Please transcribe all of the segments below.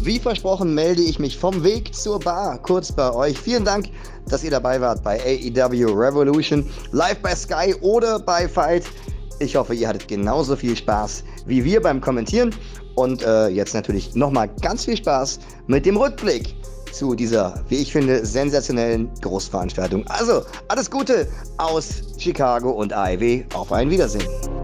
wie versprochen melde ich mich vom Weg zur Bar kurz bei euch. Vielen Dank, dass ihr dabei wart bei AEW Revolution, live bei Sky oder bei Fight. Ich hoffe, ihr hattet genauso viel Spaß wie wir beim Kommentieren. Und jetzt natürlich nochmal ganz viel Spaß mit dem Rückblick zu dieser, wie ich finde, sensationellen Großveranstaltung. Also, alles Gute aus Chicago und AEW. Auf ein Wiedersehen.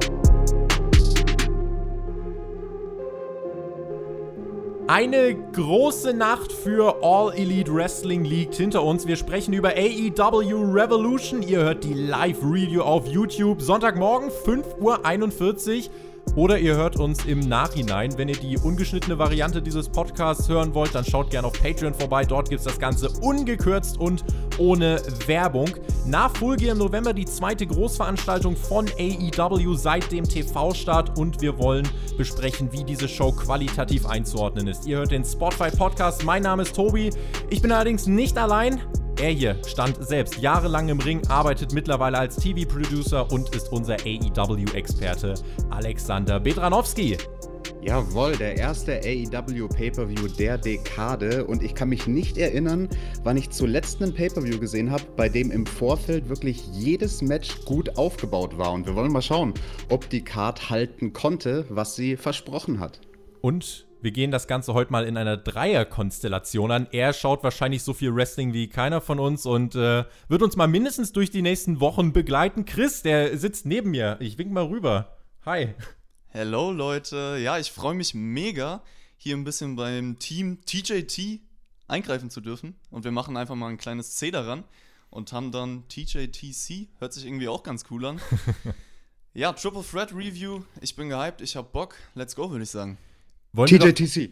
Eine große Nacht für All Elite Wrestling liegt hinter uns. Wir sprechen über AEW Revolution. Ihr hört die Live-Review auf YouTube. Sonntagmorgen, 5:41 Uhr. Oder ihr hört uns im Nachhinein. Wenn ihr die ungeschnittene Variante dieses Podcasts hören wollt, dann schaut gerne auf Patreon vorbei. Dort gibt es das Ganze ungekürzt und ohne Werbung. Nach Full Gear im November die zweite Großveranstaltung von AEW seit dem TV-Start. Und wir wollen besprechen, wie diese Show qualitativ einzuordnen ist. Ihr hört den Spotfight Podcast. Mein Name ist Tobi. Ich bin allerdings nicht allein. Er hier stand selbst jahrelang im Ring, arbeitet mittlerweile als TV-Producer und ist unser AEW-Experte Alexander Bedranowski. Jawohl, der erste AEW Pay-Per-View der Dekade, und ich kann mich nicht erinnern, wann ich zuletzt einen Pay-Per-View gesehen habe, bei dem im Vorfeld wirklich jedes Match gut aufgebaut war, und wir wollen mal schauen, ob die Card halten konnte, was sie versprochen hat. Und wir gehen das Ganze heute mal in einer Dreier-Konstellation an. Er schaut wahrscheinlich so viel Wrestling wie keiner von uns und wird uns mal mindestens durch die nächsten Wochen begleiten. Chris, der sitzt neben mir. Ich wink mal rüber. Hi. Hello Leute. Ja, ich freue mich mega, hier ein bisschen beim Team TJT eingreifen zu dürfen. Und wir machen einfach mal ein kleines C daran und haben dann TJTC. Hört sich irgendwie auch ganz cool an. Ja, Triple Threat Review. Ich bin gehypt, ich hab Bock. Let's go, würde ich sagen. TJTC.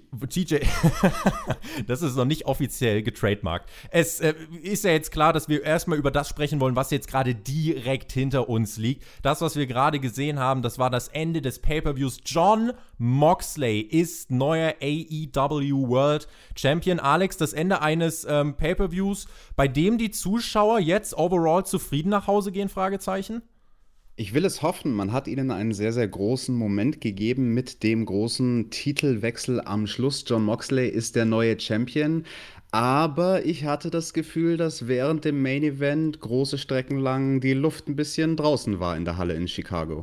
Das ist noch nicht offiziell getrademarkt. Es ist ja jetzt klar, dass wir erstmal über das sprechen wollen, was jetzt gerade direkt hinter uns liegt. Das, was wir gerade gesehen haben, das war das Ende des Pay-Per-Views. Jon Moxley ist neuer AEW World Champion. Alex, das Ende eines Pay-Per-Views, bei dem die Zuschauer jetzt overall zufrieden nach Hause gehen? Fragezeichen. Ich will es hoffen, man hat ihnen einen sehr, sehr großen Moment gegeben mit dem großen Titelwechsel am Schluss. Jon Moxley ist der neue Champion, aber ich hatte das Gefühl, dass während dem Main Event große Strecken lang die Luft ein bisschen draußen war in der Halle in Chicago.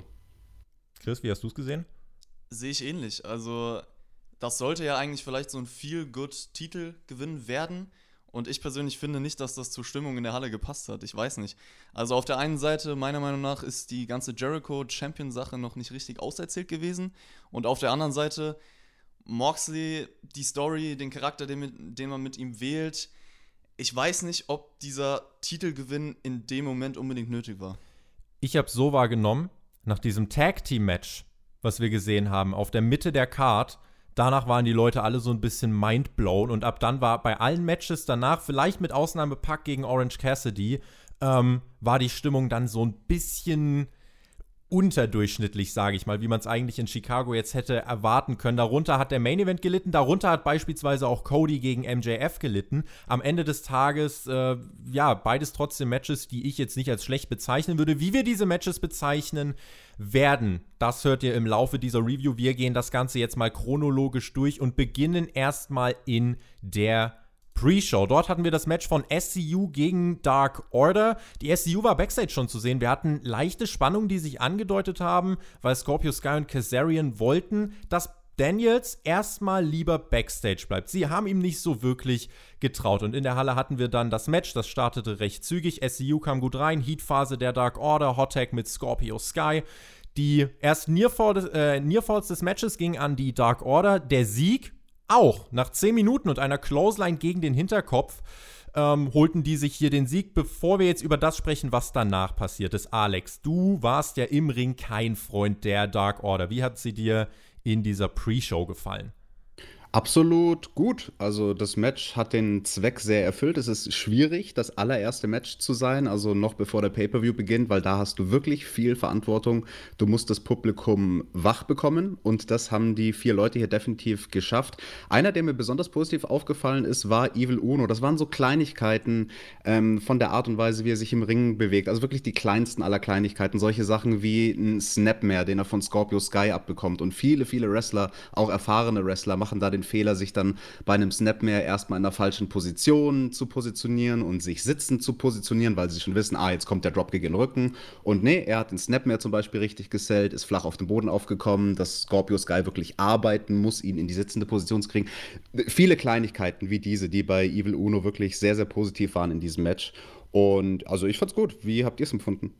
Chris, wie hast du es gesehen? Sehe ich ähnlich. Also, das sollte ja eigentlich vielleicht so ein Feel-Good-Titelgewinn werden. Und ich persönlich finde nicht, dass das zur Stimmung in der Halle gepasst hat. Ich weiß nicht. Also auf der einen Seite, meiner Meinung nach, ist die ganze Jericho-Champion-Sache noch nicht richtig auserzählt gewesen. Und auf der anderen Seite, Moxley, die Story, den Charakter, den man mit ihm wählt. Ich weiß nicht, ob dieser Titelgewinn in dem Moment unbedingt nötig war. Ich habe so wahrgenommen, nach diesem Tag-Team-Match, was wir gesehen haben, auf der Mitte der Card, danach waren die Leute alle so ein bisschen mindblown, und ab dann war bei allen Matches danach, vielleicht mit Ausnahme Pac gegen Orange Cassidy, war die Stimmung dann so ein bisschen unterdurchschnittlich, sage ich mal, wie man es eigentlich in Chicago jetzt hätte erwarten können. Darunter hat der Main Event gelitten, darunter hat beispielsweise auch Cody gegen MJF gelitten. Am Ende des Tages, beides trotzdem Matches, die ich jetzt nicht als schlecht bezeichnen würde. Wie wir diese Matches bezeichnen werden, das hört ihr im Laufe dieser Review. Wir gehen das Ganze jetzt mal chronologisch durch und beginnen erstmal in der Pre-Show. Dort hatten wir das Match von SCU gegen Dark Order. Die SCU war Backstage schon zu sehen. Wir hatten leichte Spannungen, die sich angedeutet haben, weil Scorpio Sky und Kazarian wollten, dass Daniels erstmal lieber Backstage bleibt. Sie haben ihm nicht so wirklich getraut. Und in der Halle hatten wir dann das Match, das startete recht zügig. SCU kam gut rein, Heatphase der Dark Order, Hot Tag mit Scorpio Sky. Die ersten Nearfalls des Matches gingen an die Dark Order. Der Sieg auch nach 10 Minuten und einer Clothesline gegen den Hinterkopf holten die sich hier den Sieg. Bevor wir jetzt über das sprechen, was danach passiert ist, Alex, du warst ja im Ring kein Freund der Dark Order. Wie hat sie dir in dieser Pre-Show gefallen? Absolut gut. Also das Match hat den Zweck sehr erfüllt. Es ist schwierig, das allererste Match zu sein, also noch bevor der Pay-Per-View beginnt, weil da hast du wirklich viel Verantwortung. Du musst das Publikum wach bekommen, und das haben die 4 Leute hier definitiv geschafft. Einer, der mir besonders positiv aufgefallen ist, war Evil Uno. Das waren so Kleinigkeiten von der Art und Weise, wie er sich im Ring bewegt. Also wirklich die kleinsten aller Kleinigkeiten. Solche Sachen wie ein Snapmare, den er von Scorpio Sky abbekommt. Und viele, viele Wrestler, auch erfahrene Wrestler, machen da den den Fehler, sich dann bei einem Snapmare erstmal in der falschen Position zu positionieren und sich sitzend zu positionieren, weil sie schon wissen, jetzt kommt der Dropkick in den Rücken. Und nee, er hat den Snapmare zum Beispiel richtig gesellt, ist flach auf den Boden aufgekommen, dass Scorpio Sky wirklich arbeiten muss, ihn in die sitzende Position zu kriegen. Viele Kleinigkeiten wie diese, die bei Evil Uno wirklich sehr, sehr positiv waren in diesem Match. Und also ich fand's gut. Wie habt ihr es empfunden?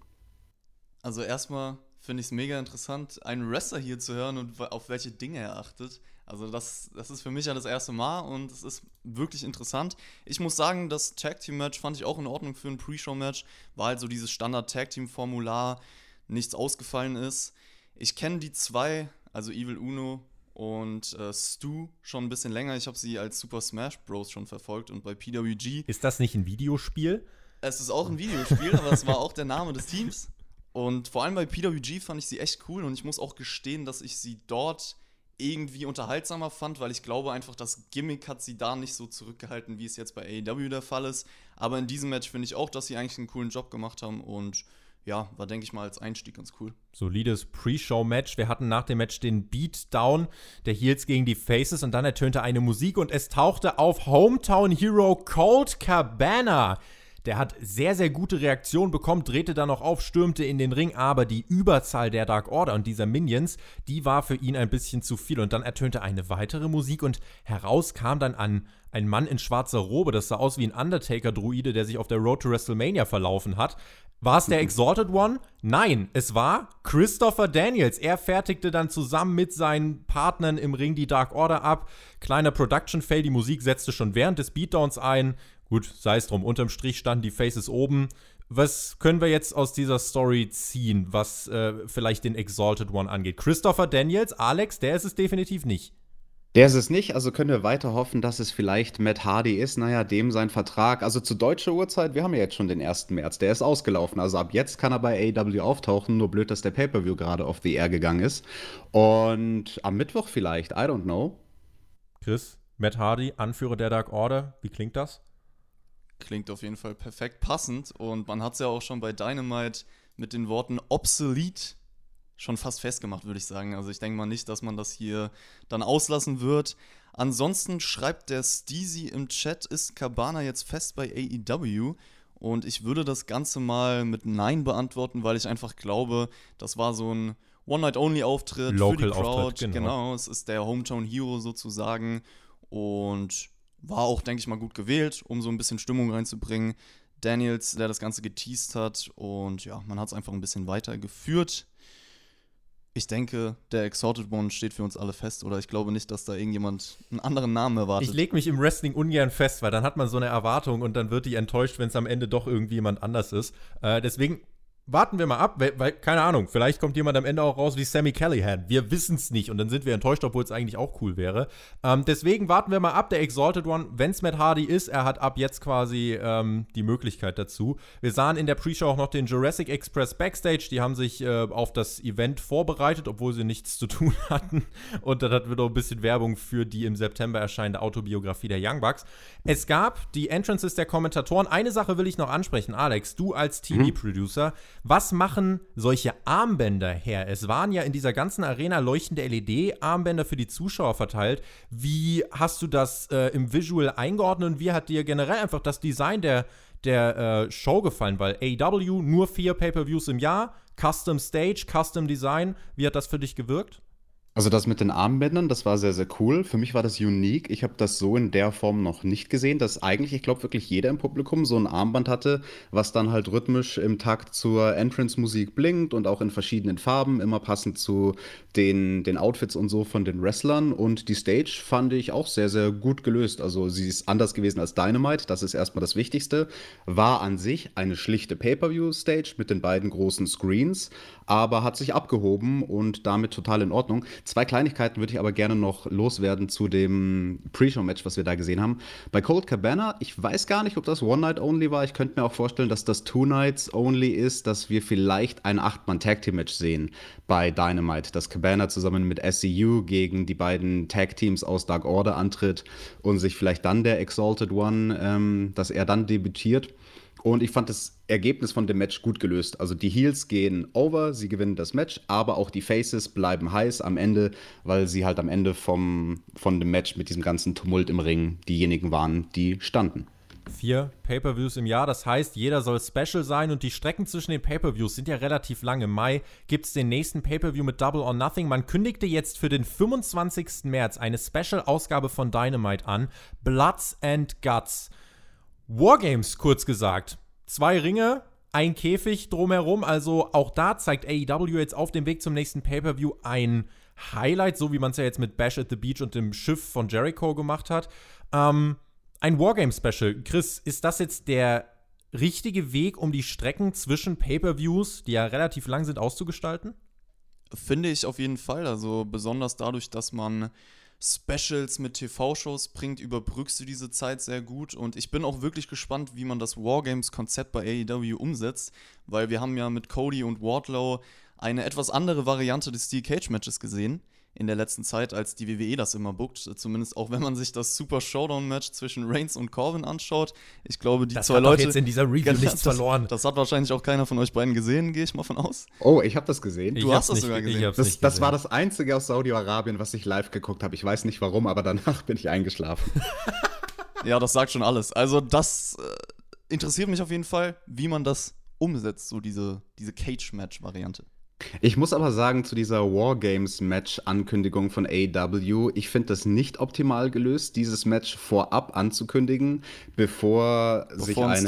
Also erstmal finde ich es mega interessant, einen Wrestler hier zu hören und auf welche Dinge er achtet. Also das ist für mich ja das erste Mal und es ist wirklich interessant. Ich muss sagen, das Tag-Team-Match fand ich auch in Ordnung für ein Pre-Show-Match. War halt so dieses Standard-Tag-Team-Formular, nichts ausgefallen ist. Ich kenne die zwei, also Evil Uno und Stu, schon ein bisschen länger. Ich habe sie als Super Smash Bros. Schon verfolgt und bei PWG. Ist das nicht ein Videospiel? Es ist auch ein Videospiel, aber es war auch der Name des Teams. Und vor allem bei PWG fand ich sie echt cool und ich muss auch gestehen, dass ich sie dort irgendwie unterhaltsamer fand, weil ich glaube einfach, das Gimmick hat sie da nicht so zurückgehalten, wie es jetzt bei AEW der Fall ist. Aber in diesem Match finde ich auch, dass sie eigentlich einen coolen Job gemacht haben und ja, war, denke ich mal, als Einstieg ganz cool. Solides Pre-Show-Match. Wir hatten nach dem Match den Beatdown der Heels gegen die Faces und dann ertönte eine Musik und es tauchte auf Hometown Hero Colt Cabana. Der hat sehr, sehr gute Reaktionen bekommen, drehte dann noch auf, stürmte in den Ring, aber die Überzahl der Dark Order und dieser Minions, die war für ihn ein bisschen zu viel. Und dann ertönte eine weitere Musik und heraus kam dann ein Mann in schwarzer Robe. Das sah aus wie ein Undertaker-Druide, der sich auf der Road to WrestleMania verlaufen hat. War es der Exalted One? Nein, es war Christopher Daniels. Er fertigte dann zusammen mit seinen Partnern im Ring die Dark Order ab. Kleiner Production-Fail, die Musik setzte schon während des Beatdowns ein. Gut, sei es drum, unterm Strich standen die Faces oben. Was können wir jetzt aus dieser Story ziehen, was vielleicht den Exalted One angeht? Christopher Daniels, Alex, der ist es definitiv nicht. Der ist es nicht, also können wir weiter hoffen, dass es vielleicht Matt Hardy ist. Naja, dem sein Vertrag, also zu deutscher Uhrzeit, wir haben ja jetzt schon den 1. März, der ist ausgelaufen. Also ab jetzt kann er bei AEW auftauchen, nur blöd, dass der Pay-Per-View gerade off the air gegangen ist. Und am Mittwoch vielleicht, I don't know. Chris, Matt Hardy, Anführer der Dark Order, wie klingt das? Klingt auf jeden Fall perfekt passend und man hat es ja auch schon bei Dynamite mit den Worten obsolete schon fast festgemacht, würde ich sagen. Also ich denke mal nicht, dass man das hier dann auslassen wird. Ansonsten schreibt der Steezy im Chat, ist Cabana jetzt fest bei AEW? Und ich würde das Ganze mal mit Nein beantworten, weil ich einfach glaube, das war so ein One-Night-Only-Auftritt für die Crowd. Genau, es ist der Hometown Hero sozusagen und war auch, denke ich mal, gut gewählt, um so ein bisschen Stimmung reinzubringen. Daniels, der das Ganze geteased hat und ja, man hat es einfach ein bisschen weitergeführt. Ich denke, der Exalted One steht für uns alle fest oder ich glaube nicht, dass da irgendjemand einen anderen Namen erwartet. Ich lege mich im Wrestling ungern fest, weil dann hat man so eine Erwartung und dann wird die enttäuscht, wenn es am Ende doch irgendwie jemand anders ist. Deswegen warten wir mal ab, weil, keine Ahnung, vielleicht kommt jemand am Ende auch raus wie Sami Callihan. Wir wissen es nicht und dann sind wir enttäuscht, obwohl es eigentlich auch cool wäre. Deswegen warten wir mal ab, der Exalted One, wenn es Matt Hardy ist, er hat ab jetzt quasi die Möglichkeit dazu. Wir sahen in der Pre-Show auch noch den Jurassic Express Backstage, die haben sich auf das Event vorbereitet, obwohl sie nichts zu tun hatten. Und dann hatten wir noch ein bisschen Werbung für die im September erscheinende Autobiografie der Young Bucks. Es gab die Entrances der Kommentatoren. Eine Sache will ich noch ansprechen, Alex, du als TV-Producer, was machen solche Armbänder her? Es waren ja in dieser ganzen Arena leuchtende LED-Armbänder für die Zuschauer verteilt. Wie hast du das im Visual eingeordnet und wie hat dir generell einfach das Design der Show gefallen? Weil AEW, nur 4 Pay-Per-Views im Jahr, Custom Stage, Custom Design. Wie hat das für dich gewirkt? Also das mit den Armbändern, das war sehr, sehr cool. Für mich war das unique. Ich habe das so in der Form noch nicht gesehen, dass eigentlich, ich glaube, wirklich jeder im Publikum so ein Armband hatte, was dann halt rhythmisch im Takt zur Entrance-Musik blinkt und auch in verschiedenen Farben, immer passend zu den Outfits und so von den Wrestlern. Und die Stage fand ich auch sehr, sehr gut gelöst. Also sie ist anders gewesen als Dynamite, das ist erstmal das Wichtigste. War an sich eine schlichte Pay-Per-View-Stage mit den beiden großen Screens, aber hat sich abgehoben und damit total in Ordnung. 2 Kleinigkeiten würde ich aber gerne noch loswerden zu dem Pre-Show-Match, was wir da gesehen haben. Bei Colt Cabana, ich weiß gar nicht, ob das One-Night-Only war. Ich könnte mir auch vorstellen, dass das Two-Nights-Only ist, dass wir vielleicht ein 8-Mann-Tag-Team-Match sehen bei Dynamite. Dass Cabana zusammen mit SCU gegen die beiden Tag-Teams aus Dark Order antritt und sich vielleicht dann der Exalted One, dass er dann debütiert. Und ich fand das Ergebnis von dem Match gut gelöst. Also die Heels gehen over, sie gewinnen das Match, aber auch die Faces bleiben heiß am Ende, weil sie halt am Ende von dem Match mit diesem ganzen Tumult im Ring diejenigen waren, die standen. 4 Pay-Per-Views im Jahr, das heißt, jeder soll special sein und die Strecken zwischen den Pay-Per-Views sind ja relativ lang. Im Mai gibt es den nächsten Pay-Per-View mit Double or Nothing. Man kündigte jetzt für den 25. März eine Special-Ausgabe von Dynamite an, Bloods and Guts. Wargames, kurz gesagt. 2 Ringe, ein Käfig drumherum, also auch da zeigt AEW jetzt auf dem Weg zum nächsten Pay-Per-View ein Highlight, so wie man es ja jetzt mit Bash at the Beach und dem Schiff von Jericho gemacht hat. Ein Wargame-Special. Chris, ist das jetzt der richtige Weg, um die Strecken zwischen Pay-Per-Views, die ja relativ lang sind, auszugestalten? Finde ich auf jeden Fall. Also besonders dadurch, dass man Specials mit TV-Shows bringt, überbrückst du diese Zeit sehr gut. Und ich bin auch wirklich gespannt, wie man das Wargames-Konzept bei AEW umsetzt, weil wir haben ja mit Cody und Wardlow eine etwas andere Variante des Steel Cage-Matches gesehen in der letzten Zeit, als die WWE das immer bookt. Zumindest auch, wenn man sich das Super Showdown-Match zwischen Reigns und Corbin anschaut. Ich glaube, die das zwei hat Leute... doch jetzt in dieser Review nichts verloren. Das hat wahrscheinlich auch keiner von euch beiden gesehen, gehe ich mal von aus. Oh, ich habe das gesehen. Du hast das sogar gesehen. Das war das Einzige aus Saudi-Arabien, was ich live geguckt habe. Ich weiß nicht warum, aber danach bin ich eingeschlafen. Ja, das sagt schon alles. Also das interessiert mich auf jeden Fall, wie man das umsetzt, so diese Cage-Match-Variante. Ich muss aber sagen, zu dieser Wargames-Match-Ankündigung von AEW, ich finde das nicht optimal gelöst, dieses Match vorab anzukündigen, bevor es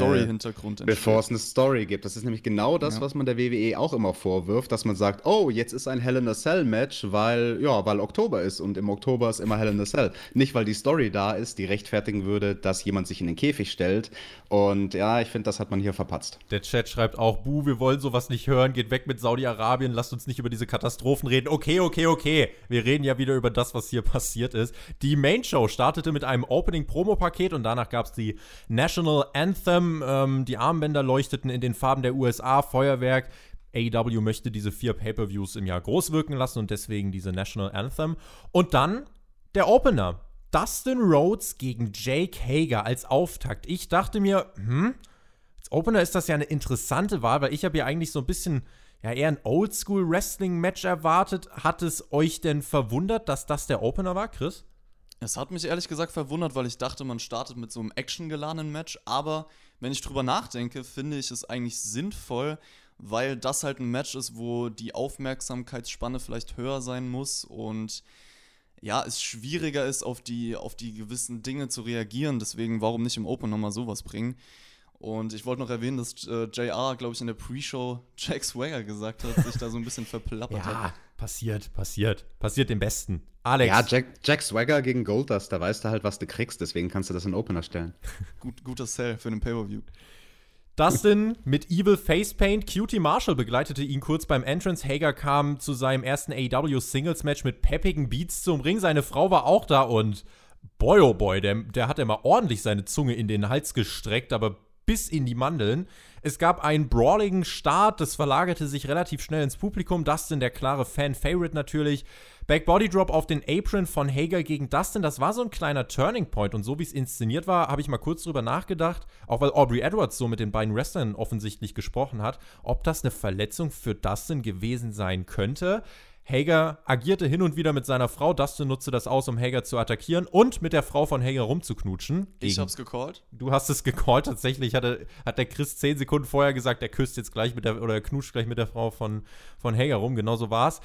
eine Story gibt. Das ist nämlich genau das, was man der WWE auch immer vorwirft, dass man sagt, oh, jetzt ist ein Hell in a Cell-Match, weil Oktober ist und im Oktober ist immer Hell in a Cell. Nicht, weil die Story da ist, die rechtfertigen würde, dass jemand sich in den Käfig stellt. Und ja, ich finde, das hat man hier verpatzt. Der Chat schreibt auch, Buh, wir wollen sowas nicht hören, geht weg mit Saudi-Arabien, lasst uns nicht über diese Katastrophen reden. Okay. Wir reden ja wieder über das, was hier passiert ist. Die Main Show startete mit einem Opening-Promo-Paket und danach gab es die National Anthem. Die Armbänder leuchteten in den Farben der USA, Feuerwerk. AEW möchte diese 4 Pay-Per-Views im Jahr groß wirken lassen und deswegen diese National Anthem. Und dann der Opener. Dustin Rhodes gegen Jake Hager als Auftakt. Ich dachte mir, als Opener ist das ja eine interessante Wahl, weil ich habe ja eigentlich so ein bisschen eher ein Oldschool-Wrestling-Match erwartet. Hat es euch denn verwundert, dass das der Opener war, Chris? Es hat mich ehrlich gesagt verwundert, weil ich dachte, man startet mit so einem actiongeladenen Match. Aber wenn ich drüber nachdenke, finde ich es eigentlich sinnvoll, weil das halt ein Match ist, wo die Aufmerksamkeitsspanne vielleicht höher sein muss und es schwieriger ist, auf die gewissen Dinge zu reagieren. Deswegen, warum nicht im Open nochmal sowas bringen? Und ich wollte noch erwähnen, dass JR, glaube ich, in der Pre-Show Jack Swagger gesagt hat, sich da so ein bisschen verplappert hat. Ja, passiert dem Besten. Alex. Ja, Jack Swagger gegen Goldust, da weißt du halt, was du kriegst, deswegen kannst du das in Opener stellen. Guter Sell für einen Pay-Per-View. Dustin mit Evil Facepaint. Cutie Marshall begleitete ihn kurz beim Entrance. Hager kam zu seinem ersten AEW Singles Match mit peppigen Beats zum Ring. Seine Frau war auch da und boy, oh boy, der hat immer ordentlich seine Zunge in den Hals gestreckt, aber bis in die Mandeln. Es gab einen brawligen Start, das verlagerte sich relativ schnell ins Publikum. Dustin, der klare Fan-Favorite natürlich. Back-Body Drop auf den Apron von Hager gegen Dustin, das war so ein kleiner Turning Point. Und so wie es inszeniert war, habe ich mal kurz drüber nachgedacht, auch weil Aubrey Edwards so mit den beiden Wrestlern offensichtlich gesprochen hat, ob das eine Verletzung für Dustin gewesen sein könnte. Hager agierte hin und wieder mit seiner Frau. Dustin nutzte das aus, um Hager zu attackieren und mit der Frau von Hager rumzuknutschen. Ich hab's gecallt. Du hast es gecallt. Tatsächlich hat der Chris 10 Sekunden vorher gesagt, er küsst jetzt gleich er knutscht gleich mit der Frau von Hager rum. Genau so war's.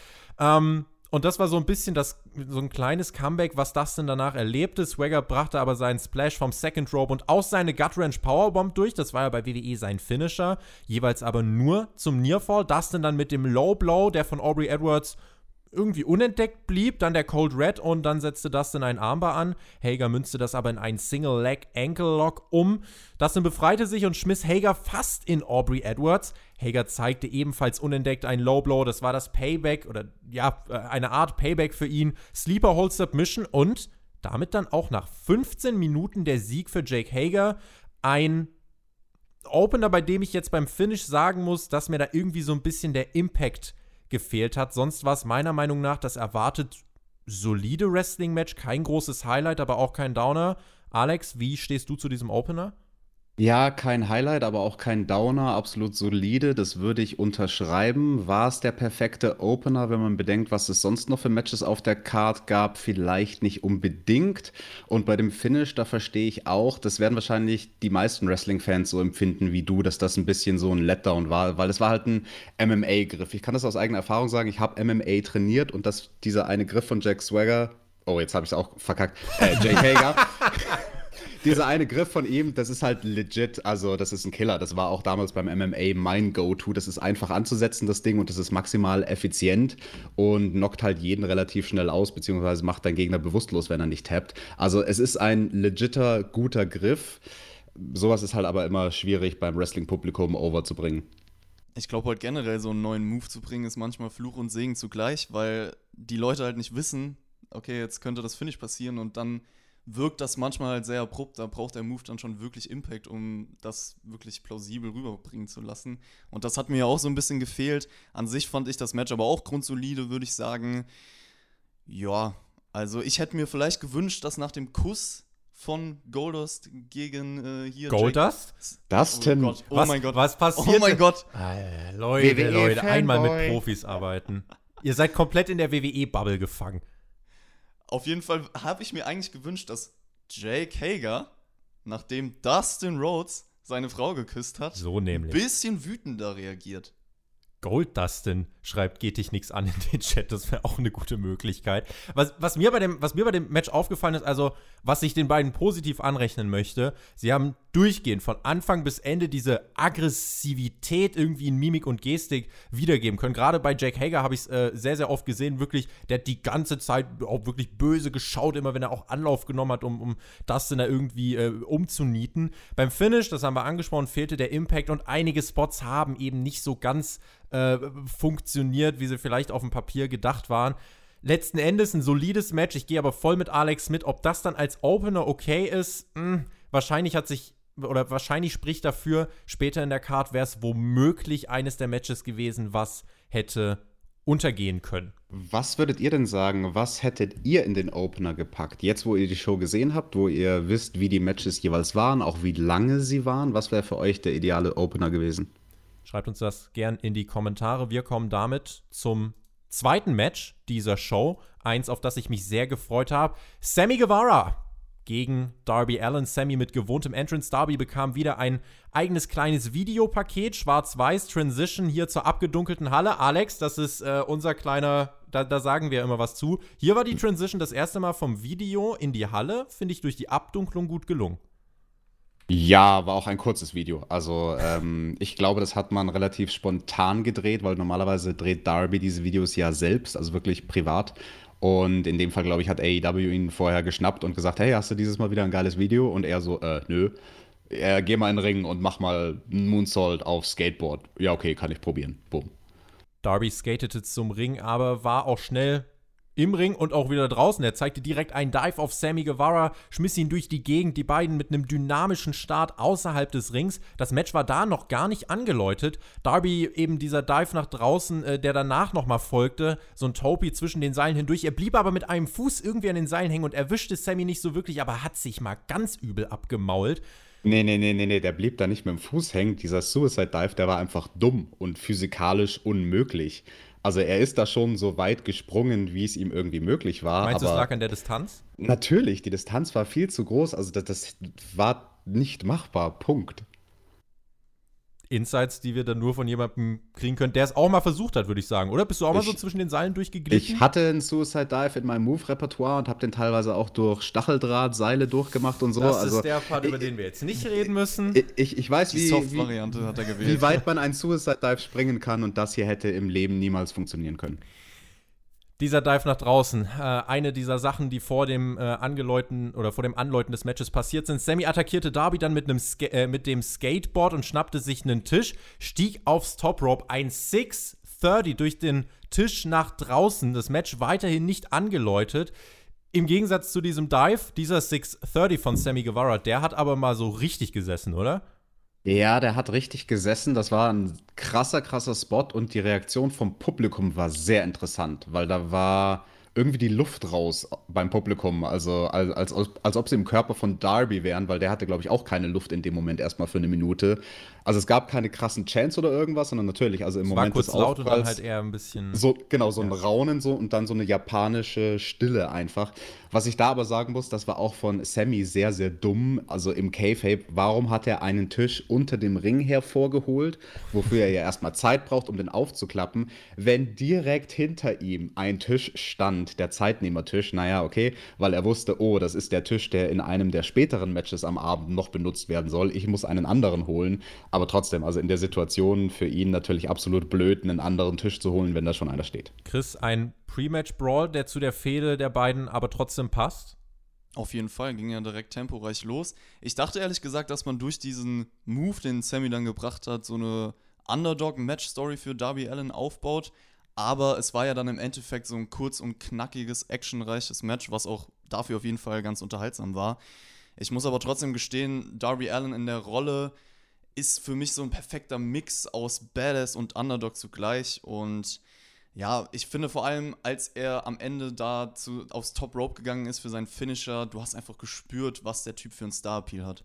Und das war so ein bisschen so ein kleines Comeback, was Dustin danach erlebte. Swagger brachte aber seinen Splash vom Second Rope und auch seine Gut-Wrench Powerbomb durch. Das war ja bei WWE sein Finisher. Jeweils aber nur zum Nearfall. Dustin dann mit dem Low Blow, der von Aubrey Edwards irgendwie unentdeckt blieb. Dann der Cold Red und dann setzte Dustin einen Armbar an. Hager münzte das aber in einen Single-Leg-Ankle-Lock um. Dustin befreite sich und schmiss Hager fast in Aubrey Edwards. Hager zeigte ebenfalls unentdeckt einen Low Blow. Das war das Payback oder eine Art Payback für ihn. Sleeper Hold Submission und damit dann auch nach 15 Minuten der Sieg für Jake Hager. Ein Opener, bei dem ich jetzt beim Finish sagen muss, dass mir da irgendwie so ein bisschen der Impact gefehlt hat. Sonst war es meiner Meinung nach das erwartet solide Wrestling-Match. Kein großes Highlight, aber auch kein Downer. Alex, wie stehst du zu diesem Opener? Ja, kein Highlight, aber auch kein Downer, absolut solide, das würde ich unterschreiben. War es der perfekte Opener, wenn man bedenkt, was es sonst noch für Matches auf der Card gab? Vielleicht nicht unbedingt. Und bei dem Finish, da verstehe ich auch, das werden wahrscheinlich die meisten Wrestling-Fans so empfinden wie du, dass das ein bisschen so ein Letdown war, weil es war halt ein MMA-Griff. Ich kann das aus eigener Erfahrung sagen, ich habe MMA trainiert und dieser eine Griff von Jack Swagger, oh, jetzt habe ich es auch verkackt, Jake Hager. Dieser eine Griff von ihm, das ist halt legit, also das ist ein Killer. Das war auch damals beim MMA mein Go-To. Das ist einfach anzusetzen, das Ding, und das ist maximal effizient und knockt halt jeden relativ schnell aus, beziehungsweise macht deinen Gegner bewusstlos, wenn er nicht tappt. Also es ist ein legitter, guter Griff. Sowas ist halt aber immer schwierig beim Wrestling-Publikum overzubringen. Ich glaube halt generell, so einen neuen Move zu bringen, ist manchmal Fluch und Segen zugleich, weil die Leute halt nicht wissen, okay, jetzt könnte das Finish passieren und dann wirkt das manchmal halt sehr abrupt. Da braucht der Move dann schon wirklich Impact, um das wirklich plausibel rüberbringen zu lassen. Und das hat mir ja auch so ein bisschen gefehlt. An sich fand ich das Match aber auch grundsolide, würde ich sagen. Ja, also ich hätte mir vielleicht gewünscht, dass nach dem Kuss von Goldust gegen hier Goldust? Dustin. Oh Gott, oh mein Gott. Was passiert? Oh mein Gott. Leute, WWE einmal mit Fanboy. Profis arbeiten. Ihr seid komplett in der WWE-Bubble gefangen. Auf jeden Fall habe ich mir eigentlich gewünscht, dass Jake Hager, nachdem Dustin Rhodes seine Frau geküsst hat, So nämlich. ein bisschen wütender reagiert. Gold Dustin schreibt, geht dich nichts an in den Chat, das wäre auch eine gute Möglichkeit. Was mir bei dem Match aufgefallen ist, also was ich den beiden positiv anrechnen möchte, sie haben durchgehend von Anfang bis Ende diese Aggressivität irgendwie in Mimik und Gestik wiedergeben können. Gerade bei Jake Hager habe ich es sehr, sehr oft gesehen, wirklich, der hat die ganze Zeit auch wirklich böse geschaut, immer wenn er auch Anlauf genommen hat, um Dustin da irgendwie umzunieten. Beim Finish, das haben wir angesprochen, fehlte der Impact und einige Spots haben eben nicht so ganz funktioniert, wie sie vielleicht auf dem Papier gedacht waren. Letzten Endes ein solides Match. Ich gehe aber voll mit Alex mit. Ob das dann als Opener okay ist, wahrscheinlich spricht dafür, später in der Card wäre es womöglich eines der Matches gewesen, was hätte untergehen können. Was würdet ihr denn sagen, was hättet ihr in den Opener gepackt? Jetzt, wo ihr die Show gesehen habt, wo ihr wisst, wie die Matches jeweils waren, auch wie lange sie waren, was wäre für euch der ideale Opener gewesen? Schreibt uns das gern in die Kommentare. Wir kommen damit zum zweiten Match dieser Show. Eins, auf das ich mich sehr gefreut habe. Sammy Guevara gegen Darby Allin. Sammy mit gewohntem Entrance. Darby bekam wieder ein eigenes kleines Videopaket. Schwarz-Weiß Transition hier zur abgedunkelten Halle. Alex, das ist unser kleiner, da sagen wir immer was zu. Hier war die Transition das erste Mal vom Video in die Halle. Finde ich durch die Abdunklung gut gelungen. Ja, war auch ein kurzes Video. Also ich glaube, das hat man relativ spontan gedreht, weil normalerweise dreht Darby diese Videos ja selbst, also wirklich privat. Und in dem Fall, glaube ich, hat AEW ihn vorher geschnappt und gesagt, hey, hast du dieses Mal wieder ein geiles Video? Und er so, nö. Geh mal in den Ring und mach mal einen Moonsault auf Skateboard. Ja, okay, kann ich probieren. Boom. Darby skatete zum Ring, aber war auch schnell im Ring und auch wieder draußen. Er zeigte direkt einen Dive auf Sammy Guevara, schmiss ihn durch die Gegend, die beiden mit einem dynamischen Start außerhalb des Rings. Das Match war da noch gar nicht angeläutet. Darby eben dieser Dive nach draußen, der danach nochmal folgte, so ein Topi zwischen den Seilen hindurch. Er blieb aber mit einem Fuß irgendwie an den Seilen hängen und erwischte Sammy nicht so wirklich, aber hat sich mal ganz übel abgemault. Nee, der blieb da nicht mit dem Fuß hängen. Dieser Suicide Dive, der war einfach dumm und physikalisch unmöglich. Also er ist da schon so weit gesprungen, wie es ihm irgendwie möglich war. Meinst du, aber es lag an der Distanz? natürlich, die Distanz war viel zu groß. Also das war nicht machbar. Punkt. Insights, die wir dann nur von jemandem kriegen können, der es auch mal versucht hat, würde ich sagen. Oder bist du auch mal so zwischen den Seilen durchgeglitten? Ich hatte einen Suicide Dive in meinem Move-Repertoire und habe den teilweise auch durch Stacheldraht, Seile durchgemacht und so. Das also, ist der Part, über den wir jetzt nicht reden müssen. Ich weiß, Die Soft-Variante hat er gewählt. wie weit man einen Suicide Dive springen kann, und das hier hätte im Leben niemals funktionieren können. Dieser Dive nach draußen, eine dieser Sachen, die vor dem Anläuten des Matches passiert sind. Sammy attackierte Darby dann mit dem Skateboard und schnappte sich einen Tisch, stieg aufs Top Rope, ein 630 durch den Tisch nach draußen. Das Match weiterhin nicht angeläutet. Im Gegensatz zu diesem Dive, dieser 630 von Sammy Guevara, der hat aber mal so richtig gesessen, oder? Ja, der hat richtig gesessen. Das war ein krasser Spot und die Reaktion vom Publikum war sehr interessant, weil da war irgendwie die Luft raus beim Publikum. Also als ob sie im Körper von Darby wären, weil der hatte, glaube ich, auch keine Luft in dem Moment erstmal für eine Minute. Also es gab keine krassen Chants oder irgendwas, sondern natürlich, also im Es war Moment kurz des laut und dann halt Aufpralls eher ein bisschen. so, genau, so ein Ja. Raunen so und dann so eine japanische Stille einfach. Was ich da aber sagen muss, das war auch von Sammy sehr, sehr dumm. Also im Kayfabe, warum hat er einen Tisch unter dem Ring hervorgeholt, wofür er ja erstmal Zeit braucht, um den aufzuklappen, wenn direkt hinter ihm ein Tisch stand, der Zeitnehmertisch, naja, okay, weil er wusste, oh, das ist der Tisch, der in einem der späteren Matches am Abend noch benutzt werden soll. Ich muss einen anderen holen. Aber trotzdem, also in der Situation für ihn natürlich absolut blöd, einen anderen Tisch zu holen, wenn da schon einer steht. Chris, ein Pre-Match-Brawl, der zu der Fehde der beiden aber trotzdem passt? Auf jeden Fall, ging ja direkt temporeich los. Ich dachte ehrlich gesagt, dass man durch diesen Move, den Sammy dann gebracht hat, so eine Underdog-Match-Story für Darby Allin aufbaut. Aber es war ja dann im Endeffekt so ein kurz und knackiges, actionreiches Match, was auch dafür auf jeden Fall ganz unterhaltsam war. Ich muss aber trotzdem gestehen, Darby Allin in der Rolle ist für mich so ein perfekter Mix aus Badass und Underdog zugleich. Und ja, ich finde vor allem, als er am Ende aufs Top Rope gegangen ist für seinen Finisher, du hast einfach gespürt, was der Typ für einen Star-Appeal hat.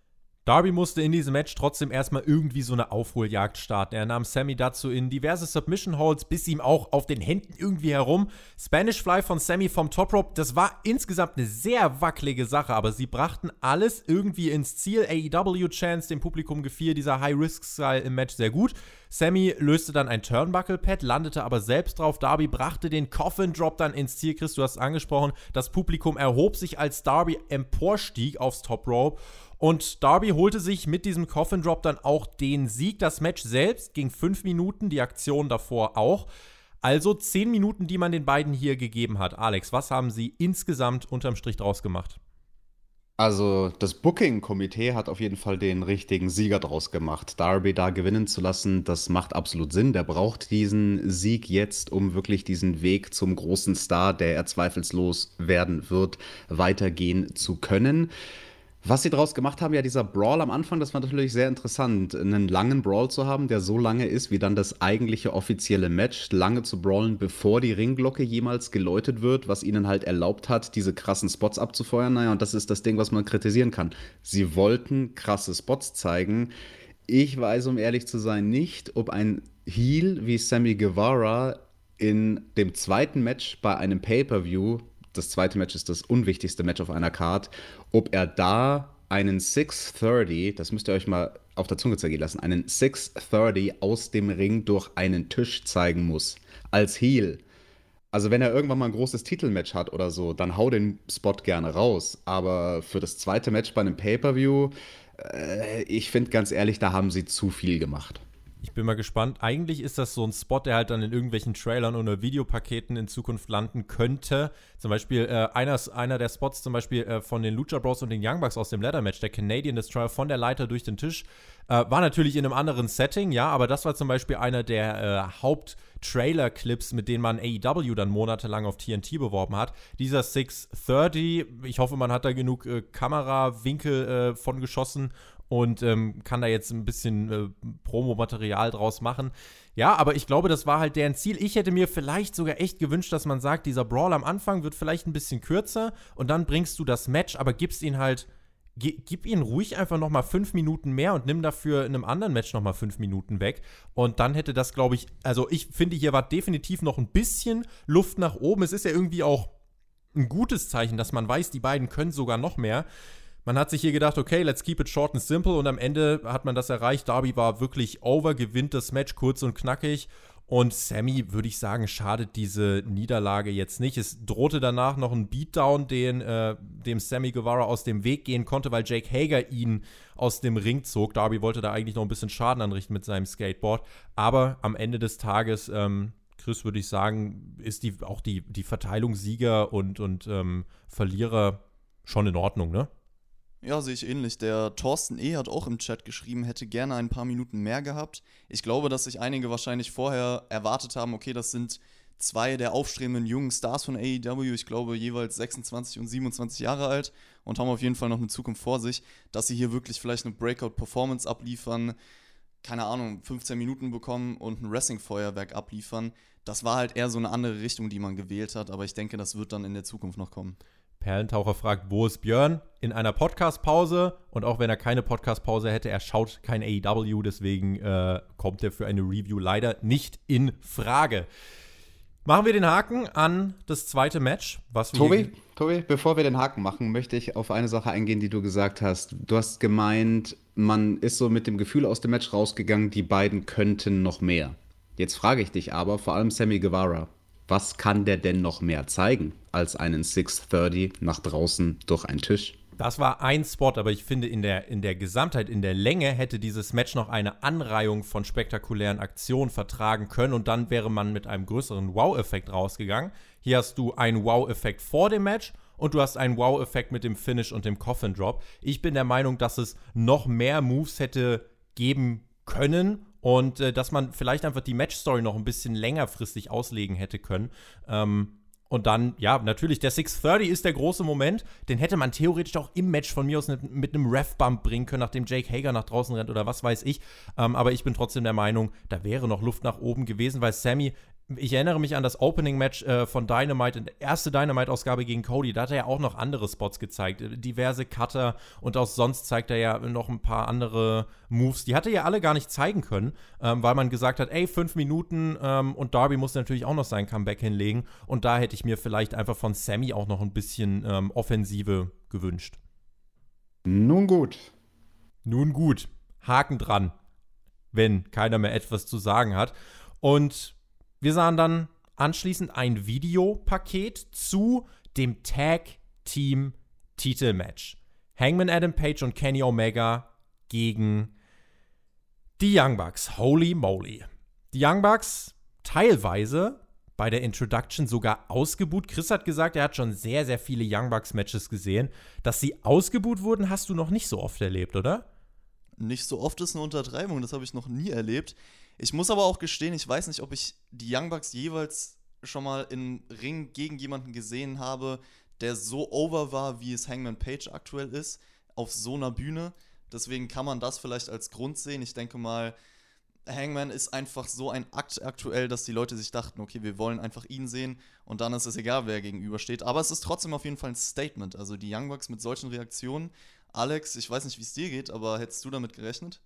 Darby musste in diesem Match trotzdem erstmal irgendwie so eine Aufholjagd starten. Er nahm Sammy dazu in diverse Submission-Holds, biss ihm auch auf den Händen irgendwie herum. Spanish Fly von Sammy vom Top Rope, das war insgesamt eine sehr wackelige Sache, aber sie brachten alles irgendwie ins Ziel. AEW-Chance, dem Publikum gefiel dieser High-Risk-Style im Match sehr gut. Sammy löste dann ein Turnbuckle-Pad, landete aber selbst drauf. Darby brachte den Coffin-Drop dann ins Ziel. Chris, du hast es angesprochen. Das Publikum erhob sich, als Darby emporstieg aufs Top Rope. Und Darby holte sich mit diesem Coffin Drop dann auch den Sieg. Das Match selbst ging 5 Minuten, die Aktion davor auch. Also 10 Minuten, die man den beiden hier gegeben hat. Alex, was haben sie insgesamt unterm Strich draus gemacht? Also das Booking-Komitee hat auf jeden Fall den richtigen Sieger draus gemacht. Darby da gewinnen zu lassen, das macht absolut Sinn. Der braucht diesen Sieg jetzt, um wirklich diesen Weg zum großen Star, der er zweifellos werden wird, weitergehen zu können. Was sie draus gemacht haben, ja, dieser Brawl am Anfang, das war natürlich sehr interessant, einen langen Brawl zu haben, der so lange ist wie dann das eigentliche offizielle Match, lange zu brawlen, bevor die Ringglocke jemals geläutet wird, was ihnen halt erlaubt hat, diese krassen Spots abzufeuern. Naja, und das ist das Ding, was man kritisieren kann. Sie wollten krasse Spots zeigen. Ich weiß, um ehrlich zu sein, nicht, ob ein Heel wie Sammy Guevara in dem zweiten Match bei einem Pay-Per-View, das zweite Match ist das unwichtigste Match auf einer Card, ob er da einen 630, das müsst ihr euch mal auf der Zunge zergehen lassen, einen 630 aus dem Ring durch einen Tisch zeigen muss. Als Heel. Also wenn er irgendwann mal ein großes Titelmatch hat oder so, dann hau den Spot gerne raus. Aber für das zweite Match bei einem Pay-Per-View, ich finde ganz ehrlich, da haben sie zu viel gemacht. Ich bin mal gespannt. Eigentlich ist das so ein Spot, der halt dann in irgendwelchen Trailern oder Videopaketen in Zukunft landen könnte. Zum Beispiel einer der Spots zum Beispiel von den Lucha Bros und den Young Bucks aus dem Ladder Match, der Canadian Destroyer von der Leiter durch den Tisch, war natürlich in einem anderen Setting, ja, aber das war zum Beispiel einer der Haupt-Trailer-Clips, mit denen man AEW dann monatelang auf TNT beworben hat. Dieser 630, ich hoffe, man hat da genug Kamerawinkel von geschossen und kann da jetzt ein bisschen Promomaterial draus machen. Ja, aber ich glaube, das war halt deren Ziel. Ich hätte mir vielleicht sogar echt gewünscht, dass man sagt, dieser Brawl am Anfang wird vielleicht ein bisschen kürzer und dann bringst du das Match, aber gibst ihn halt, gib ihn ruhig einfach noch mal 5 Minuten mehr und nimm dafür in einem anderen Match noch mal 5 Minuten weg. Und dann hätte das, glaube ich, also ich finde, hier war definitiv noch ein bisschen Luft nach oben. Es ist ja irgendwie auch ein gutes Zeichen, dass man weiß, die beiden können sogar noch mehr. Man hat sich hier gedacht, okay, let's keep it short and simple und am Ende hat man das erreicht. Darby war wirklich over, gewinnt das Match kurz und knackig und Sammy, würde ich sagen, schadet diese Niederlage jetzt nicht. Es drohte danach noch ein Beatdown, dem Sammy Guevara aus dem Weg gehen konnte, weil Jake Hager ihn aus dem Ring zog. Darby wollte da eigentlich noch ein bisschen Schaden anrichten mit seinem Skateboard, aber am Ende des Tages, Chris, würde ich sagen, ist auch die Verteilung Sieger und Verlierer schon in Ordnung, ne? Ja, sehe ich ähnlich. Der Thorsten E. hat auch im Chat geschrieben, hätte gerne ein paar Minuten mehr gehabt. Ich glaube, dass sich einige wahrscheinlich vorher erwartet haben, okay, das sind 2 der aufstrebenden jungen Stars von AEW, ich glaube jeweils 26 und 27 Jahre alt und haben auf jeden Fall noch eine Zukunft vor sich, dass sie hier wirklich vielleicht eine Breakout-Performance abliefern, keine Ahnung, 15 Minuten bekommen und ein Wrestling-Feuerwerk abliefern. das war halt eher so eine andere Richtung, die man gewählt hat, aber ich denke, das wird dann in der Zukunft noch kommen. Perlentaucher fragt, wo ist Björn? In einer Podcast-Pause. Und auch wenn er keine Podcast-Pause hätte, er schaut kein AEW, deswegen kommt er für eine Review leider nicht in Frage. Machen wir den Haken an das zweite Match. Tobi, bevor wir den Haken machen, möchte ich auf eine Sache eingehen, die du gesagt hast. Du hast gemeint, man ist so mit dem Gefühl aus dem Match rausgegangen, die beiden könnten noch mehr. Jetzt frage ich dich aber, vor allem Sammy Guevara, was kann der denn noch mehr zeigen als einen 630 nach draußen durch einen Tisch? Das war ein Spot, aber ich finde, in der Gesamtheit, in der Länge hätte dieses Match noch eine Anreihung von spektakulären Aktionen vertragen können und dann wäre man mit einem größeren Wow-Effekt rausgegangen. Hier hast du einen Wow-Effekt vor dem Match und du hast einen Wow-Effekt mit dem Finish und dem Coffin Drop. Ich bin der Meinung, dass es noch mehr Moves hätte geben können und dass man vielleicht einfach die Match-Story noch ein bisschen längerfristig auslegen hätte können. Und dann, ja, natürlich, der 630 ist der große Moment. Den hätte man theoretisch auch im Match von mir aus mit einem Ref-Bump bringen können, nachdem Jake Hager nach draußen rennt oder was weiß ich. Aber ich bin trotzdem der Meinung, da wäre noch Luft nach oben gewesen, weil Sammy, ich erinnere mich an das Opening-Match von Dynamite, die erste Dynamite-Ausgabe gegen Cody. Da hat er ja auch noch andere Spots gezeigt, diverse Cutter und auch sonst zeigt er ja noch ein paar andere Moves. Die hat er ja alle gar nicht zeigen können, weil man gesagt hat, 5 Minuten und Darby muss natürlich auch noch sein Comeback hinlegen. Und da hätte ich mir vielleicht einfach von Sammy auch noch ein bisschen Offensive gewünscht. Nun gut. Haken dran, wenn keiner mehr etwas zu sagen hat. Und wir sahen dann anschließend ein Videopaket zu dem Tag-Team-Titelmatch. Hangman Adam Page und Kenny Omega gegen die Young Bucks. Holy moly. Die Young Bucks teilweise bei der Introduction sogar ausgebuht. Chris hat gesagt, er hat schon sehr, sehr viele Young Bucks-Matches gesehen. Dass sie ausgebuht wurden, hast du noch nicht so oft erlebt, oder? Nicht so oft ist eine Untertreibung, das habe ich noch nie erlebt. Ich muss aber auch gestehen, ich weiß nicht, ob ich die Young Bucks jeweils schon mal im Ring gegen jemanden gesehen habe, der so over war, wie es Hangman Page aktuell ist, auf so einer Bühne. Deswegen kann man das vielleicht als Grund sehen. Ich denke mal, Hangman ist einfach so ein Akt aktuell, dass die Leute sich dachten, okay, wir wollen einfach ihn sehen und dann ist es egal, wer gegenübersteht. Aber es ist trotzdem auf jeden Fall ein Statement. Also die Young Bucks mit solchen Reaktionen. Alex, ich weiß nicht, wie es dir geht, aber hättest du damit gerechnet?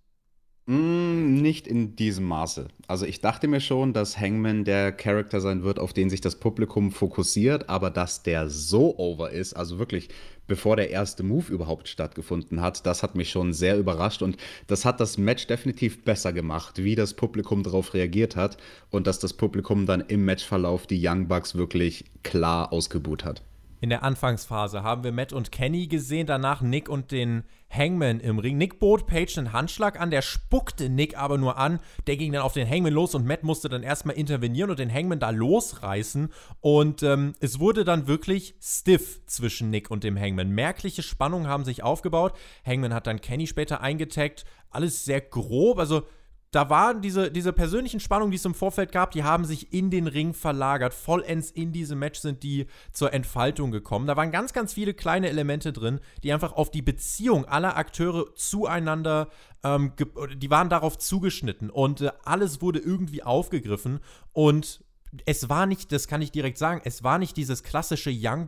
Nicht in diesem Maße. Also ich dachte mir schon, dass Hangman der Charakter sein wird, auf den sich das Publikum fokussiert, aber dass der so over ist, also wirklich bevor der erste Move überhaupt stattgefunden hat, das hat mich schon sehr überrascht und das hat das Match definitiv besser gemacht, wie das Publikum darauf reagiert hat und dass das Publikum dann im Matchverlauf die Young Bucks wirklich klar ausgebuht hat. In der Anfangsphase haben wir Matt und Kenny gesehen, danach Nick und den Hangman im Ring. Nick bot Page einen Handschlag an, der spuckte Nick aber nur an. Der ging dann auf den Hangman los und Matt musste dann erstmal intervenieren und den Hangman da losreißen. Und es wurde dann wirklich stiff zwischen Nick und dem Hangman. Merkliche Spannungen haben sich aufgebaut. Hangman hat dann Kenny später eingetaggt. Alles sehr grob, also da waren diese persönlichen Spannungen, die es im Vorfeld gab, die haben sich in den Ring verlagert. Vollends in diesem Match sind die zur Entfaltung gekommen. Da waren ganz, ganz viele kleine Elemente drin, die einfach auf die Beziehung aller Akteure zueinander, die waren darauf zugeschnitten. Und alles wurde irgendwie aufgegriffen. Und es war nicht, das kann ich direkt sagen, es war nicht dieses klassische Young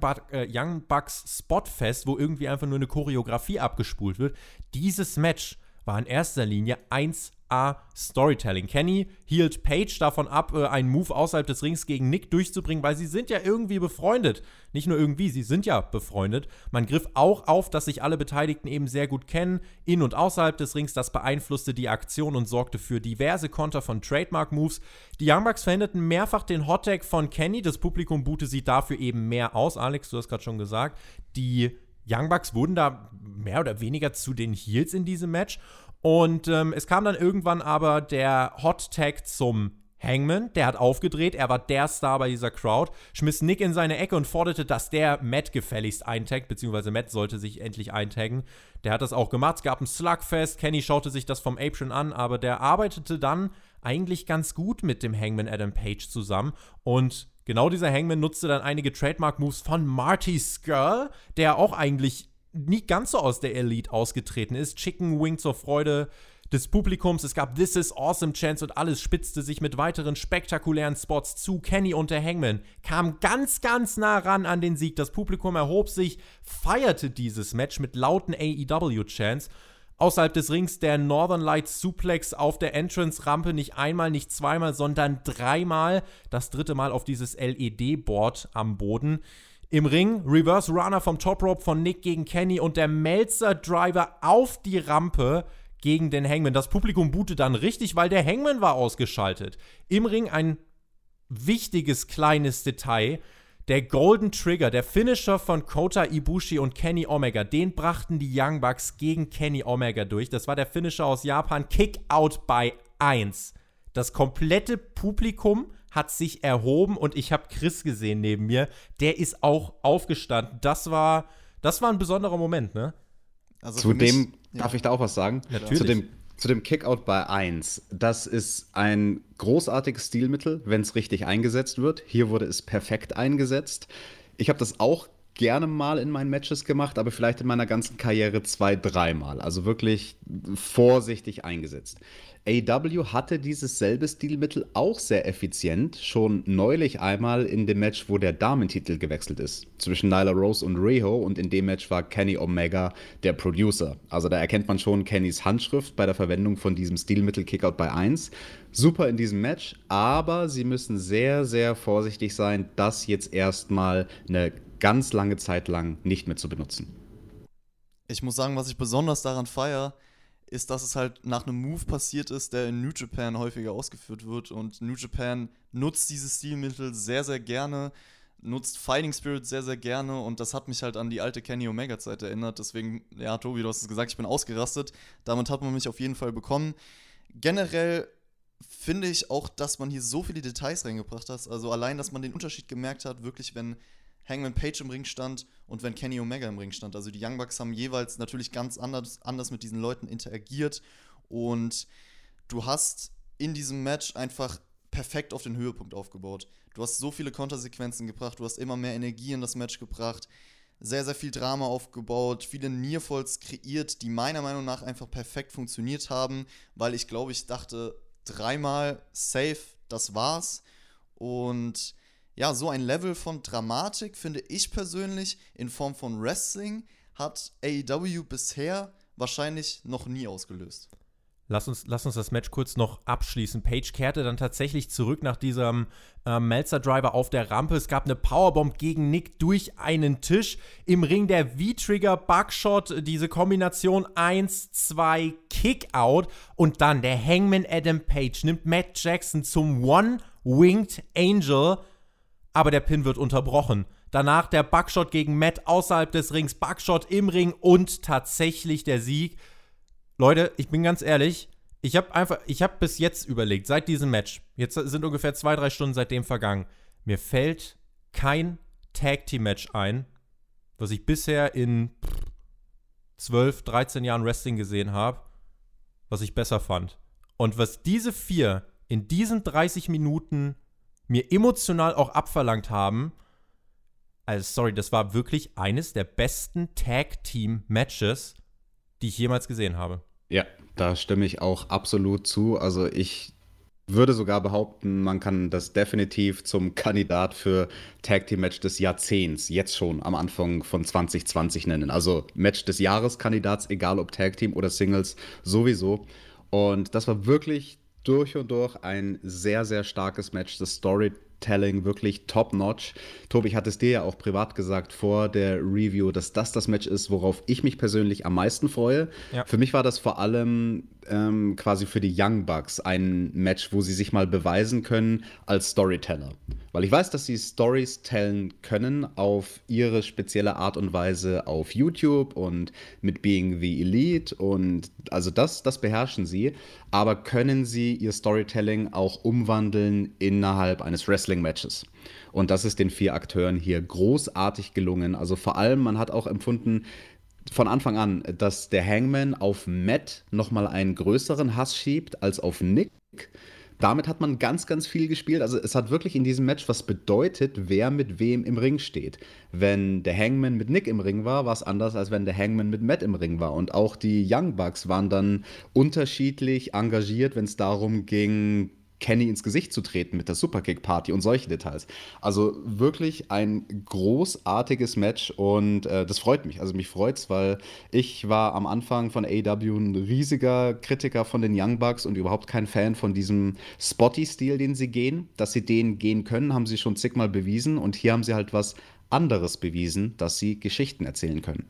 Bucks Spotfest, wo irgendwie einfach nur eine Choreografie abgespult wird. Dieses Match war in erster Linie 1A Storytelling. Kenny hielt Page davon ab, einen Move außerhalb des Rings gegen Nick durchzubringen, weil sie sind ja irgendwie befreundet. Nicht nur irgendwie, sie sind ja befreundet. Man griff auch auf, dass sich alle Beteiligten eben sehr gut kennen, in- und außerhalb des Rings. Das beeinflusste die Aktion und sorgte für diverse Konter von Trademark-Moves. Die Young Bucks verhinderten mehrfach den Hottag von Kenny. Das Publikum buhte sie dafür eben mehr aus. Alex, du hast gerade schon gesagt, die Young Bucks wurden da mehr oder weniger zu den Heels in diesem Match. Und es kam dann irgendwann aber der Hot Tag zum Hangman. Der hat aufgedreht, er war der Star bei dieser Crowd, schmiss Nick in seine Ecke und forderte, dass der Matt gefälligst eintaggt, beziehungsweise Matt sollte sich endlich eintaggen. Der hat das auch gemacht, es gab ein Slugfest, Kenny schaute sich das vom Apron an, aber der arbeitete dann eigentlich ganz gut mit dem Hangman Adam Page zusammen und genau dieser Hangman nutzte dann einige Trademark-Moves von Marty Scurll, der auch eigentlich nie ganz so aus der Elite ausgetreten ist. Chicken Wing zur Freude des Publikums. Es gab This is Awesome Chants und alles spitzte sich mit weiteren spektakulären Spots zu. Kenny und der Hangman kamen ganz, ganz nah ran an den Sieg. Das Publikum erhob sich, feierte dieses Match mit lauten AEW-Chants. Außerhalb des Rings der Northern Lights Suplex auf der Entrance-Rampe, nicht einmal, nicht zweimal, sondern 3-mal. Das 3. Mal auf dieses LED-Board am Boden. Im Ring Reverse Runner vom Top Rope von Nick gegen Kenny und der Meltzer-Driver auf die Rampe gegen den Hangman. Das Publikum buhte dann richtig, weil der Hangman war ausgeschaltet. Im Ring ein wichtiges kleines Detail. Der Golden Trigger, der Finisher von Kota Ibushi und Kenny Omega, den brachten die Young Bucks gegen Kenny Omega durch. Das war der Finisher aus Japan, Kick-Out by 1. Das komplette Publikum hat sich erhoben und ich habe Chris gesehen neben mir. Der ist auch aufgestanden. Das war ein besonderer Moment, ne? Also zudem darf ich da auch was sagen? Natürlich. Zu dem Kickout bei 1. Das ist ein großartiges Stilmittel, wenn es richtig eingesetzt wird. Hier wurde es perfekt eingesetzt. Ich habe das auch gerne mal in meinen Matches gemacht, aber vielleicht in meiner ganzen Karriere 2-3 Mal. Also wirklich vorsichtig eingesetzt. AEW hatte dieses selbe Stilmittel auch sehr effizient, schon neulich einmal in dem Match, wo der Damentitel gewechselt ist, zwischen Nyla Rose und Riho, und in dem Match war Kenny Omega der Producer. Also da erkennt man schon Kennys Handschrift bei der Verwendung von diesem Stilmittel Kickout bei 1. Super in diesem Match, aber sie müssen sehr, sehr vorsichtig sein, das jetzt erstmal eine ganz lange Zeit lang nicht mehr zu benutzen. Ich muss sagen, was ich besonders daran feiere, ist, dass es halt nach einem Move passiert ist, der in New Japan häufiger ausgeführt wird. Und New Japan nutzt dieses Stilmittel sehr, sehr gerne, nutzt Fighting Spirit sehr, sehr gerne. Und das hat mich halt an die alte Kenny Omega-Zeit erinnert. Deswegen, ja, Tobi, du hast es gesagt, ich bin ausgerastet. Damit hat man mich auf jeden Fall bekommen. Generell finde ich auch, dass man hier so viele Details reingebracht hat. Also allein, dass man den Unterschied gemerkt hat, wirklich, wenn Hangman Page im Ring stand und wenn Kenny Omega im Ring stand. Also die Young Bucks haben jeweils natürlich ganz anders mit diesen Leuten interagiert und du hast in diesem Match einfach perfekt auf den Höhepunkt aufgebaut. Du hast so viele Kontersequenzen gebracht, du hast immer mehr Energie in das Match gebracht, sehr, sehr viel Drama aufgebaut, viele Nearfalls kreiert, die meiner Meinung nach einfach perfekt funktioniert haben, weil ich dachte 3-mal safe, das war's. Und ja, so ein Level von Dramatik, finde ich persönlich, in Form von Wrestling, hat AEW bisher wahrscheinlich noch nie ausgelöst. Lass uns das Match kurz noch abschließen. Page kehrte dann tatsächlich zurück nach diesem Meltzer-Driver auf der Rampe. Es gab eine Powerbomb gegen Nick durch einen Tisch. Im Ring der V-Trigger, Buckshot, diese Kombination 1, 2, Kickout. Und dann der Hangman Adam Page nimmt Matt Jackson zum One-Winged Angel. Aber der Pin wird unterbrochen. Danach der Buckshot gegen Matt außerhalb des Rings, Buckshot im Ring und tatsächlich der Sieg. Leute, ich bin ganz ehrlich, ich habe bis jetzt überlegt, seit diesem Match, jetzt sind ungefähr 2-3 Stunden seitdem vergangen, mir fällt kein Tag-Team-Match ein, was ich bisher in 12, 13 Jahren Wrestling gesehen habe, was ich besser fand. Und was diese 4 in diesen 30 Minuten mir emotional auch abverlangt haben, also sorry, das war wirklich eines der besten Tag-Team-Matches, die ich jemals gesehen habe. Ja, da stimme ich auch absolut zu. Also ich würde sogar behaupten, man kann das definitiv zum Kandidat für Tag-Team-Match des Jahrzehnts jetzt schon am Anfang von 2020 nennen. Also Match des Jahres-Kandidats, egal ob Tag-Team oder Singles, sowieso. Und das war wirklich durch und durch ein sehr, sehr starkes Match. Das Storytelling wirklich top-notch. Tobi, ich hatte es dir ja auch privat gesagt vor der Review, dass das Match ist, worauf ich mich persönlich am meisten freue. Ja. Für mich war das vor allem quasi für die Young Bucks ein Match, wo sie sich mal beweisen können als Storyteller. Weil ich weiß, dass sie Stories tellen können auf ihre spezielle Art und Weise auf YouTube und mit Being the Elite und also das beherrschen sie. Aber können sie ihr Storytelling auch umwandeln innerhalb eines Wrestling-Matches? Und das ist den 4 Akteuren hier großartig gelungen. Also vor allem, man hat auch empfunden, von Anfang an, dass der Hangman auf Matt nochmal einen größeren Hass schiebt als auf Nick. damit hat man ganz, ganz viel gespielt. Also es hat wirklich in diesem Match was bedeutet, wer mit wem im Ring steht. Wenn der Hangman mit Nick im Ring war es anders, als wenn der Hangman mit Matt im Ring war. Und auch die Young Bucks waren dann unterschiedlich engagiert, wenn es darum ging, Kenny ins Gesicht zu treten mit der Superkick-Party und solche Details. Also wirklich ein großartiges Match und das freut mich. Also mich freut's, weil ich war am Anfang von AEW ein riesiger Kritiker von den Young Bucks und überhaupt kein Fan von diesem Spotty-Stil, den sie gehen. Dass sie den gehen können, haben sie schon zigmal bewiesen und hier haben sie halt was anderes bewiesen, dass sie Geschichten erzählen können.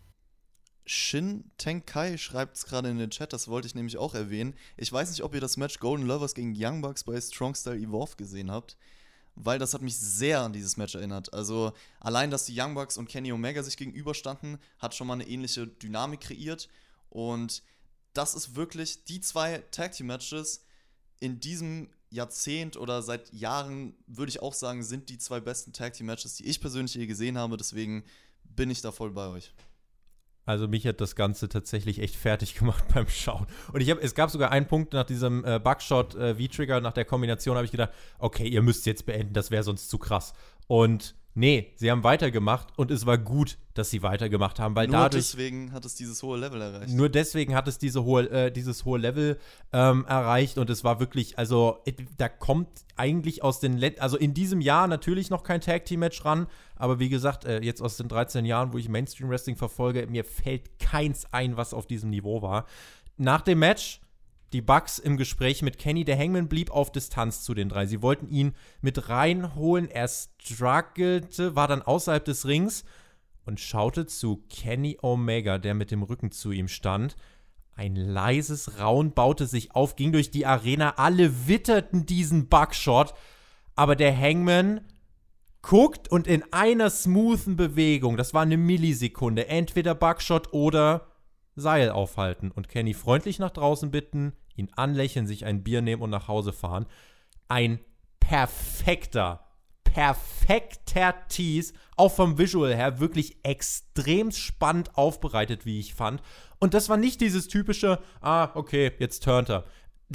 Shin Tenkai schreibt es gerade in den Chat, das wollte ich nämlich auch erwähnen. Ich weiß nicht, ob ihr das Match Golden Lovers gegen Young Bucks bei Strong Style Evolve gesehen habt, weil das hat mich sehr an dieses Match erinnert. Also allein, dass die Young Bucks und Kenny Omega sich gegenüberstanden, hat schon mal eine ähnliche Dynamik kreiert. Und das ist wirklich die 2 Tag Team Matches in diesem Jahrzehnt oder seit Jahren, würde ich auch sagen, sind die 2 besten Tag Team Matches, die ich persönlich je gesehen habe. Deswegen bin ich da voll bei euch. Also mich hat das Ganze tatsächlich echt fertig gemacht beim Schauen. Und es gab sogar einen Punkt nach diesem Buckshot V-Trigger, nach der Kombination, habe ich gedacht, okay, ihr müsst jetzt beenden, das wäre sonst zu krass. Und nee, sie haben weitergemacht und es war gut, dass sie weitergemacht haben, weil Nur deswegen hat es dieses hohe Level erreicht. Nur deswegen hat es dieses hohe Level erreicht und es war wirklich, also da kommt eigentlich aus also in diesem Jahr natürlich noch kein Tag-Team-Match ran, aber wie gesagt, jetzt aus den 13 Jahren, wo ich Mainstream-Wrestling verfolge, mir fällt keins ein, was auf diesem Niveau war. Nach dem Match die Bucks im Gespräch mit Kenny. Der Hangman blieb auf Distanz zu den 3. Sie wollten ihn mit reinholen. Er struggelte, war dann außerhalb des Rings und schaute zu Kenny Omega, der mit dem Rücken zu ihm stand. Ein leises Raunen baute sich auf, ging durch die Arena. Alle witterten diesen Buckshot. Aber der Hangman guckt und in einer smoothen Bewegung, das war eine Millisekunde, entweder Buckshot oder Seil aufhalten und Kenny freundlich nach draußen bitten, ihn anlächeln, sich ein Bier nehmen und nach Hause fahren. Ein perfekter Tease, auch vom Visual her wirklich extrem spannend aufbereitet, wie ich fand. Und das war nicht dieses typische, okay, jetzt turnt er.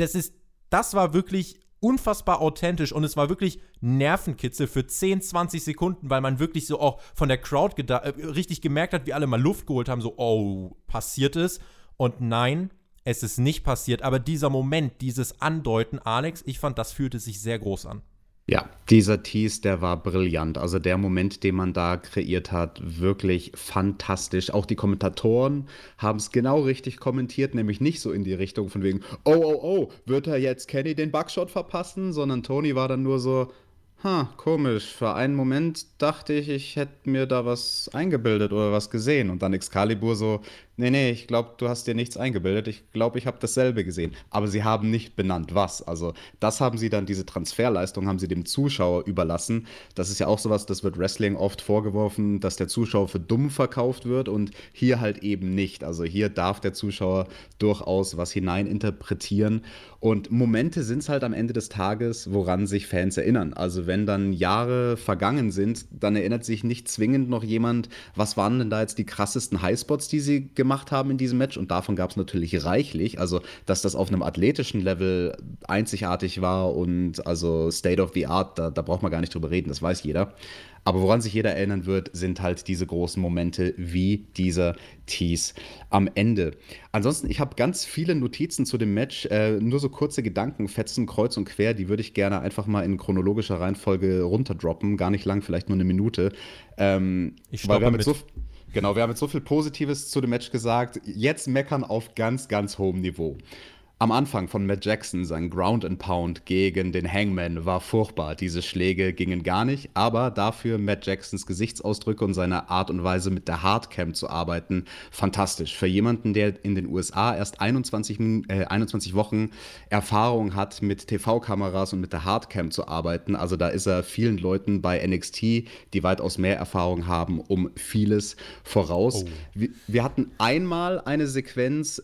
Das war wirklich unfassbar authentisch und es war wirklich Nervenkitzel für 10, 20 Sekunden, weil man wirklich so auch von der Crowd richtig gemerkt hat, wie alle mal Luft geholt haben, so, oh, passiert es? Und nein, es ist nicht passiert, aber dieser Moment, dieses Andeuten, Alex, ich fand, das fühlte sich sehr groß an. Ja, dieser Tease, der war brillant. Also der Moment, den man da kreiert hat, wirklich fantastisch. Auch die Kommentatoren haben es genau richtig kommentiert, nämlich nicht so in die Richtung von wegen, oh, wird er jetzt Kenny den Buckshot verpassen? Sondern Tony war dann nur so, komisch. Für einen Moment dachte ich, ich hätte mir da was eingebildet oder was gesehen. Und dann Excalibur so, nee, ich glaube, du hast dir nichts eingebildet. Ich glaube, ich habe dasselbe gesehen. Aber sie haben nicht benannt, was. Also das haben sie dann, diese Transferleistung haben sie dem Zuschauer überlassen. Das ist ja auch sowas, das wird Wrestling oft vorgeworfen, dass der Zuschauer für dumm verkauft wird und hier halt eben nicht. Also hier darf der Zuschauer durchaus was hineininterpretieren. Und Momente sind es halt am Ende des Tages, woran sich Fans erinnern. Also wenn dann Jahre vergangen sind, dann erinnert sich nicht zwingend noch jemand, was waren denn da jetzt die krassesten Highspots, die sie gemacht haben in diesem Match. Und davon gab es natürlich reichlich. Also, dass das auf einem athletischen Level einzigartig war und also State of the Art, da braucht man gar nicht drüber reden, das weiß jeder. Aber woran sich jeder erinnern wird, sind halt diese großen Momente wie dieser Tease am Ende. Ansonsten, ich habe ganz viele Notizen zu dem Match, nur so kurze Gedankenfetzen, kreuz und quer, die würde ich gerne einfach mal in chronologischer Reihenfolge runterdroppen, gar nicht lang, vielleicht nur eine Minute. Ich stoppe mit. Genau, wir haben jetzt so viel Positives zu dem Match gesagt, jetzt meckern auf ganz, ganz hohem Niveau. Am Anfang von Matt Jackson, sein Ground and Pound gegen den Hangman war furchtbar. Diese Schläge gingen gar nicht, aber dafür Matt Jacksons Gesichtsausdrücke und seine Art und Weise mit der Hardcam zu arbeiten, fantastisch. Für jemanden, der in den USA erst 21 Wochen Erfahrung hat, mit TV-Kameras und mit der Hardcam zu arbeiten, also da ist er vielen Leuten bei NXT, die weitaus mehr Erfahrung haben, um vieles voraus. Oh. Wir hatten einmal eine Sequenz,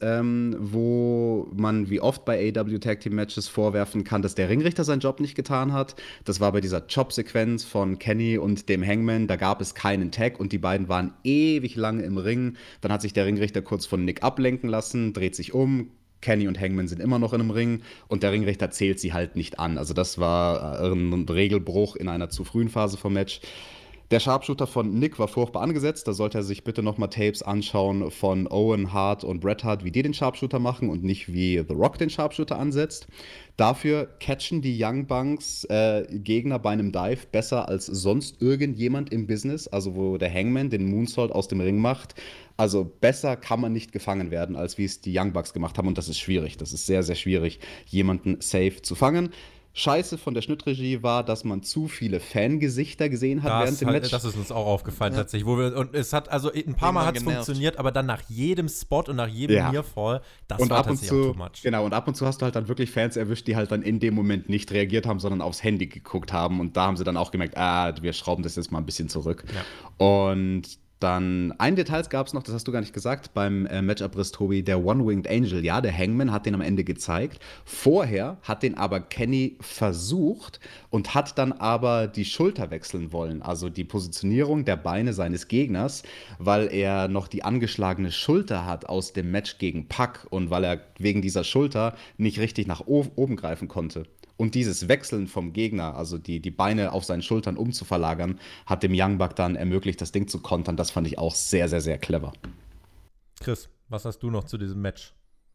wo man wie oft bei AEW Tag Team Matches vorwerfen kann, dass der Ringrichter seinen Job nicht getan hat. Das war bei dieser Chop-Sequenz von Kenny und dem Hangman. Da gab es keinen Tag und die beiden waren ewig lange im Ring. Dann hat sich der Ringrichter kurz von Nick ablenken lassen, dreht sich um, Kenny und Hangman sind immer noch in einem Ring und der Ringrichter zählt sie halt nicht an. Also das war ein Regelbruch in einer zu frühen Phase vom Match. Der Sharpshooter von Nick war furchtbar angesetzt. Da sollte er sich bitte nochmal Tapes anschauen von Owen Hart und Bret Hart, wie die den Sharpshooter machen und nicht wie The Rock den Sharpshooter ansetzt. Dafür catchen die Young Bucks Gegner bei einem Dive besser als sonst irgendjemand im Business. Also wo der Hangman den Moonsault aus dem Ring macht. Also besser kann man nicht gefangen werden, als wie es die Young Bucks gemacht haben. Und das ist schwierig. Das ist sehr, sehr schwierig, jemanden safe zu fangen. Scheiße von der Schnittregie war, dass man zu viele Fangesichter gesehen hat während dem Match. Das ist uns auch aufgefallen tatsächlich. Und es hat, also ein paar Mal hat es funktioniert, aber dann nach jedem Spot und nach jedem Nearfall, das war tatsächlich auch too much. Genau, und ab und zu hast du halt dann wirklich Fans erwischt, die halt dann in dem Moment nicht reagiert haben, sondern aufs Handy geguckt haben. Und da haben sie dann auch gemerkt, wir schrauben das jetzt mal ein bisschen zurück. Ja. Und dann ein Detail gab es noch, das hast du gar nicht gesagt, beim Matchabriss, Tobi, der One-Winged Angel. Ja, der Hangman hat den am Ende gezeigt. Vorher hat den aber Kenny versucht und hat dann aber die Schulter wechseln wollen. Also die Positionierung der Beine seines Gegners, weil er noch die angeschlagene Schulter hat aus dem Match gegen Pac und weil er wegen dieser Schulter nicht richtig nach oben greifen konnte. Und dieses Wechseln vom Gegner, also die Beine auf seinen Schultern umzuverlagern, hat dem Young Buck dann ermöglicht, das Ding zu kontern. Das fand ich auch sehr, sehr, sehr clever. Chris, was hast du noch zu diesem Match?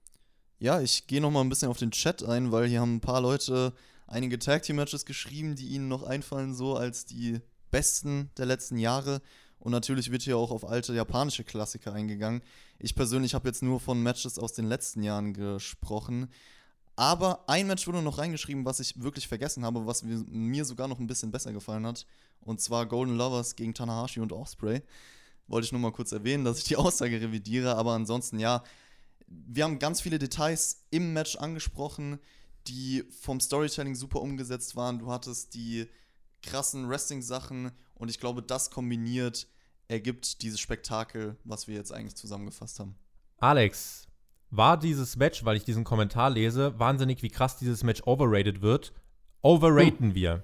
Ja, ich gehe noch mal ein bisschen auf den Chat ein, weil hier haben ein paar Leute einige Tag-Team-Matches geschrieben, die ihnen noch einfallen, so als die besten der letzten Jahre. Und natürlich wird hier auch auf alte japanische Klassiker eingegangen. Ich persönlich habe jetzt nur von Matches aus den letzten Jahren gesprochen. Aber ein Match wurde noch reingeschrieben, was ich wirklich vergessen habe, was mir sogar noch ein bisschen besser gefallen hat. Und zwar Golden Lovers gegen Tanahashi und Ospreay. Wollte ich nur mal kurz erwähnen, dass ich die Aussage revidiere. Aber ansonsten, ja, wir haben ganz viele Details im Match angesprochen, die vom Storytelling super umgesetzt waren. Du hattest die krassen Wrestling-Sachen und ich glaube, das kombiniert ergibt dieses Spektakel, was wir jetzt eigentlich zusammengefasst haben. Alex, war dieses Match, weil ich diesen Kommentar lese, wahnsinnig, wie krass dieses Match overrated wird? Overraten wir?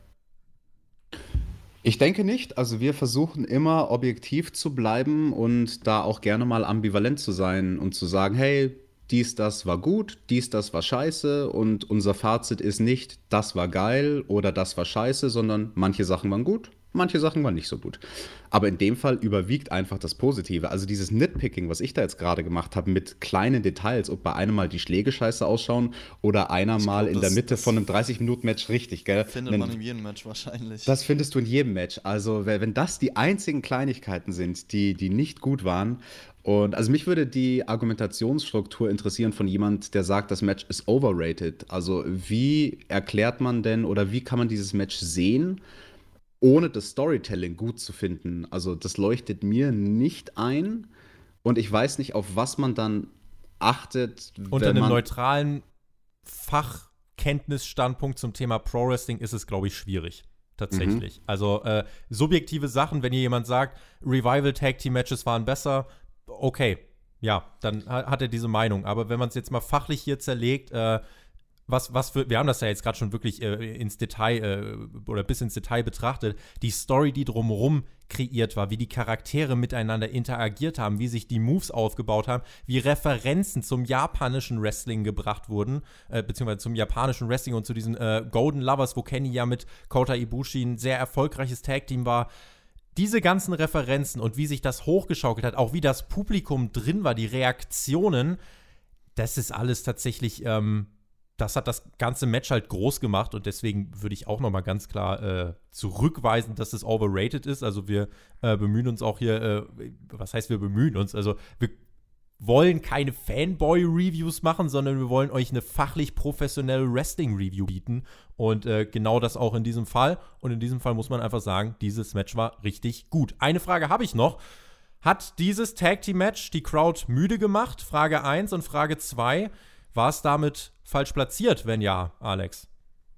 Ich denke nicht. Also wir versuchen immer objektiv zu bleiben und da auch gerne mal ambivalent zu sein und zu sagen, hey, dies, das war gut, dies, das war scheiße und unser Fazit ist nicht, das war geil oder das war scheiße, sondern manche Sachen waren gut, manche Sachen waren nicht so gut. Aber in dem Fall überwiegt einfach das Positive. Also dieses Nitpicking, was ich da jetzt gerade gemacht habe, mit kleinen Details, ob bei einem mal die Schläge scheiße ausschauen oder einer mal in der Mitte von einem 30-Minuten-Match richtig, gell? Findet man in jedem Match wahrscheinlich. Das findest du in jedem Match. Also wenn das die einzigen Kleinigkeiten sind, die nicht gut waren. Und also mich würde die Argumentationsstruktur interessieren von jemand, der sagt, das Match ist overrated. Also wie erklärt man denn oder wie kann man dieses Match sehen, ohne das Storytelling gut zu finden? Also das leuchtet mir nicht ein und ich weiß nicht, auf was man dann achtet. Unter einem neutralen Fachkenntnisstandpunkt zum Thema Pro Wrestling ist es, glaube ich, schwierig. Tatsächlich. Also subjektive Sachen, wenn hier jemand sagt, Revival Tag Team Matches waren besser, okay, ja, dann hat er diese Meinung. Aber wenn man es jetzt mal fachlich hier zerlegt, wir haben das ja jetzt gerade schon wirklich ins Detail oder bis ins Detail betrachtet, die Story, die drumherum kreiert war, wie die Charaktere miteinander interagiert haben, wie sich die Moves aufgebaut haben, wie Referenzen zum japanischen Wrestling gebracht wurden, beziehungsweise zum japanischen Wrestling und zu diesen Golden Lovers, wo Kenny ja mit Kota Ibushi ein sehr erfolgreiches Tag-Team war. Diese ganzen Referenzen und wie sich das hochgeschaukelt hat, auch wie das Publikum drin war, die Reaktionen, das ist alles tatsächlich das hat das ganze Match halt groß gemacht und deswegen würde ich auch noch mal ganz klar zurückweisen, dass es overrated ist. Also wir bemühen uns auch hier, was heißt wir bemühen uns? Also wir wollen keine Fanboy-Reviews machen, sondern wir wollen euch eine fachlich professionelle Wrestling-Review bieten und genau das auch in diesem Fall. Und in diesem Fall muss man einfach sagen, dieses Match war richtig gut. Eine Frage habe ich noch. Hat dieses Tag-Team-Match die Crowd müde gemacht? Frage 1 und Frage 2. War es damit falsch platziert? Wenn ja, Alex?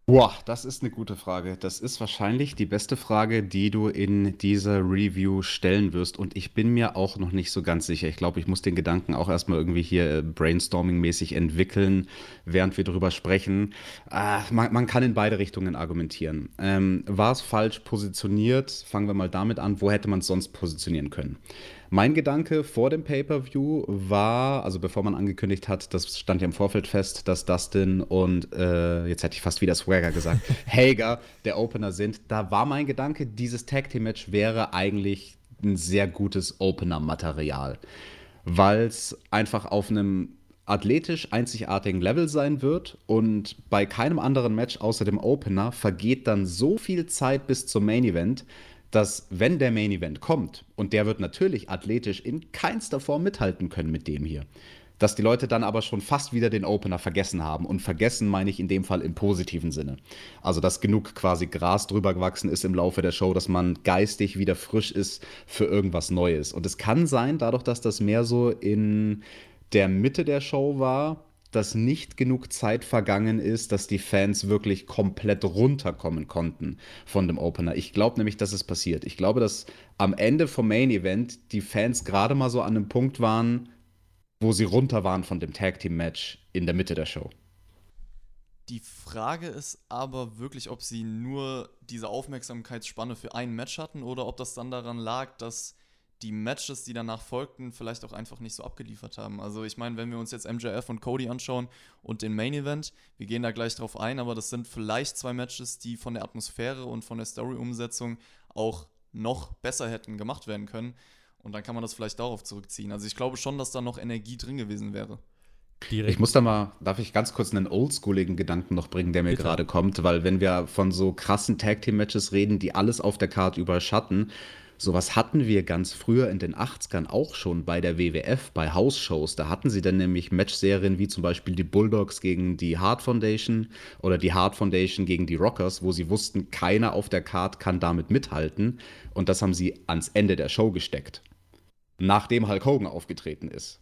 Boah, das ist eine gute Frage. Das ist wahrscheinlich die beste Frage, die du in dieser Review stellen wirst. Und ich bin mir auch noch nicht so ganz sicher. Ich glaube, ich muss den Gedanken auch erstmal irgendwie hier brainstorming-mäßig entwickeln, während wir drüber sprechen. Man kann in beide Richtungen argumentieren. War es falsch positioniert? Fangen wir mal damit an. Wo hätte man es sonst positionieren können? Mein Gedanke vor dem Pay-Per-View war, also bevor man angekündigt hat, das stand ja im Vorfeld fest, dass Dustin und, jetzt hätte ich fast wieder Swagger gesagt, Hager der Opener sind. Da war mein Gedanke, dieses Tag-Team-Match wäre eigentlich ein sehr gutes Opener-Material, weil es einfach auf einem athletisch einzigartigen Level sein wird und bei keinem anderen Match außer dem Opener vergeht dann so viel Zeit bis zum Main Event, dass wenn der Main Event kommt, und der wird natürlich athletisch in keinster Form mithalten können mit dem hier, dass die Leute dann aber schon fast wieder den Opener vergessen haben. Und vergessen meine ich in dem Fall im positiven Sinne. Also, dass genug quasi Gras drüber gewachsen ist im Laufe der Show, dass man geistig wieder frisch ist für irgendwas Neues. Und es kann sein, dadurch, dass das mehr so in der Mitte der Show war, dass nicht genug Zeit vergangen ist, dass die Fans wirklich komplett runterkommen konnten von dem Opener. Ich glaube nämlich, dass es passiert. Ich glaube, dass am Ende vom Main Event die Fans gerade mal so an einem Punkt waren, wo sie runter waren von dem Tag Team Match in der Mitte der Show. Die Frage ist aber wirklich, ob sie nur diese Aufmerksamkeitsspanne für ein Match hatten oder ob das dann daran lag, dass die Matches, die danach folgten, vielleicht auch einfach nicht so abgeliefert haben. Also ich meine, wenn wir uns jetzt MJF und Cody anschauen und den Main Event, wir gehen da gleich drauf ein, aber das sind vielleicht zwei Matches, die von der Atmosphäre und von der Story-Umsetzung auch noch besser hätten gemacht werden können. Und dann kann man das vielleicht darauf zurückziehen. Also ich glaube schon, dass da noch Energie drin gewesen wäre. Ich muss da mal, darf ich ganz kurz einen oldschooligen Gedanken noch bringen, der mir Bitte. gerade kommt, weil wenn wir von so krassen Tag-Team-Matches reden, die alles auf der Card überschatten, sowas hatten wir ganz früher in den 80ern auch schon bei der WWF, bei House-Shows. Da hatten sie dann nämlich Matchserien wie zum Beispiel die Bulldogs gegen die Hart Foundation oder die Hart Foundation gegen die Rockers, wo sie wussten, keiner auf der Card kann damit mithalten. Und das haben sie ans Ende der Show gesteckt, nachdem Hulk Hogan aufgetreten ist.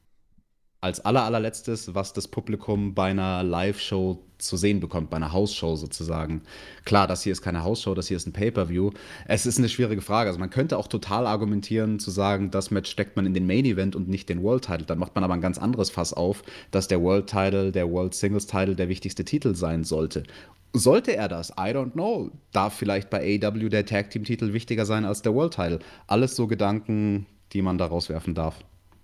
Als allerletztes, was das Publikum bei einer Live-Show zu sehen bekommt, bei einer House-Show sozusagen. Klar, das hier ist keine House-Show, das hier ist ein Pay-Per-View. Es ist eine schwierige Frage. Also man könnte auch total argumentieren, zu sagen, das Match steckt man in den Main-Event und nicht den World-Title. Dann macht man aber ein ganz anderes Fass auf, dass der World-Title, der World-Singles-Title der wichtigste Titel sein sollte. Sollte er das? I don't know. Darf vielleicht bei AEW der Tag-Team-Titel wichtiger sein als der World-Title? Alles so Gedanken, die man da rauswerfen darf.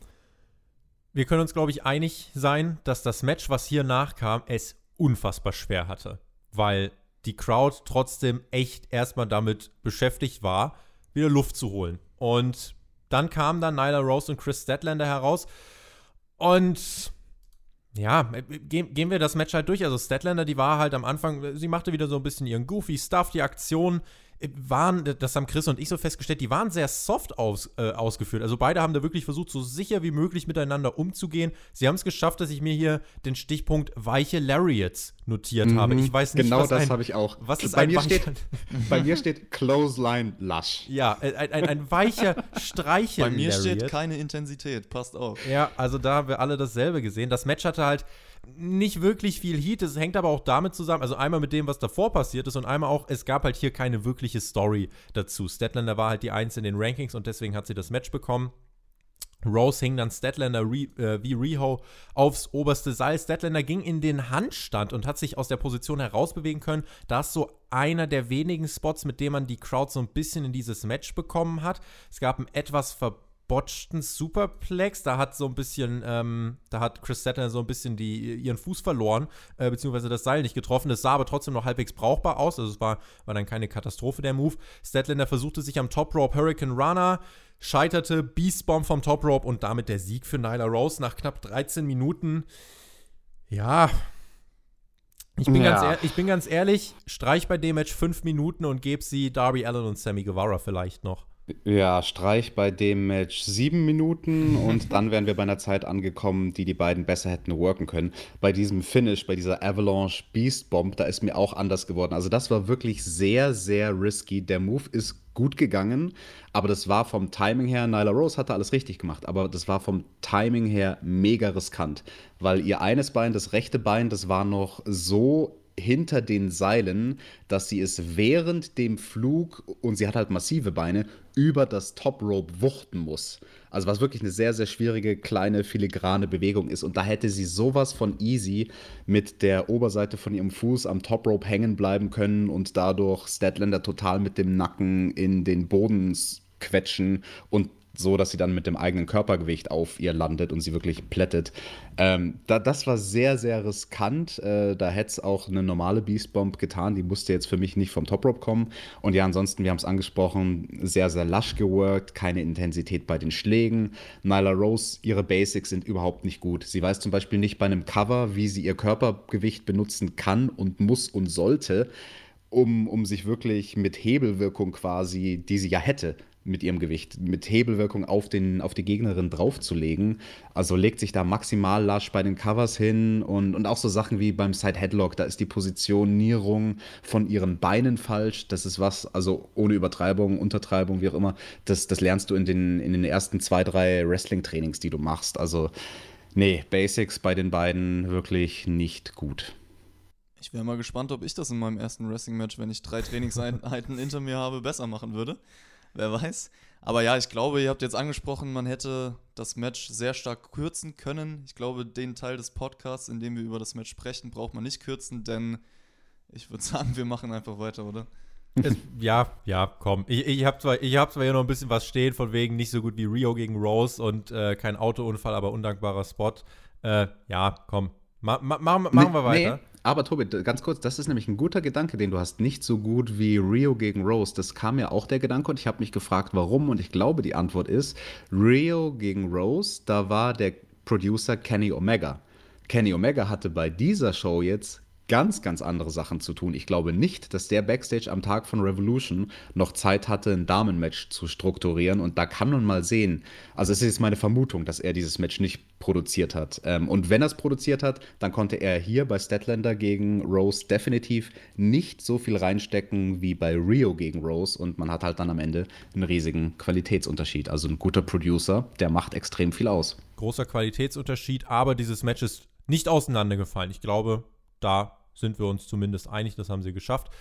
Wir können uns, glaube ich, einig sein, dass das Match, was hier nachkam, es unfassbar schwer hatte. Weil die Crowd trotzdem echt erstmal damit beschäftigt war, wieder Luft zu holen. Und dann kamen dann Nyla Rose und Chris Statlander heraus. Und ja, gehen wir das Match halt durch. Also Statlander, die war halt am Anfang, sie machte wieder so ein bisschen ihren goofy Stuff, die Aktionen waren, das haben Chris und ich so festgestellt, die waren sehr soft ausgeführt. Also beide haben da wirklich versucht, so sicher wie möglich miteinander umzugehen. Sie haben es geschafft, dass ich mir hier den Stichpunkt weiche Lariats notiert habe. Ich weiß nicht, genau das habe ich auch. Was ist bei, ein mir bei mir steht Clothesline Lush. Ja, ein weicher Streichel. Bei mir Lariat. steht keine Intensität, passt auf. Ja, also da haben wir alle dasselbe gesehen. Das Match hatte halt nicht wirklich viel Heat. Es hängt aber auch damit zusammen, also einmal mit dem, was davor passiert ist und einmal auch, es gab halt hier keine wirkliche Story dazu. Statlander war halt die Eins in den Rankings und deswegen hat sie das Match bekommen. Rose hing dann Statlander wie Riho aufs oberste Seil. Statlander ging in den Handstand und hat sich aus der Position herausbewegen können. Das ist so einer der wenigen Spots, mit dem man die Crowd so ein bisschen in dieses Match bekommen hat. Es gab einen etwas verbotschten Superplex. Da hat so ein bisschen, da hat Chris Statlander so ein bisschen ihren Fuß verloren, beziehungsweise das Seil nicht getroffen. Das sah aber trotzdem noch halbwegs brauchbar aus. Also es war dann keine Katastrophe, der Move. Statlander versuchte sich am Top Rope Hurricane Runner, scheiterte, Beast Bomb vom Top Rope und damit der Sieg für Nyla Rose nach knapp 13 Minuten. Ja, ich bin ganz ehrlich, streich bei dem Match 5 Minuten und gebe sie Darby Allin und Sammy Guevara vielleicht noch. Ja, streich bei dem Match 7 Minuten und dann wären wir bei einer Zeit angekommen, die beiden besser hätten worken können. Bei diesem Finish, bei dieser Avalanche Beast Bomb, da ist mir auch anders geworden. Also das war wirklich sehr, sehr risky. Der Move ist gut gegangen, aber das war vom Timing her, Nyla Rose hatte alles richtig gemacht, aber das war vom Timing her mega riskant, weil ihr eines Bein, das rechte Bein, das war noch so hinter den Seilen, dass sie es während dem Flug, und sie hat halt massive Beine, über das Top Rope wuchten muss. Also was wirklich eine sehr, sehr schwierige, kleine, filigrane Bewegung ist. Und da hätte sie sowas von easy mit der Oberseite von ihrem Fuß am Top Rope hängen bleiben können und dadurch Statlander total mit dem Nacken in den Boden quetschen und so, dass sie dann mit dem eigenen Körpergewicht auf ihr landet und sie wirklich plättet. Das war sehr, sehr riskant. Da hätte es auch eine normale Beast Bomb getan. Die musste jetzt für mich nicht vom Top Rope kommen. Und ja, ansonsten, wir haben es angesprochen, sehr, sehr lasch geworkt, keine Intensität bei den Schlägen. Nyla Rose, ihre Basics sind überhaupt nicht gut. Sie weiß zum Beispiel nicht bei einem Cover, wie sie ihr Körpergewicht benutzen kann und muss und sollte, um sich wirklich mit Hebelwirkung quasi, die sie ja hätte, mit ihrem Gewicht, mit Hebelwirkung auf die Gegnerin draufzulegen. Also legt sich da maximal lasch bei den Covers hin und auch so Sachen wie beim Side-Headlock, da ist die Positionierung von ihren Beinen falsch. Das ist was, also ohne Übertreibung, Untertreibung, wie auch immer, das lernst du in den ersten 2, 3 Wrestling-Trainings, die du machst. Also nee, Basics bei den beiden wirklich nicht gut. Ich wäre mal gespannt, ob ich das in meinem ersten Wrestling-Match, wenn ich 3 Trainingseinheiten hinter mir habe, besser machen würde. Wer weiß. Aber ja, ich glaube, ihr habt jetzt angesprochen, man hätte das Match sehr stark kürzen können. Ich glaube, den Teil des Podcasts, in dem wir über das Match sprechen, braucht man nicht kürzen, denn ich würde sagen, wir machen einfach weiter, oder? Ja, komm. Ich hab zwar hier noch ein bisschen was stehen, von wegen nicht so gut wie Rio gegen Rose und kein Autounfall, aber undankbarer Spot. Ja, komm. Machen wir weiter. Nee. Aber Tobi, ganz kurz, das ist nämlich ein guter Gedanke, den du hast. Nicht so gut wie Rio gegen Rose. Das kam mir auch der Gedanke und ich habe mich gefragt, warum. Und ich glaube, die Antwort ist, Rio gegen Rose, da war der Producer Kenny Omega. Kenny Omega hatte bei dieser Show jetzt ganz, ganz andere Sachen zu tun. Ich glaube nicht, dass der Backstage am Tag von Revolution noch Zeit hatte, ein Damenmatch zu strukturieren. Und da kann man mal sehen, also es ist jetzt meine Vermutung, dass er dieses Match nicht produziert hat. Und wenn er es produziert hat, dann konnte er hier bei Statlander gegen Rose definitiv nicht so viel reinstecken wie bei Rio gegen Rose. Und man hat halt dann am Ende einen riesigen Qualitätsunterschied. Also ein guter Producer, der macht extrem viel aus. Großer Qualitätsunterschied, aber dieses Match ist nicht auseinandergefallen. Ich glaube, da sind wir uns zumindest einig, das haben sie geschafft.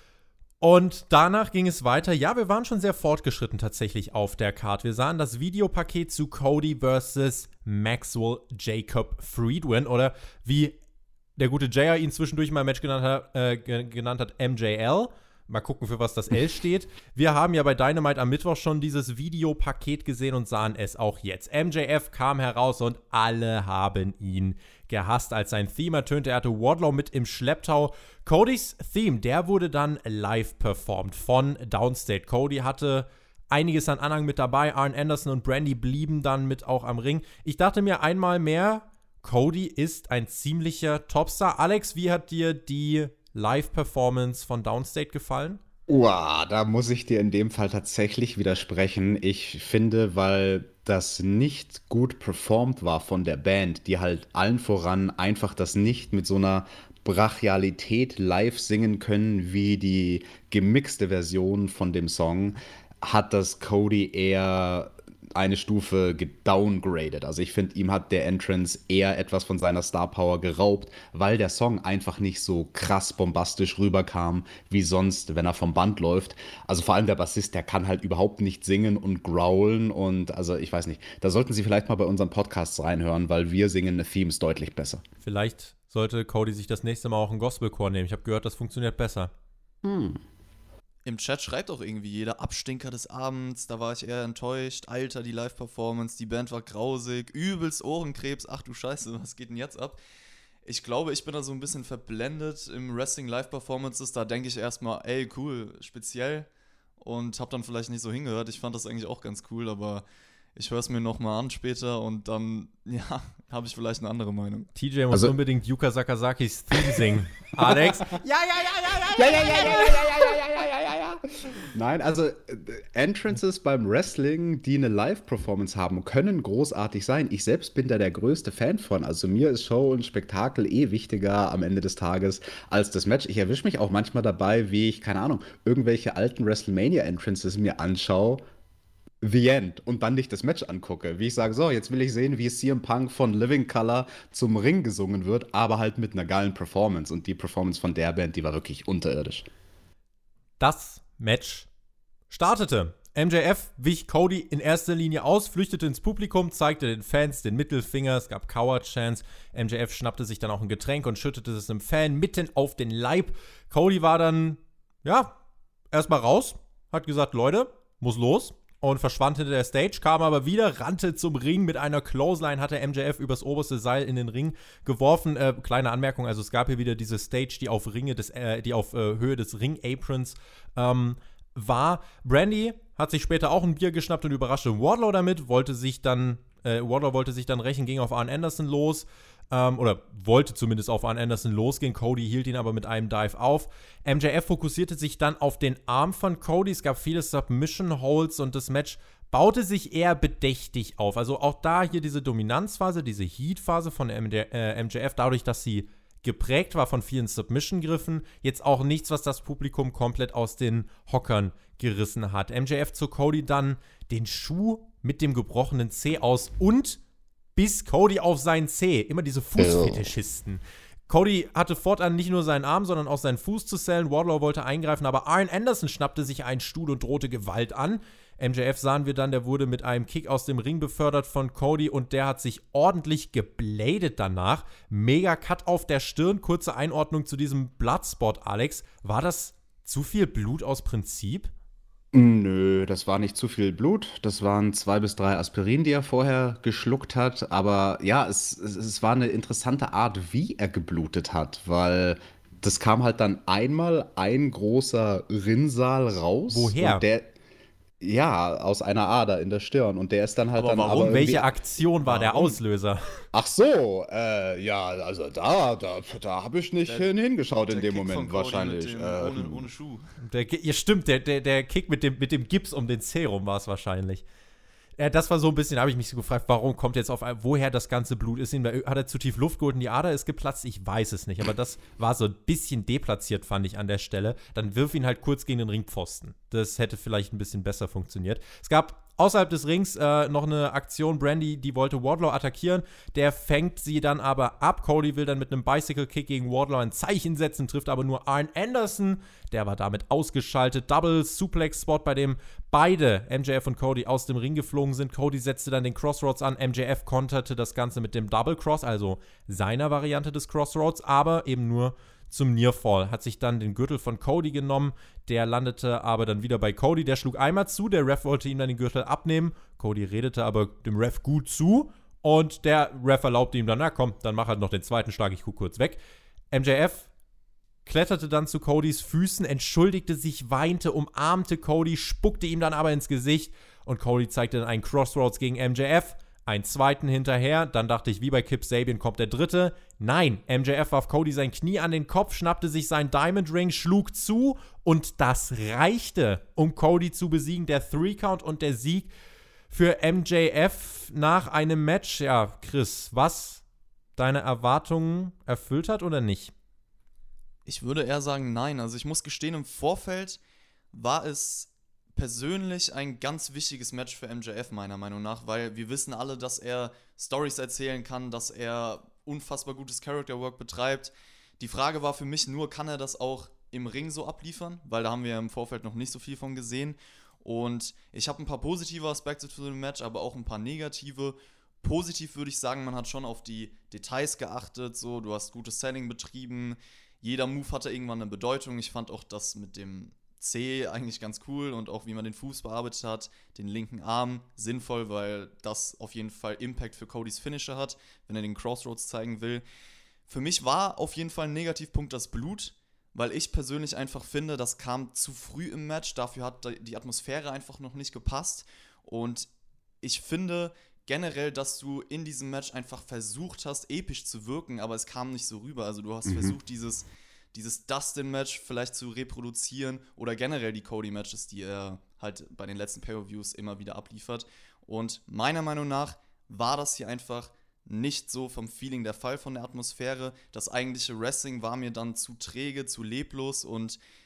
Und danach ging es weiter. Ja, wir waren schon sehr fortgeschritten tatsächlich auf der Card. Wir sahen das Videopaket zu Cody versus Maxwell Jacob Friedwin oder wie der gute JR ihn zwischendurch mal im Match genannt hat, MJL. Mal gucken, für was das L steht. Wir haben ja bei Dynamite am Mittwoch schon dieses Videopaket gesehen und sahen es auch jetzt. MJF kam heraus und alle haben ihn gehasst, als sein Theme ertönte. Er hatte Wardlow mit im Schlepptau. Codys Theme, der wurde dann live performt von Downstate. Cody hatte einiges an Anhang mit dabei. Arn Anderson und Brandy blieben dann mit auch am Ring. Ich dachte mir einmal mehr, Cody ist ein ziemlicher Topstar. Alex, wie hat dir die Live-Performance von Downstate gefallen? Da muss ich dir in dem Fall tatsächlich widersprechen. Ich finde, weil das nicht gut performt war von der Band, die halt allen voran einfach das nicht mit so einer Brachialität live singen können wie die gemixte Version von dem Song, hat das Cody eher eine Stufe gedowngraded. Also ich finde, ihm hat der Entrance eher etwas von seiner Star Power geraubt, weil der Song einfach nicht so krass bombastisch rüberkam, wie sonst, wenn er vom Band läuft. Also vor allem der Bassist, der kann halt überhaupt nicht singen und growlen und also ich weiß nicht, da sollten Sie vielleicht mal bei unseren Podcasts reinhören, weil wir singen Themes deutlich besser. Vielleicht sollte Cody sich das nächste Mal auch einen Gospelchor nehmen. Ich habe gehört, das funktioniert besser. Im Chat schreibt auch irgendwie jeder Abstinker des Abends, da war ich eher enttäuscht, Alter, die Live-Performance, die Band war grausig, übelst Ohrenkrebs, ach du Scheiße, was geht denn jetzt ab? Ich glaube, ich bin da so ein bisschen verblendet im Wrestling-Live-Performances, da denke ich erstmal, ey, cool, speziell und hab dann vielleicht nicht so hingehört, ich fand das eigentlich auch ganz cool, aber ich höre es mir nochmal an später und dann, ja, habe ich vielleicht eine andere Meinung. TJ muss unbedingt Yuka Sakazakis Theme singen. Alex? Ja. Nein, also Entrances beim Wrestling, die eine Live-Performance haben, können großartig sein. Ich selbst bin da der größte Fan von. Also mir ist Show und Spektakel wichtiger am Ende des Tages als das Match. Ich erwische mich auch manchmal dabei, wie ich, keine Ahnung, irgendwelche alten WrestleMania-Entrances mir anschaue. The End und dann nicht das Match angucke. Wie ich sage, so, jetzt will ich sehen, wie CM Punk von Living Colour zum Ring gesungen wird, aber halt mit einer geilen Performance. Und die Performance von der Band, die war wirklich unterirdisch. Das Match startete. MJF wich Cody in erster Linie aus, flüchtete ins Publikum, zeigte den Fans den Mittelfinger, es gab Coward-Chants. MJF schnappte sich dann auch ein Getränk und schüttete es einem Fan mitten auf den Leib. Cody war dann, ja, erstmal raus, hat gesagt, Leute, muss los. Und verschwand hinter der Stage, kam aber wieder, rannte zum Ring mit einer Clothesline, hatte MJF übers oberste Seil in den Ring geworfen. Kleine Anmerkung, also es gab hier wieder diese Stage, die auf Höhe des Ring-Aprons war. Brandy hat sich später auch ein Bier geschnappt und überraschte Wardlow damit, Wardlow wollte sich dann rächen, ging auf Arn Anderson los. Oder wollte zumindest auf Arn Anderson losgehen. Cody hielt ihn aber mit einem Dive auf. MJF fokussierte sich dann auf den Arm von Cody. Es gab viele Submission-Holds und das Match baute sich eher bedächtig auf. Also auch da hier diese Dominanzphase, diese Heat-Phase von MJF, dadurch, dass sie geprägt war von vielen Submission-Griffen, jetzt auch nichts, was das Publikum komplett aus den Hockern gerissen hat. MJF zog Cody dann den Schuh mit dem gebrochenen Zeh aus und bis Cody auf seinen Zeh. Immer diese Fußfetischisten. Cody hatte fortan nicht nur seinen Arm, sondern auch seinen Fuß zu sellen. Wardlow wollte eingreifen, aber Arn Anderson schnappte sich einen Stuhl und drohte Gewalt an. MJF sahen wir dann, der wurde mit einem Kick aus dem Ring befördert von Cody und der hat sich ordentlich gebladet danach. Mega Cut auf der Stirn, kurze Einordnung zu diesem Bloodspot, Alex. War das zu viel Blut aus Prinzip? Nö, das war nicht zu viel Blut. Das waren 2 bis 3 Aspirin, die er vorher geschluckt hat. Aber ja, es war eine interessante Art, wie er geblutet hat, weil das kam halt dann einmal ein großer Rinnsal raus. Woher? Und ja, aus einer Ader in der Stirn. Und der ist dann halt aber dann warum? aber Welche Aktion war der Auslöser? Ach so, ja, also da habe ich nicht hingeschaut in dem Kick Moment von Cody wahrscheinlich. mit dem, ohne Schuh. Stimmt, der Kick mit dem Gips um den Zeh rum war es wahrscheinlich. Das war so ein bisschen, da habe ich mich so gefragt, warum kommt jetzt woher das ganze Blut ist. Hat er zu tief Luft geholt und die Ader ist geplatzt? Ich weiß es nicht, aber das war so ein bisschen deplatziert, fand ich an der Stelle. Dann wirf ihn halt kurz gegen den Ringpfosten. Das hätte vielleicht ein bisschen besser funktioniert. Es gab außerhalb des Rings noch eine Aktion, Brandy, die wollte Wardlow attackieren. Der fängt sie dann aber ab. Cody will dann mit einem Bicycle-Kick gegen Wardlow ein Zeichen setzen, trifft aber nur Arn Anderson. Der war damit ausgeschaltet. Double Suplex-Spot, bei dem beide, MJF und Cody, aus dem Ring geflogen sind. Cody setzte dann den Crossroads an. MJF konterte das Ganze mit dem Double Cross, also seiner Variante des Crossroads, aber eben nur zum Nearfall. Hat sich dann den Gürtel von Cody genommen. Der landete aber dann wieder bei Cody. Der schlug einmal zu. Der Ref wollte ihm dann den Gürtel abnehmen. Cody redete aber dem Ref gut zu. Und der Ref erlaubte ihm dann, na komm, dann mach halt noch den zweiten Schlag. Ich guck kurz weg. MJF kletterte dann zu Codys Füßen, entschuldigte sich, weinte, umarmte Cody, spuckte ihm dann aber ins Gesicht. Und Cody zeigte dann einen Crossroads gegen MJF. Einen zweiten hinterher, dann dachte ich, wie bei Kip Sabian kommt der dritte. Nein, MJF warf Cody sein Knie an den Kopf, schnappte sich seinen Diamond Ring, schlug zu und das reichte, um Cody zu besiegen. Der 3-Count und der Sieg für MJF nach einem Match. Ja, Chris, was deine Erwartungen erfüllt hat oder nicht? Ich würde eher sagen, nein. Also ich muss gestehen, im Vorfeld war es persönlich ein ganz wichtiges Match für MJF, meiner Meinung nach, weil wir wissen alle, dass er Storys erzählen kann, dass er unfassbar gutes Character-Work betreibt. Die Frage war für mich nur, kann er das auch im Ring so abliefern? Weil da haben wir im Vorfeld noch nicht so viel von gesehen. Und ich habe ein paar positive Aspekte zu dem Match, aber auch ein paar negative. Positiv würde ich sagen, man hat schon auf die Details geachtet, so, du hast gutes Selling betrieben, jeder Move hatte irgendwann eine Bedeutung. Ich fand auch das mit dem C eigentlich ganz cool und auch wie man den Fuß bearbeitet hat, den linken Arm sinnvoll, weil das auf jeden Fall Impact für Codys Finisher hat, wenn er den Crossroads zeigen will. Für mich war auf jeden Fall ein Negativpunkt das Blut, weil ich persönlich einfach finde, das kam zu früh im Match, dafür hat die Atmosphäre einfach noch nicht gepasst und ich finde generell, dass du in diesem Match einfach versucht hast, episch zu wirken, aber es kam nicht so rüber, also du hast versucht, dieses Dustin-Match vielleicht zu reproduzieren oder generell die Cody-Matches, die er halt bei den letzten Pay-Per-Views immer wieder abliefert. Und meiner Meinung nach war das hier einfach nicht so vom Feeling der Fall, von der Atmosphäre. Das eigentliche Wrestling war mir dann zu träge, zu leblos und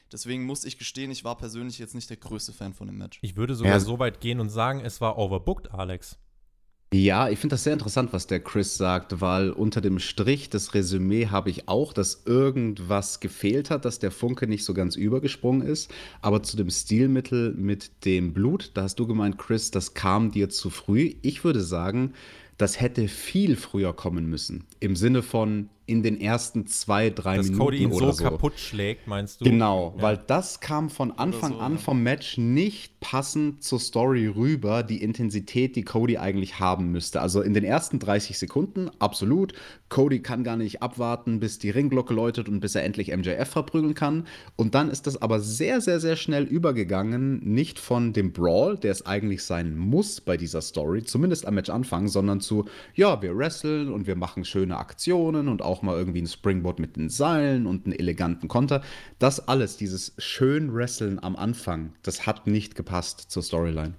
Deswegen muss ich gestehen, ich war persönlich jetzt nicht der größte Fan von dem Match. Ich würde sogar so weit gehen und sagen, es war overbooked, Alex. Ja, ich finde das sehr interessant, was der Chris sagt, weil unter dem Strich des Resümee habe ich auch, dass irgendwas gefehlt hat, dass der Funke nicht so ganz übergesprungen ist. Aber zu dem Stilmittel mit dem Blut, da hast du gemeint, Chris, das kam dir zu früh. Ich würde sagen, das hätte viel früher kommen müssen. Im Sinne von in den ersten 2-3 Minuten Dass Cody ihn oder so kaputt schlägt, meinst du? Genau, Ja. weil das kam von Anfang so, an ja. vom Match nicht passend zur Story rüber, die Intensität, die Cody eigentlich haben müsste. Also in den ersten 30 Sekunden, absolut. Cody kann gar nicht abwarten, bis die Ringglocke läutet und bis er endlich MJF verprügeln kann. Und dann ist das aber sehr, sehr, sehr schnell übergegangen, nicht von dem Brawl, der es eigentlich sein muss bei dieser Story, zumindest am Matchanfang, sondern zu, ja, wir wresteln und wir machen schöne Aktionen und auch mal irgendwie ein Springboard mit den Seilen und einen eleganten Konter. Das alles, dieses schön Wrestlen am Anfang, das hat nicht gepasst zur Storyline.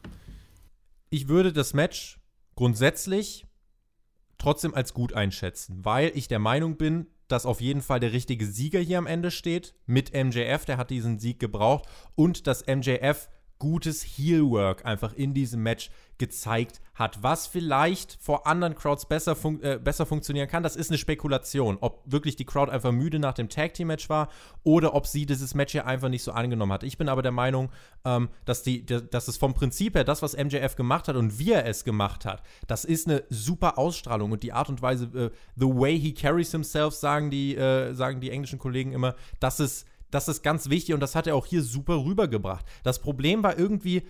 Ich würde das Match grundsätzlich trotzdem als gut einschätzen, weil ich der Meinung bin, dass auf jeden Fall der richtige Sieger hier am Ende steht, mit MJF, der hat diesen Sieg gebraucht, und dass MJF gutes Heelwork einfach in diesem Match gezeigt hat, was vielleicht vor anderen Crowds besser funktionieren kann. Das ist eine Spekulation, ob wirklich die Crowd einfach müde nach dem Tag-Team-Match war oder ob sie dieses Match hier einfach nicht so angenommen hat. Ich bin aber der Meinung, dass es vom Prinzip her, das, was MJF gemacht hat und wie er es gemacht hat, das ist eine super Ausstrahlung und die Art und Weise, the way he carries himself, sagen die englischen Kollegen immer, das ist ganz wichtig und das hat er auch hier super rübergebracht. Das Problem war irgendwie,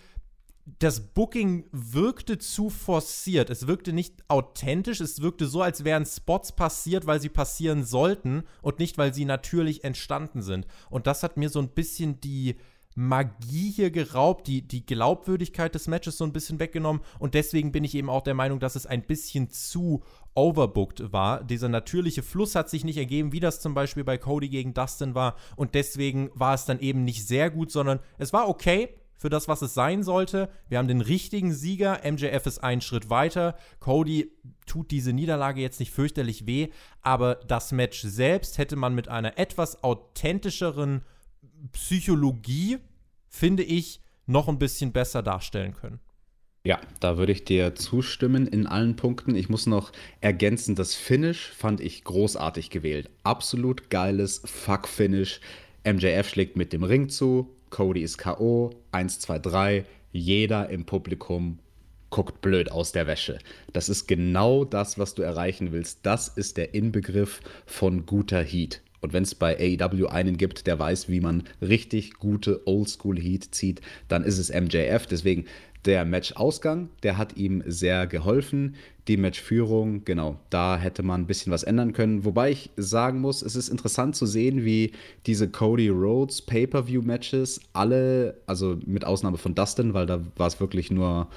das Booking wirkte zu forciert. Es wirkte nicht authentisch. Es wirkte so, als wären Spots passiert, weil sie passieren sollten und nicht, weil sie natürlich entstanden sind. Und das hat mir so ein bisschen die Magie hier geraubt, die Glaubwürdigkeit des Matches so ein bisschen weggenommen. Und deswegen bin ich eben auch der Meinung, dass es ein bisschen zu overbooked war. Dieser natürliche Fluss hat sich nicht ergeben, wie das zum Beispiel bei Cody gegen Dustin war. Und deswegen war es dann eben nicht sehr gut, sondern es war okay für das, was es sein sollte. Wir haben den richtigen Sieger. MJF ist einen Schritt weiter. Cody tut diese Niederlage jetzt nicht fürchterlich weh, aber das Match selbst hätte man mit einer etwas authentischeren Psychologie, finde ich, noch ein bisschen besser darstellen können. Ja, da würde ich dir zustimmen in allen Punkten. Ich muss noch ergänzen, das Finish fand ich großartig gewählt. Absolut geiles Fuck-Finish. MJF schlägt mit dem Ring zu, Cody ist K.O., 1, 2, 3, jeder im Publikum guckt blöd aus der Wäsche. Das ist genau das, was du erreichen willst. Das ist der Inbegriff von guter Heat. Und wenn es bei AEW einen gibt, der weiß, wie man richtig gute Oldschool-Heat zieht, dann ist es MJF. Deswegen der Match-Ausgang, der hat ihm sehr geholfen. Die Matchführung, genau, da hätte man ein bisschen was ändern können. Wobei ich sagen muss, es ist interessant zu sehen, wie diese Cody Rhodes Pay-Per-View-Matches alle, also mit Ausnahme von Dustin, weil da war es wirklich nur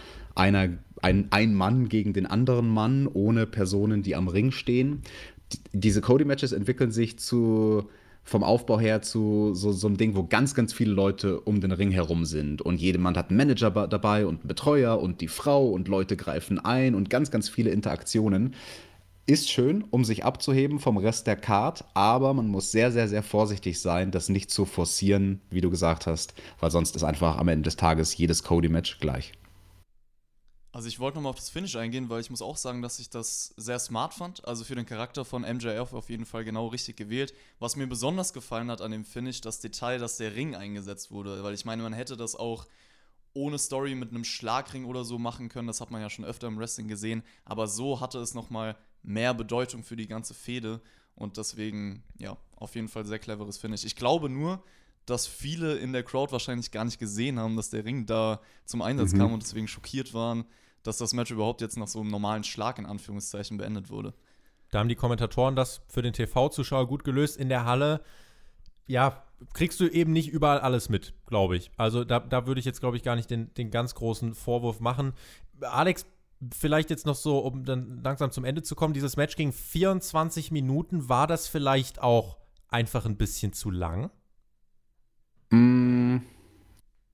ein Mann gegen den anderen Mann, ohne Personen, die am Ring stehen. Diese Cody-Matches entwickeln sich vom Aufbau her zu so einem Ding, wo ganz, ganz viele Leute um den Ring herum sind. Und jedermann hat einen Manager dabei und einen Betreuer und die Frau und Leute greifen ein und ganz, ganz viele Interaktionen. Ist schön, um sich abzuheben vom Rest der Card, aber man muss sehr, sehr, sehr vorsichtig sein, das nicht zu forcieren, wie du gesagt hast, weil sonst ist einfach am Ende des Tages jedes Cody-Match gleich. Also ich wollte nochmal auf das Finish eingehen, weil ich muss auch sagen, dass ich das sehr smart fand. Also für den Charakter von MJF auf jeden Fall genau richtig gewählt. Was mir besonders gefallen hat an dem Finish, das Detail, dass der Ring eingesetzt wurde. Weil ich meine, man hätte das auch ohne Story mit einem Schlagring oder so machen können. Das hat man ja schon öfter im Wrestling gesehen. Aber so hatte es nochmal mehr Bedeutung für die ganze Fehde. Und deswegen, ja, auf jeden Fall sehr cleveres Finish. Ich glaube nur, dass viele in der Crowd wahrscheinlich gar nicht gesehen haben, dass der Ring da zum Einsatz kam und deswegen schockiert waren, dass das Match überhaupt jetzt nach so einem normalen Schlag in Anführungszeichen beendet wurde. Da haben die Kommentatoren das für den TV-Zuschauer gut gelöst. In der Halle, ja, kriegst du eben nicht überall alles mit, glaube ich. Also da würde ich jetzt, glaube ich, gar nicht den ganz großen Vorwurf machen. Alex, vielleicht jetzt noch so, um dann langsam zum Ende zu kommen, dieses Match ging 24 Minuten. War das vielleicht auch einfach ein bisschen zu lang?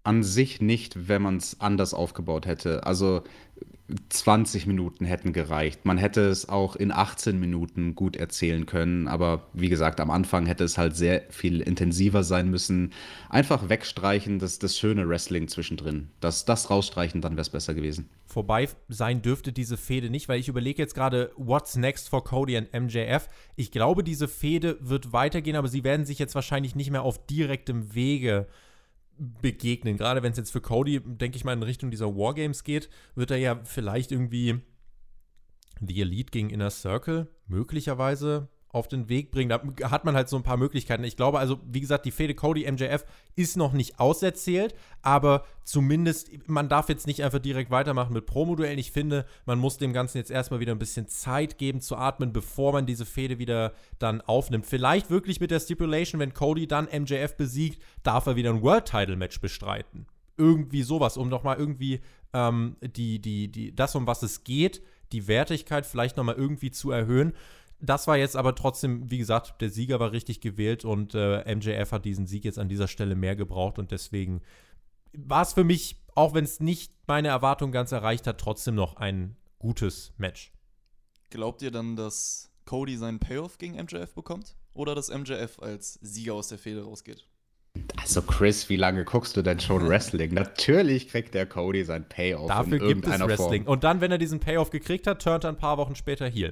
an sich nicht, wenn man es anders aufgebaut hätte. Also 20 Minuten hätten gereicht. Man hätte es auch in 18 Minuten gut erzählen können, aber wie gesagt, am Anfang hätte es halt sehr viel intensiver sein müssen. Einfach wegstreichen, das schöne Wrestling zwischendrin. Das rausstreichen, dann wäre es besser gewesen. Vorbei sein dürfte diese Fehde nicht, weil ich überlege jetzt gerade, what's next for Cody und MJF? Ich glaube, diese Fehde wird weitergehen, aber sie werden sich jetzt wahrscheinlich nicht mehr auf direktem Wege begegnen. Gerade wenn es jetzt für Cody, denke ich mal, in Richtung dieser Wargames geht, wird er ja vielleicht irgendwie The Elite gegen Inner Circle möglicherweise auf den Weg bringen. Da hat man halt so ein paar Möglichkeiten. Ich glaube also, wie gesagt, die Fehde Cody MJF ist noch nicht auserzählt, aber zumindest, man darf jetzt nicht einfach direkt weitermachen mit Promoduellen. Ich finde, man muss dem Ganzen jetzt erstmal wieder ein bisschen Zeit geben zu atmen, bevor man diese Fehde wieder dann aufnimmt. Vielleicht wirklich mit der Stipulation, wenn Cody dann MJF besiegt, darf er wieder ein World-Title-Match bestreiten. Irgendwie sowas, um nochmal irgendwie das, um was es geht, die Wertigkeit vielleicht nochmal irgendwie zu erhöhen. Das war jetzt aber trotzdem, wie gesagt, der Sieger war richtig gewählt und MJF hat diesen Sieg jetzt an dieser Stelle mehr gebraucht und deswegen war es für mich, auch wenn es nicht meine Erwartungen ganz erreicht hat, trotzdem noch ein gutes Match. Glaubt ihr dann, dass Cody seinen Payoff gegen MJF bekommt? Oder dass MJF als Sieger aus der Fehde rausgeht? Also Chris, wie lange guckst du denn schon Wrestling? Natürlich kriegt der Cody sein Payoff Dafür in gibt es irgendeiner Wrestling. Form. Und dann, wenn er diesen Payoff gekriegt hat, turnt er ein paar Wochen später heel.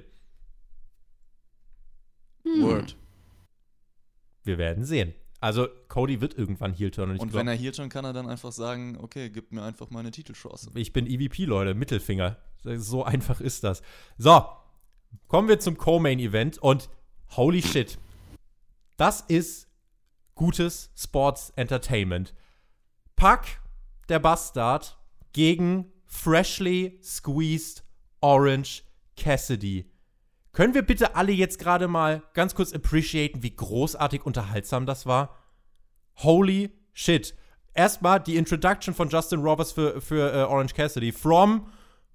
Word. Wir werden sehen. Also Cody wird irgendwann heel turnen. Und wenn er heel turnt, kann er dann einfach sagen, okay, gib mir einfach meine Titelchance. Ich bin EVP, Leute, Mittelfinger. So einfach ist das. So, kommen wir zum Co-Main-Event und holy shit. Das ist gutes Sports Entertainment. Pac, der Bastard, gegen freshly squeezed Orange Cassidy. Können wir bitte alle jetzt gerade mal ganz kurz appreciaten, wie großartig unterhaltsam das war? Holy shit. Erstmal die Introduction von Justin Roberts für Orange Cassidy. From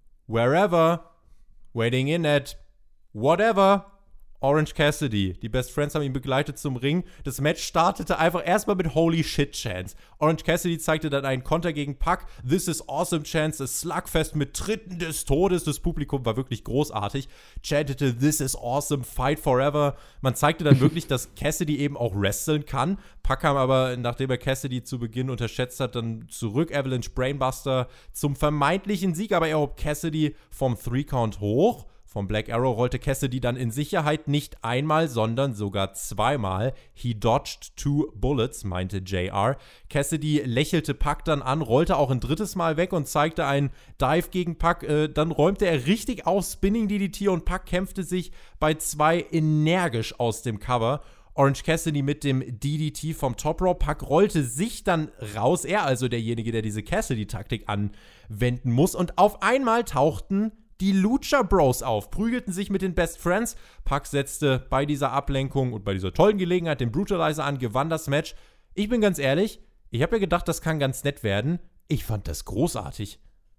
wherever, waiting in at whatever, Orange Cassidy. Die Best Friends haben ihn begleitet zum Ring. Das Match startete einfach erstmal mit Holy Shit Chants. Orange Cassidy zeigte dann einen Konter gegen Pac. This is awesome Chants. Das Slugfest mit Tritten des Todes. Das Publikum war wirklich großartig. Chantete This is awesome, fight forever. Man zeigte dann wirklich, dass Cassidy eben auch wresteln kann. Pac kam aber, nachdem er Cassidy zu Beginn unterschätzt hat, dann zurück. Avalanche Brainbuster zum vermeintlichen Sieg. Aber er hob Cassidy vom 3-Count hoch. Vom Black Arrow rollte Cassidy dann in Sicherheit nicht einmal, sondern sogar zweimal. He dodged 2 bullets, meinte JR. Cassidy lächelte Pac dann an, rollte auch ein drittes Mal weg und zeigte einen Dive gegen Pac. Dann räumte er richtig auf, Spinning DDT, und Pac kämpfte sich bei 2 energisch aus dem Cover. Orange Cassidy mit dem DDT vom Top Rope. Pac rollte sich dann raus, er also derjenige, der diese Cassidy-Taktik anwenden muss. Und auf einmal tauchten die Lucha Bros auf, prügelten sich mit den Best Friends. Pac setzte bei dieser Ablenkung und bei dieser tollen Gelegenheit den Brutalizer an, gewann das Match. Ich bin ganz ehrlich, ich habe ja gedacht, das kann ganz nett werden. Ich fand das großartig.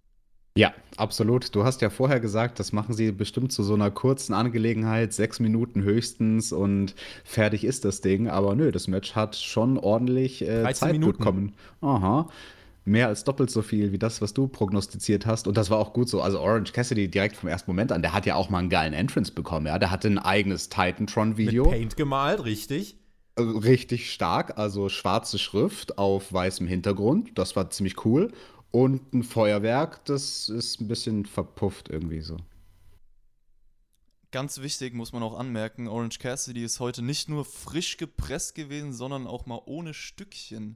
Ja, absolut. Du hast ja vorher gesagt, das machen sie bestimmt zu so einer kurzen Angelegenheit, 6 Minuten höchstens und fertig ist das Ding. Aber nö, das Match hat schon ordentlich 13 Zeit Minuten bekommen. Aha. Mehr als doppelt so viel wie das, was du prognostiziert hast. Und das war auch gut so. Also Orange Cassidy direkt vom ersten Moment an, der hat ja auch mal einen geilen Entrance bekommen. Ja? Der hatte ein eigenes Titantron-Video. Mit Paint gemalt, richtig. Richtig stark, also schwarze Schrift auf weißem Hintergrund. Das war ziemlich cool. Und ein Feuerwerk, das ist ein bisschen verpufft irgendwie so. Ganz wichtig muss man auch anmerken, Orange Cassidy ist heute nicht nur frisch gepresst gewesen, sondern auch mal ohne Stückchen.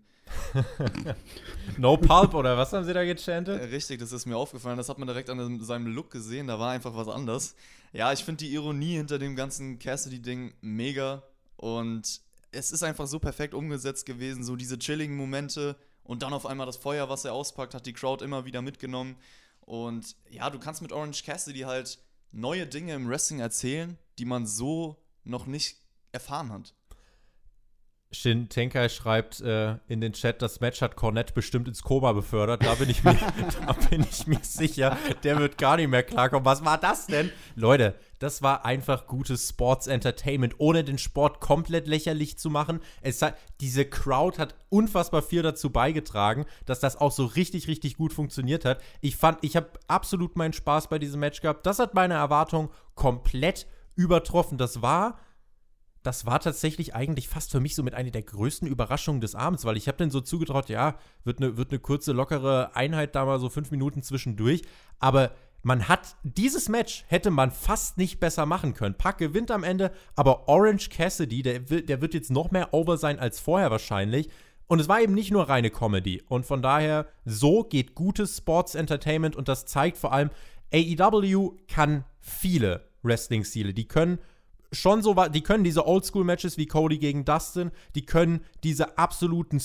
No Pulp oder was haben sie da gechantet? Richtig, das ist mir aufgefallen. Das hat man direkt an seinem Look gesehen. Da war einfach was anderes. Ja, ich finde die Ironie hinter dem ganzen Cassidy-Ding mega. Und es ist einfach so perfekt umgesetzt gewesen. So diese chilligen Momente und dann auf einmal das Feuer, was er auspackt, hat die Crowd immer wieder mitgenommen. Und ja, du kannst mit Orange Cassidy halt neue Dinge im Wrestling erzählen, die man so noch nicht erfahren hat. Shin Tenkai schreibt in den Chat, das Match hat Cornette bestimmt ins Koma befördert. Da bin ich mir sicher, der wird gar nicht mehr klarkommen. Was war das denn? Leute, das war einfach gutes Sports Entertainment, ohne den Sport komplett lächerlich zu machen. Diese Crowd hat unfassbar viel dazu beigetragen, dass das auch so richtig, richtig gut funktioniert hat. Ich habe absolut meinen Spaß bei diesem Match gehabt. Das hat meine Erwartungen komplett übertroffen. Das war tatsächlich eigentlich fast für mich so mit einer der größten Überraschungen des Abends, weil ich habe dann so zugetraut, ja, wird eine kurze, lockere Einheit da mal so 5 Minuten zwischendurch, aber dieses Match hätte man fast nicht besser machen können. Pac gewinnt am Ende, aber Orange Cassidy, der wird jetzt noch mehr over sein als vorher wahrscheinlich. Und es war eben nicht nur reine Comedy. Und von daher, so geht gutes Sports Entertainment und das zeigt vor allem, AEW kann viele Wrestling-Stile. Die können diese Oldschool-Matches wie Cody gegen Dustin, die können diese absoluten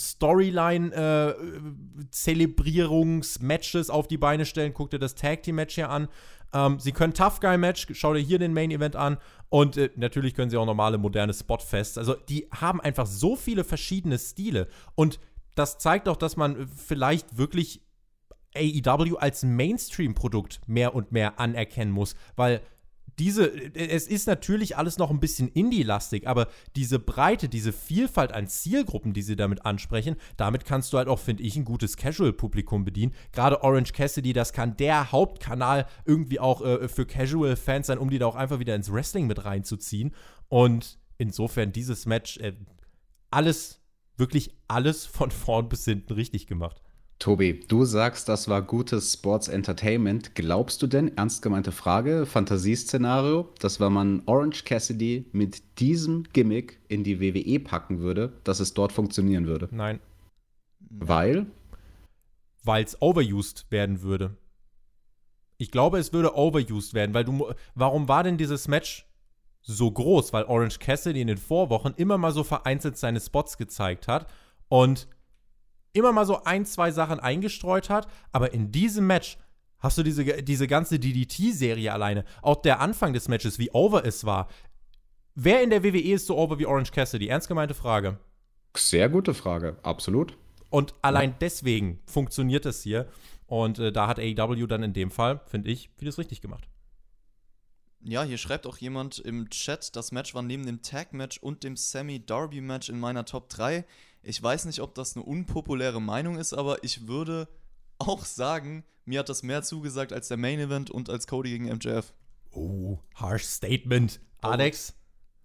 Storyline-Zelebrierungs-Matches auf die Beine stellen. Guck dir das Tag-Team-Match hier an. Sie können Tough-Guy-Match, schau dir hier den Main-Event an. Und natürlich können sie auch normale, moderne Spotfests. Also die haben einfach so viele verschiedene Stile. Und das zeigt auch, dass man vielleicht wirklich AEW als Mainstream-Produkt mehr und mehr anerkennen muss, weil es ist natürlich alles noch ein bisschen Indie-lastig, aber diese Breite, diese Vielfalt an Zielgruppen, die sie damit ansprechen, damit kannst du halt auch, finde ich, ein gutes Casual-Publikum bedienen. Gerade Orange Cassidy, das kann der Hauptkanal irgendwie auch für Casual-Fans sein, um die da auch einfach wieder ins Wrestling mit reinzuziehen. Und insofern dieses Match, wirklich alles von vorn bis hinten richtig gemacht. Tobi, du sagst, das war gutes Sports Entertainment. Glaubst du denn, ernst gemeinte Frage, Fantasieszenario, dass wenn man Orange Cassidy mit diesem Gimmick in die WWE packen würde, dass es dort funktionieren würde? Nein. Weil? Weil es overused werden würde. Ich glaube, es würde overused werden, weil warum war denn dieses Match so groß? Weil Orange Cassidy in den Vorwochen immer mal so vereinzelt seine Spots gezeigt hat und immer mal so 1, 2 Sachen eingestreut hat, aber in diesem Match hast du diese ganze DDT-Serie alleine, auch der Anfang des Matches, wie over es war. Wer in der WWE ist so over wie Orange Cassidy? Ernst gemeinte Frage. Sehr gute Frage, absolut. Und allein deswegen funktioniert es hier und da hat AEW dann in dem Fall, finde ich, vieles richtig gemacht. Ja, hier schreibt auch jemand im Chat, das Match war neben dem Tag-Match und dem Sammy-Darby-Match in meiner Top 3. Ich weiß nicht, ob das eine unpopuläre Meinung ist, aber ich würde auch sagen, mir hat das mehr zugesagt als der Main-Event und als Cody gegen MJF. Oh, harsh statement. Alex?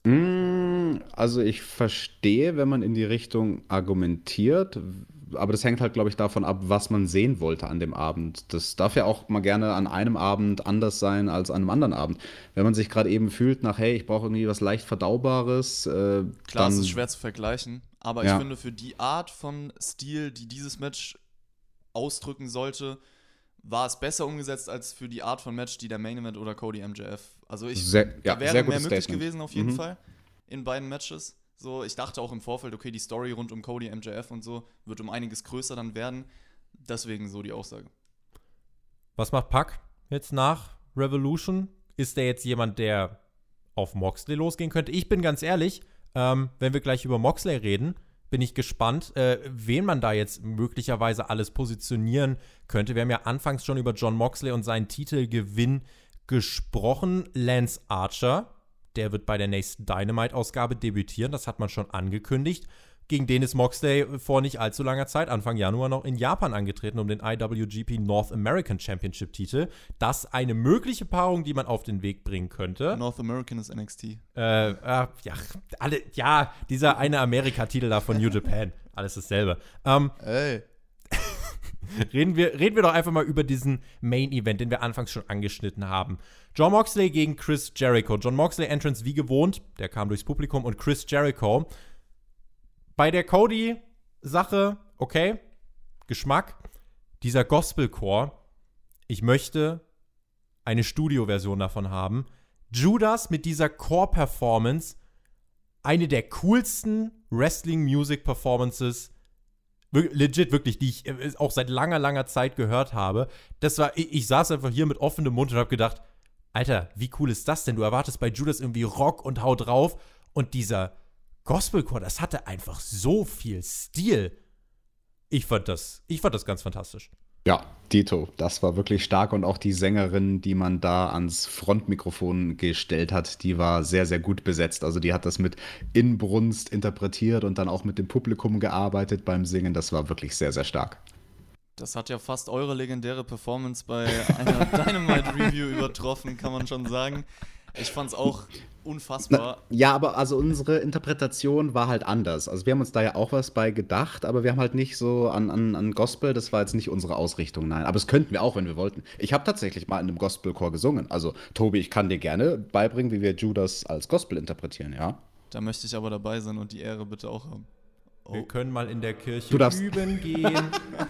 Also ich verstehe, wenn man in die Richtung argumentiert, aber das hängt halt, glaube ich, davon ab, was man sehen wollte an dem Abend. Das darf ja auch mal gerne an einem Abend anders sein als an einem anderen Abend. Wenn man sich gerade eben fühlt nach, hey, ich brauche irgendwie was leicht Verdaubares. Klar, es ist schwer zu vergleichen, aber ich finde, für die Art von Stil, die dieses Match ausdrücken sollte, war es besser umgesetzt als für die Art von Match, die der Main Event oder Cody MJF. Also da wäre mehr möglich gewesen auf jeden Fall in beiden Matches. So, ich dachte auch im Vorfeld, okay, die Story rund um Cody MJF und so wird um einiges größer dann werden. Deswegen so die Aussage. Was macht Pac jetzt nach Revolution? Ist der jetzt jemand, der auf Moxley losgehen könnte? Ich bin ganz ehrlich, wenn wir gleich über Moxley reden, bin ich gespannt, wen man da jetzt möglicherweise alles positionieren könnte. Wir haben ja anfangs schon über Jon Moxley und seinen Titelgewinn gesprochen. Lance Archer, der wird bei der nächsten Dynamite-Ausgabe debütieren, das hat man schon angekündigt. Gegen den ist Moxley vor nicht allzu langer Zeit, Anfang Januar, noch in Japan angetreten, um den IWGP North American Championship-Titel. Das ist eine mögliche Paarung, die man auf den Weg bringen könnte. North American ist NXT. Dieser eine Amerika-Titel da von New Japan. Alles dasselbe. Reden wir doch einfach mal über diesen Main-Event, den wir anfangs schon angeschnitten haben. Jon Moxley gegen Chris Jericho. Jon Moxley Entrance wie gewohnt, der kam durchs Publikum, und Chris Jericho. Bei der Cody-Sache, okay, Geschmack, dieser Gospelchor, ich möchte eine Studioversion davon haben. Judas mit dieser Core-Performance, eine der coolsten Wrestling-Music-Performances, legit wirklich, die ich auch seit langer, langer Zeit gehört habe. Das war, ich saß einfach hier mit offenem Mund und habe gedacht, Alter, wie cool ist das denn? Du erwartest bei Judas irgendwie Rock und hau drauf und dieser Gospelchor, das hatte einfach so viel Stil. Ich fand das ganz fantastisch. Ja, Dito, das war wirklich stark und auch die Sängerin, die man da ans Frontmikrofon gestellt hat, die war sehr, sehr gut besetzt. Also die hat das mit Inbrunst interpretiert und dann auch mit dem Publikum gearbeitet beim Singen. Das war wirklich sehr, sehr stark. Das hat ja fast eure legendäre Performance bei einer Dynamite-Review übertroffen, kann man schon sagen. Ich fand's auch unfassbar. Ja, aber also unsere Interpretation war halt anders. Also wir haben uns da ja auch was bei gedacht, aber wir haben halt nicht so an Gospel, das war jetzt nicht unsere Ausrichtung, nein. Aber das könnten wir auch, wenn wir wollten. Ich habe tatsächlich mal in einem Gospelchor gesungen. Also Tobi, ich kann dir gerne beibringen, wie wir Judas als Gospel interpretieren, ja? Da möchte ich aber dabei sein und die Ehre bitte auch haben. Wir können mal in der Kirche üben gehen.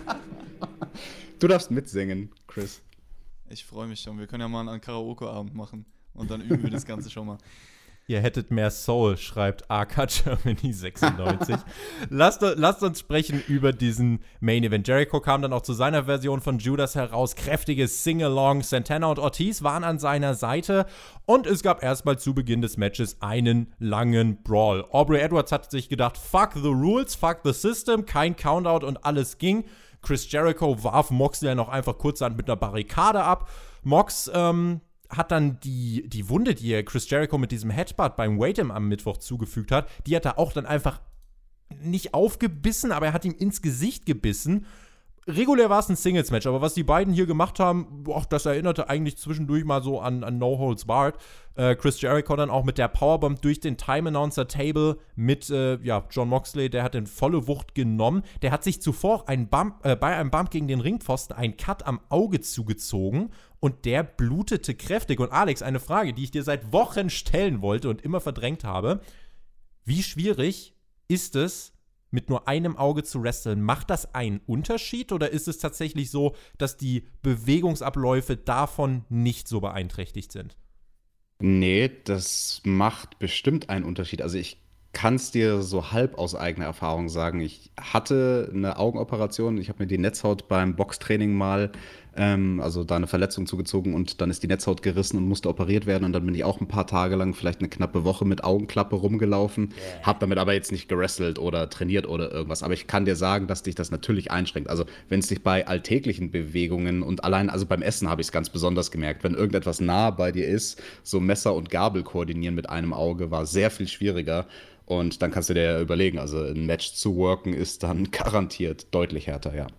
Du darfst mitsingen, Chris. Ich freue mich schon. Wir können ja mal einen Karaoke-Abend machen. Und dann üben wir das Ganze schon mal. Ihr hättet mehr Soul, schreibt AK Germany 96. lasst uns sprechen über diesen Main Event. Jericho kam dann auch zu seiner Version von Judas heraus. Kräftiges Sing-Along. Santana und Ortiz waren an seiner Seite. Und es gab erstmal zu Beginn des Matches einen langen Brawl. Aubrey Edwards hat sich gedacht, fuck the rules, fuck the system. Kein Countout und alles ging. Chris Jericho warf Moxley noch einfach kurzerhand mit einer Barrikade ab. Mox, hat dann die Wunde, die er Chris Jericho mit diesem Headbutt beim Wait-In am Mittwoch zugefügt hat, die hat er auch dann einfach nicht aufgebissen, aber er hat ihm ins Gesicht gebissen. Regulär war es ein Singles-Match, aber was die beiden hier gemacht haben, das erinnerte eigentlich zwischendurch mal so an No Holds Barred. Chris Jericho dann auch mit der Powerbomb durch den Time-Announcer-Table mit Jon Moxley, der hat den volle Wucht genommen. Der hat sich zuvor bei einem Bump gegen den Ringpfosten einen Cut am Auge zugezogen und der blutete kräftig. Und Alex, eine Frage, die ich dir seit Wochen stellen wollte und immer verdrängt habe. Wie schwierig ist es, mit nur einem Auge zu wresteln? Macht das einen Unterschied oder ist es tatsächlich so, dass die Bewegungsabläufe davon nicht so beeinträchtigt sind? Nee, das macht bestimmt einen Unterschied. Also ich kann es dir so halb aus eigener Erfahrung sagen. Ich hatte eine Augenoperation, ich habe mir die Netzhaut beim Boxtraining mal, also da eine Verletzung zugezogen und dann ist die Netzhaut gerissen und musste operiert werden und dann bin ich auch ein paar Tage lang, vielleicht eine knappe Woche mit Augenklappe rumgelaufen, habe damit aber jetzt nicht gewrestelt oder trainiert oder irgendwas. Aber ich kann dir sagen, dass dich das natürlich einschränkt. Also wenn es dich bei alltäglichen Bewegungen und allein, also beim Essen habe ich es ganz besonders gemerkt, wenn irgendetwas nah bei dir ist, so Messer und Gabel koordinieren mit einem Auge war sehr viel schwieriger. Und dann kannst du dir ja überlegen, also ein Match zu worken ist dann garantiert deutlich härter, ja.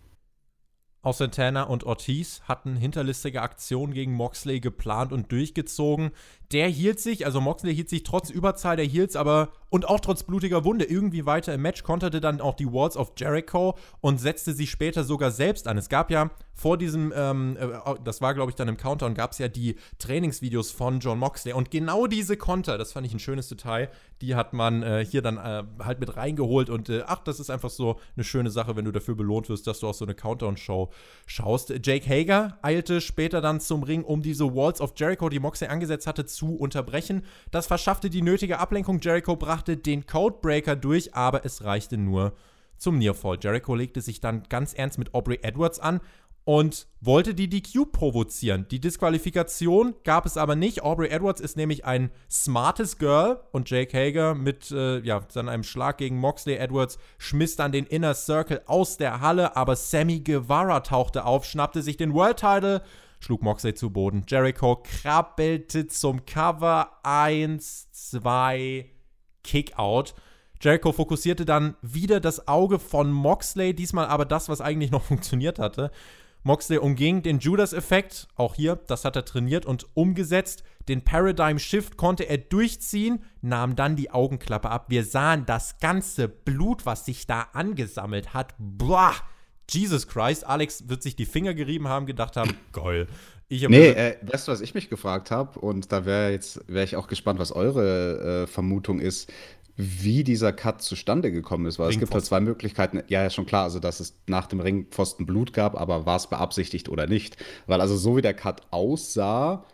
Auch Santana und Ortiz hatten hinterlistige Aktionen gegen Moxley geplant und durchgezogen. Der hielt sich, also Moxley hielt sich trotz Überzahl der Heels, aber und auch trotz blutiger Wunde irgendwie weiter im Match, konterte dann auch die Walls of Jericho und setzte sie später sogar selbst an. Es gab ja vor diesem, das war glaube ich dann im Countdown, gab es ja die Trainingsvideos von Jon Moxley und genau diese Konter, das fand ich ein schönes Detail, die hat man hier dann halt mit reingeholt und das ist einfach so eine schöne Sache, wenn du dafür belohnt wirst, dass du auch so eine Countdown-Show schaust. Jake Hager eilte später dann zum Ring, um diese Walls of Jericho, die Moxley angesetzt hatte, zu unterbrechen. Das verschaffte die nötige Ablenkung. Jericho brachte den Codebreaker durch, aber es reichte nur zum Nearfall. Jericho legte sich dann ganz ernst mit Aubrey Edwards an und wollte die DQ provozieren. Die Disqualifikation gab es aber nicht. Aubrey Edwards ist nämlich ein smartes Girl und Jake Hager mit dann einem Schlag gegen Moxley Edwards schmiss dann den Inner Circle aus der Halle, aber Sammy Guevara tauchte auf, schnappte sich den World Title, schlug Moxley zu Boden. Jericho krabbelte zum Cover. 1, 2, Kickout. Jericho fokussierte dann wieder das Auge von Moxley, diesmal aber das, was eigentlich noch funktioniert hatte. Moxley umging den Judas-Effekt, auch hier, das hat er trainiert und umgesetzt. Den Paradigm Shift konnte er durchziehen, nahm dann die Augenklappe ab. Wir sahen das ganze Blut, was sich da angesammelt hat. Boah, Jesus Christ, Alex wird sich die Finger gerieben haben, gedacht haben, geil. Weißt du, was ich mich gefragt habe? Und da wäre ich auch gespannt, was eure Vermutung ist, wie dieser Cut zustande gekommen ist. Weil es gibt halt zwei Möglichkeiten. Ja, schon klar, also dass es nach dem Ringpfosten Blut gab, aber war es beabsichtigt oder nicht? Weil also so wie der Cut aussah,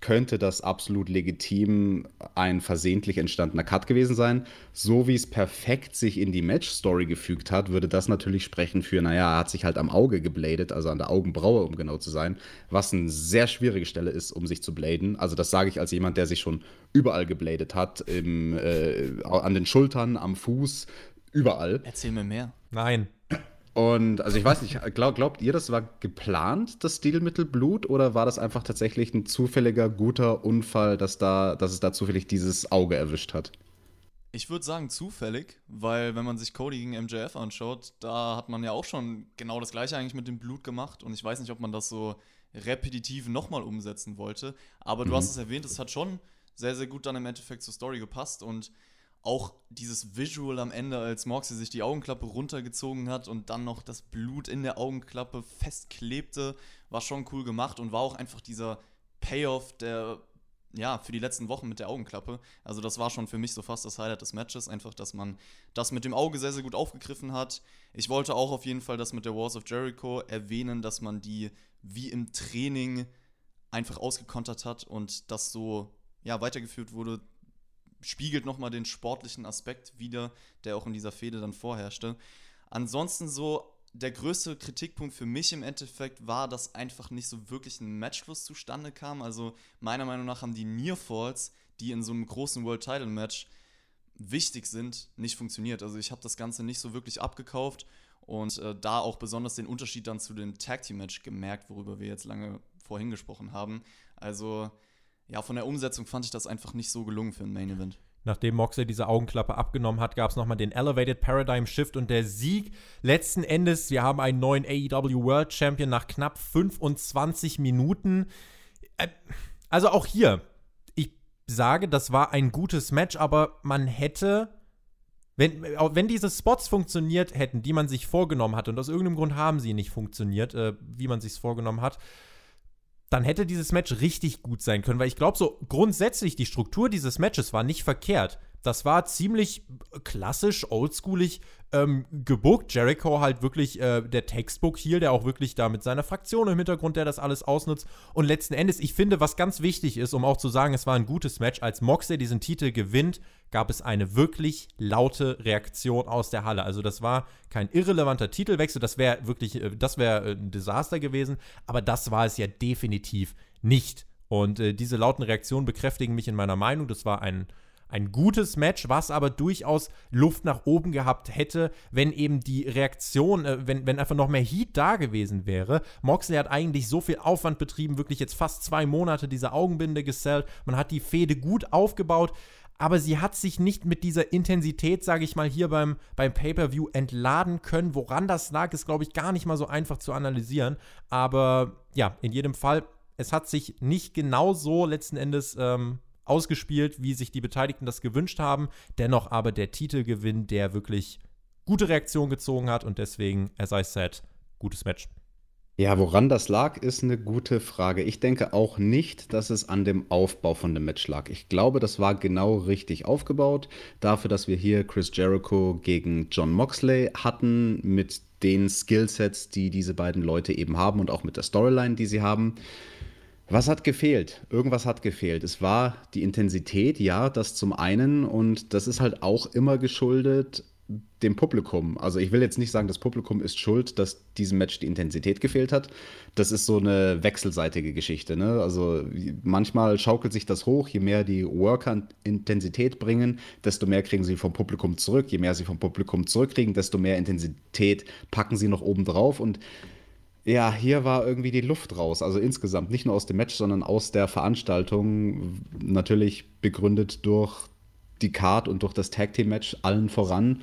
könnte das absolut legitim ein versehentlich entstandener Cut gewesen sein. So wie es perfekt sich in die Match-Story gefügt hat, würde das natürlich sprechen für, naja, er hat sich halt am Auge gebladet, also an der Augenbraue, um genau zu sein, was eine sehr schwierige Stelle ist, um sich zu bladen. Also das sage ich als jemand, der sich schon überall gebladet hat, an den Schultern, am Fuß, überall. Erzähl mir mehr. Nein. Und also ich weiß nicht, glaubt ihr, das war geplant, das Stilmittel Blut, oder war das einfach tatsächlich ein zufälliger, guter Unfall, dass es da zufällig dieses Auge erwischt hat? Ich würde sagen zufällig, weil wenn man sich Cody gegen MJF anschaut, da hat man ja auch schon genau das gleiche eigentlich mit dem Blut gemacht und ich weiß nicht, ob man das so repetitiv nochmal umsetzen wollte, aber du hast es erwähnt, es hat schon sehr, sehr gut dann im Endeffekt zur Story gepasst und auch dieses Visual am Ende, als Moxley sich die Augenklappe runtergezogen hat und dann noch das Blut in der Augenklappe festklebte, war schon cool gemacht und war auch einfach dieser Payoff, der, ja, für die letzten Wochen mit der Augenklappe. Also das war schon für mich so fast das Highlight des Matches, einfach, dass man das mit dem Auge sehr, sehr gut aufgegriffen hat. Ich wollte auch auf jeden Fall das mit der Walls of Jericho erwähnen, dass man die wie im Training einfach ausgekontert hat und das so, ja, weitergeführt wurde, spiegelt nochmal den sportlichen Aspekt wider, der auch in dieser Fehde dann vorherrschte. Ansonsten so, der größte Kritikpunkt für mich im Endeffekt war, dass einfach nicht so wirklich ein Matchfluss zustande kam. Also meiner Meinung nach haben die Nearfalls, die in so einem großen World-Title-Match wichtig sind, nicht funktioniert. Also ich habe das Ganze nicht so wirklich abgekauft und da auch besonders den Unterschied dann zu dem Tag-Team-Match gemerkt, worüber wir jetzt lange vorhin gesprochen haben. Also ja, von der Umsetzung fand ich das einfach nicht so gelungen für ein Main-Event. Nachdem Moxley diese Augenklappe abgenommen hat, gab es nochmal den Elevated Paradigm Shift und der Sieg. Letzten Endes, wir haben einen neuen AEW World Champion nach knapp 25 Minuten. Also auch hier, ich sage, das war ein gutes Match, aber man hätte, wenn diese Spots funktioniert hätten, die man sich vorgenommen hatte, und aus irgendeinem Grund haben sie nicht funktioniert, wie man sich es vorgenommen hat, dann hätte dieses Match richtig gut sein können, weil ich glaube, so grundsätzlich die Struktur dieses Matches war nicht verkehrt. Das war ziemlich klassisch, oldschoolig gebookt. Jericho halt wirklich der Textbook-Heel, der auch wirklich da mit seiner Fraktion im Hintergrund, der das alles ausnutzt. Und letzten Endes, ich finde, was ganz wichtig ist, um auch zu sagen, es war ein gutes Match, als Moxley diesen Titel gewinnt, gab es eine wirklich laute Reaktion aus der Halle. Also das war kein irrelevanter Titelwechsel, das wäre ein Desaster gewesen, aber das war es ja definitiv nicht. Und diese lauten Reaktionen bekräftigen mich in meiner Meinung, das war ein gutes Match, was aber durchaus Luft nach oben gehabt hätte, wenn eben die Reaktion, wenn einfach noch mehr Heat da gewesen wäre. Moxley hat eigentlich so viel Aufwand betrieben, wirklich jetzt fast 2 Monate diese Augenbinde gesellt. Man hat die Fehde gut aufgebaut, aber sie hat sich nicht mit dieser Intensität, sage ich mal, hier beim Pay-Per-View entladen können. Woran das lag, ist, glaube ich, gar nicht mal so einfach zu analysieren. Aber ja, in jedem Fall, es hat sich nicht genau so letzten Endes ausgespielt, wie sich die Beteiligten das gewünscht haben. Dennoch aber der Titelgewinn, der wirklich gute Reaktion gezogen hat und deswegen, as I said, gutes Match. Ja, woran das lag, ist eine gute Frage. Ich denke auch nicht, dass es an dem Aufbau von dem Match lag. Ich glaube, das war genau richtig aufgebaut. Dafür, dass wir hier Chris Jericho gegen Jon Moxley hatten, mit den Skillsets, die diese beiden Leute eben haben und auch mit der Storyline, die sie haben. Was hat gefehlt? Irgendwas hat gefehlt. Es war die Intensität, ja, das zum einen. Und das ist halt auch immer geschuldet dem Publikum. Also ich will jetzt nicht sagen, das Publikum ist schuld, dass diesem Match die Intensität gefehlt hat. Das ist so eine wechselseitige Geschichte, ne? Also manchmal schaukelt sich das hoch. Je mehr die Worker Intensität bringen, desto mehr kriegen sie vom Publikum zurück. Je mehr sie vom Publikum zurückkriegen, desto mehr Intensität packen sie noch oben drauf. Und ja, hier war irgendwie die Luft raus. Also insgesamt, nicht nur aus dem Match, sondern aus der Veranstaltung. Natürlich begründet durch die Card und durch das Tag-Team-Match allen voran.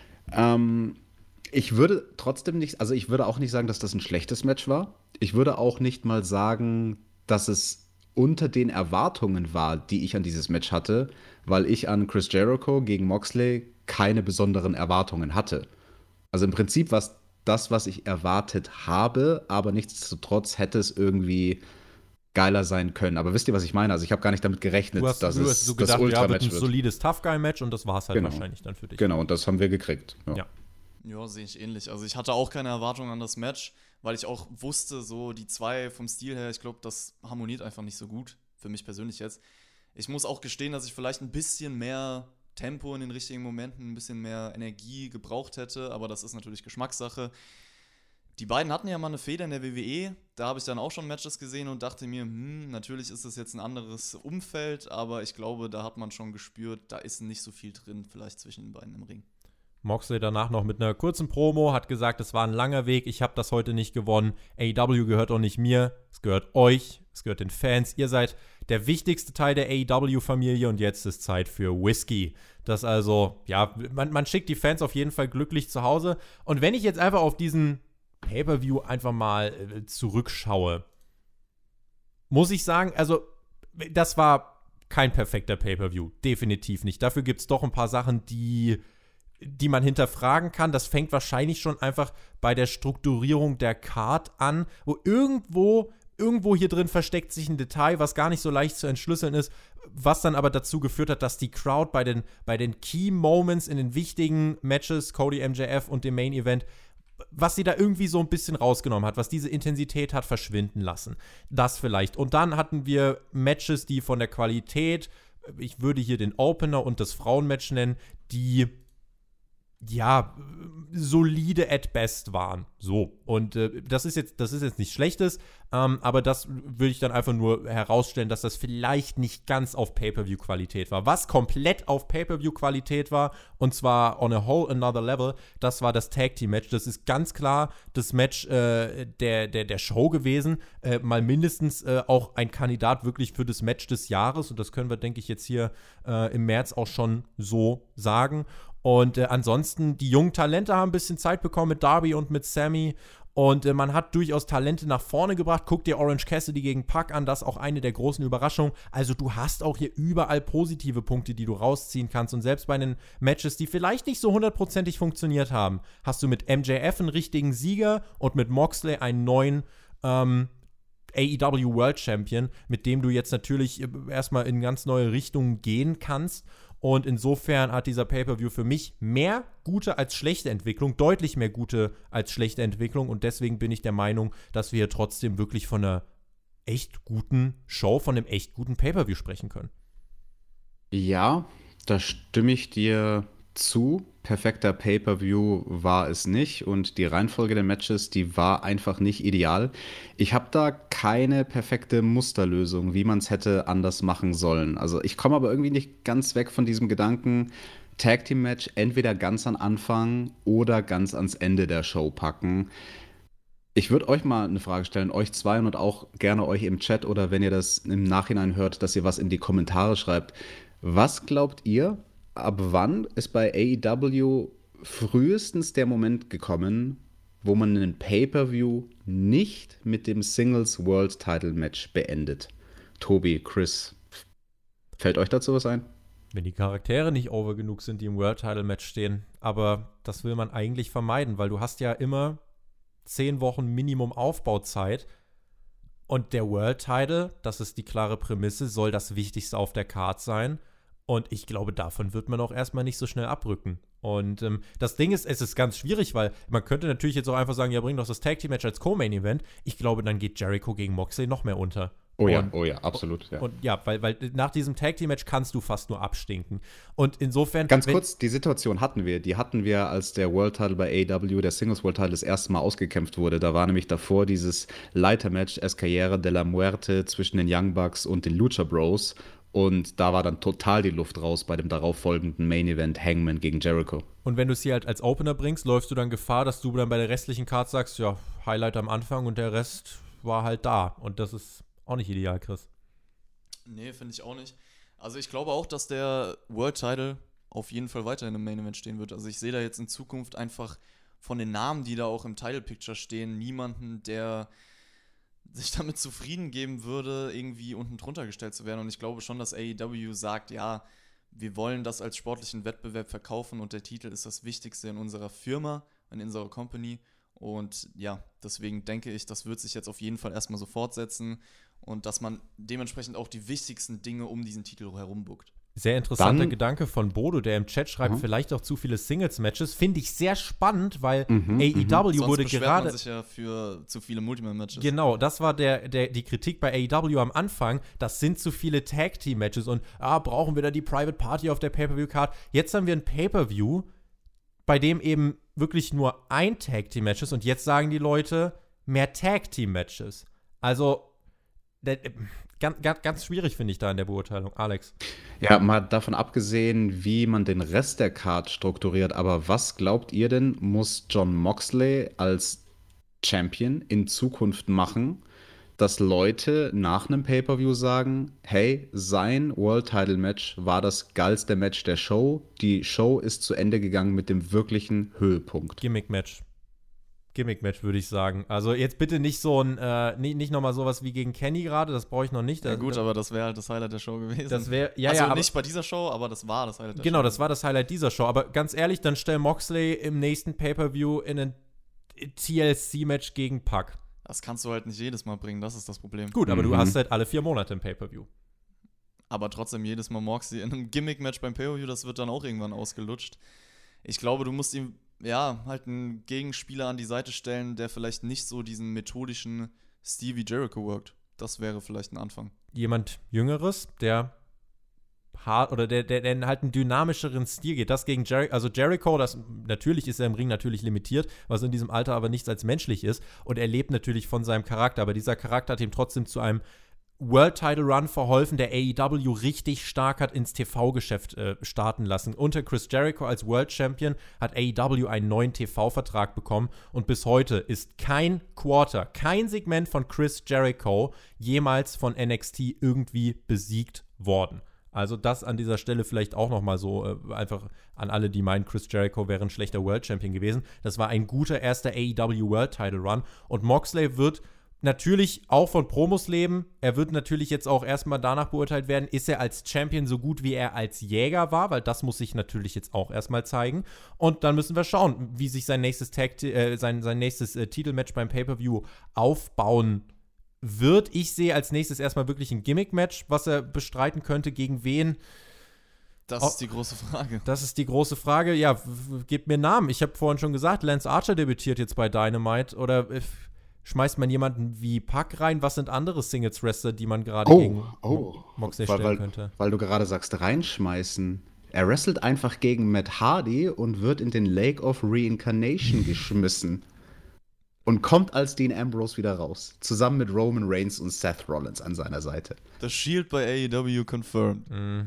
Ich würde trotzdem nicht, also ich würde auch nicht sagen, dass das ein schlechtes Match war. Ich würde auch nicht mal sagen, dass es unter den Erwartungen war, die ich an dieses Match hatte, weil ich an Chris Jericho gegen Moxley keine besonderen Erwartungen hatte. Also im Prinzip war es das, was ich erwartet habe, aber nichtsdestotrotz hätte es irgendwie geiler sein können. Aber wisst ihr, was ich meine? Also ich habe gar nicht damit gerechnet, dass es so gedacht, das Ultra-Match ein wird. solides Tough-Guy-Match und das war es halt Genau. wahrscheinlich dann für dich. Genau, und das haben wir gekriegt. Ja. Ja, sehe ich ähnlich. Also ich hatte auch keine Erwartungen an das Match, weil ich auch wusste, so die zwei vom Stil her, ich glaube, das harmoniert einfach nicht so gut. für mich persönlich jetzt. Ich muss auch gestehen, dass ich vielleicht ein bisschen mehr Tempo in den richtigen Momenten, ein bisschen mehr Energie gebraucht hätte, aber das ist natürlich Geschmackssache. Die beiden hatten ja mal eine Fehde in der WWE, da habe ich dann auch schon Matches gesehen und dachte mir, natürlich ist das jetzt ein anderes Umfeld, aber ich glaube, da hat man schon gespürt, da ist nicht so viel drin, vielleicht zwischen den beiden im Ring. Moxley danach noch mit einer kurzen Promo, hat gesagt, es war ein langer Weg, ich habe das heute nicht gewonnen. AEW gehört auch nicht mir, es gehört euch, es gehört den Fans. Ihr seid der wichtigste Teil der AEW-Familie und jetzt ist Zeit für Whisky. Das also, ja, man schickt die Fans auf jeden Fall glücklich zu Hause. Und wenn ich jetzt einfach auf diesen Pay-Per-View einfach mal zurückschaue, muss ich sagen, also das war kein perfekter Pay-Per-View, definitiv nicht. Dafür gibt es doch ein paar Sachen, die man hinterfragen kann. Das fängt wahrscheinlich schon einfach bei der Strukturierung der Card an, wo irgendwo hier drin versteckt sich ein Detail, was gar nicht so leicht zu entschlüsseln ist, was dann aber dazu geführt hat, dass die Crowd bei den Key Moments in den wichtigen Matches, Cody MJF und dem Main Event, was sie da irgendwie so ein bisschen rausgenommen hat, was diese Intensität hat verschwinden lassen. Das vielleicht. Und dann hatten wir Matches, die von der Qualität, ich würde hier den Opener und das Frauenmatch nennen, die ja, solide at best waren. So. Und das ist jetzt nichts Schlechtes, aber das würde ich dann einfach nur herausstellen, dass das vielleicht nicht ganz auf Pay-Per-View-Qualität war. Was komplett auf Pay-Per-View-Qualität war, und zwar on a whole another level, das war das Tag-Team-Match. Das ist ganz klar das Match der Show gewesen. Mal mindestens auch ein Kandidat wirklich für das Match des Jahres. Und das können wir, denke ich, jetzt hier im März auch schon so sagen. Und ansonsten, die jungen Talente haben ein bisschen Zeit bekommen mit Darby und mit Sammy. Und man hat durchaus Talente nach vorne gebracht. Guck dir Orange Cassidy gegen Pac an, das ist auch eine der großen Überraschungen. Also du hast auch hier überall positive Punkte, die du rausziehen kannst. Und selbst bei den Matches, die vielleicht nicht so hundertprozentig funktioniert haben, hast du mit MJF einen richtigen Sieger und mit Moxley einen neuen AEW World Champion, mit dem du jetzt natürlich erstmal in ganz neue Richtungen gehen kannst. Und insofern hat dieser Pay-Per-View für mich mehr gute als schlechte Entwicklung, deutlich mehr gute als schlechte Entwicklung. Und deswegen bin ich der Meinung, dass wir hier trotzdem wirklich von einer echt guten Show, von einem echt guten Pay-Per-View sprechen können. Ja, da stimme ich dir zu. Perfekter Pay-Per-View war es nicht und die Reihenfolge der Matches, die war einfach nicht ideal. Ich habe da keine perfekte Musterlösung, wie man es hätte anders machen sollen. Also ich komme aber irgendwie nicht ganz weg von diesem Gedanken, Tag-Team-Match entweder ganz an Anfang oder ganz ans Ende der Show packen. Ich würde euch mal eine Frage stellen, euch zwei und auch gerne euch im Chat oder wenn ihr das im Nachhinein hört, dass ihr was in die Kommentare schreibt. Was glaubt ihr, ab wann ist bei AEW frühestens der Moment gekommen, wo man einen Pay-Per-View nicht mit dem Singles World Title Match beendet? Tobi, Chris, fällt euch dazu was ein? Wenn die Charaktere nicht over genug sind, die im World Title Match stehen. Aber das will man eigentlich vermeiden, weil du hast ja immer 10 Wochen Minimum Aufbauzeit. Und der World Title, das ist die klare Prämisse, soll das Wichtigste auf der Card sein. Und ich glaube, davon wird man auch erstmal nicht so schnell abrücken. Und das Ding ist, es ist ganz schwierig, weil man könnte natürlich jetzt auch einfach sagen, ja, bring doch das Tag-Team-Match als Co-Main-Event. Ich glaube, dann geht Jericho gegen Moxley noch mehr unter. Oh ja, absolut. Ja. Und ja, weil nach diesem Tag-Team-Match kannst du fast nur abstinken. Und insofern. Ganz kurz, die Situation hatten wir. Die hatten wir, als der World Title bei AEW, der Singles World Title, das erste Mal ausgekämpft wurde. Da war nämlich davor dieses Leiter-Match Escalera de la Muerte zwischen den Young Bucks und den Lucha Bros. Und da war dann total die Luft raus bei dem darauffolgenden Main-Event Hangman gegen Jericho. Und wenn du es hier halt als Opener bringst, läufst du dann Gefahr, dass du dann bei der restlichen Card sagst, ja, Highlight am Anfang und der Rest war halt da. Und das ist auch nicht ideal, Chris. Nee, finde ich auch nicht. Also ich glaube auch, dass der World Title auf jeden Fall weiterhin im Main Event stehen wird. Also ich sehe da jetzt in Zukunft einfach von den Namen, die da auch im Title Picture stehen, niemanden, der sich damit zufrieden geben würde, irgendwie unten drunter gestellt zu werden. Und ich glaube schon, dass AEW sagt, ja, wir wollen das als sportlichen Wettbewerb verkaufen und der Titel ist das Wichtigste in unserer Firma, in unserer Company. Und ja, deswegen denke ich, das wird sich jetzt auf jeden Fall erstmal so fortsetzen und dass man dementsprechend auch die wichtigsten Dinge um diesen Titel herum bookt. Sehr interessanter Dann- Gedanke von Bodo, der im Chat schreibt, vielleicht auch zu viele Singles-Matches. Finde ich sehr spannend, weil AEW Sonst wurde beschwert gerade. man sich ja für zu viele Multiman-Matches. Genau, das war die Kritik bei AEW am Anfang. Das sind zu viele Tag-Team-Matches und brauchen wir da die Private Party auf der Pay-Per-View-Card. Jetzt haben wir ein Pay-Per-View, bei dem eben wirklich nur ein Tag-Team-Match ist und jetzt sagen die Leute mehr Tag-Team-Matches. Also, ganz schwierig finde ich da in der Beurteilung. Alex. Ja, mal davon abgesehen, wie man den Rest der Card strukturiert, aber was glaubt ihr denn, muss Jon Moxley als Champion in Zukunft machen, dass Leute nach einem Pay-Per-View sagen, hey, sein World-Title-Match war das geilste Match der Show, die Show ist zu Ende gegangen mit dem wirklichen Höhepunkt. Gimmick-Match, würde ich sagen. Also jetzt bitte nicht so ein, nicht nochmal sowas wie gegen Kenny gerade, das brauche ich noch nicht. Ja gut, aber das wäre halt das Highlight der Show gewesen. Das wäre, also aber nicht bei dieser Show, aber das war das Highlight der Show. genau, das war das Highlight dieser Show. Aber ganz ehrlich, dann stell Moxley im nächsten Pay-Per-View in ein TLC-Match gegen Pac. Das kannst du halt nicht jedes Mal bringen, das ist das Problem. Gut, aber du hast halt alle 4 Monate im Pay-Per-View. Aber trotzdem jedes Mal Moxley in einem Gimmick-Match beim Pay-Per-View, das wird dann auch irgendwann ausgelutscht. Ich glaube, du musst ihm halt einen Gegenspieler an die Seite stellen, der vielleicht nicht so diesen methodischen Stevie Jericho workt. Das wäre vielleicht ein Anfang. Jemand Jüngeres, der hart oder der halt einen dynamischeren Stil geht. Das gegen Jericho, also Jericho, das natürlich ist er im Ring natürlich limitiert, was in diesem Alter aber nichts als menschlich ist. Und er lebt natürlich von seinem Charakter, aber dieser Charakter hat ihm trotzdem zu einem World-Title-Run verholfen, der AEW richtig stark hat ins TV-Geschäft starten lassen. Unter Chris Jericho als World Champion hat AEW einen neuen TV-Vertrag bekommen und bis heute ist kein Quarter, kein Segment von Chris Jericho jemals von NXT irgendwie besiegt worden. Also das an dieser Stelle vielleicht auch noch mal so einfach an alle, die meinen, Chris Jericho wäre ein schlechter World Champion gewesen. Das war ein guter erster AEW World Title Run und Moxley wird natürlich auch von Promos leben. Er wird natürlich jetzt auch erstmal danach beurteilt werden, ist er als Champion so gut, wie er als Jäger war, weil das muss sich natürlich jetzt auch erstmal zeigen. Und dann müssen wir schauen, wie sich sein nächstes Titelmatch beim Pay-Per-View aufbauen wird. Ich sehe als nächstes erstmal wirklich ein Gimmick-Match, was er bestreiten könnte, gegen wen. Das ist die große Frage. Das ist die große Frage. Ja, gebt mir Namen. Ich habe vorhin schon gesagt, Lance Archer debütiert jetzt bei Dynamite. Oder schmeißt man jemanden wie Pac rein? Was sind andere Singles-Wrestler, die man gerade gegen Moxley stellen könnte? Weil du gerade sagst, reinschmeißen. Er wrestelt einfach gegen Matt Hardy und wird in den Lake of Reincarnation geschmissen. Und kommt als Dean Ambrose wieder raus. Zusammen mit Roman Reigns und Seth Rollins an seiner Seite. Das Shield bei AEW confirmed.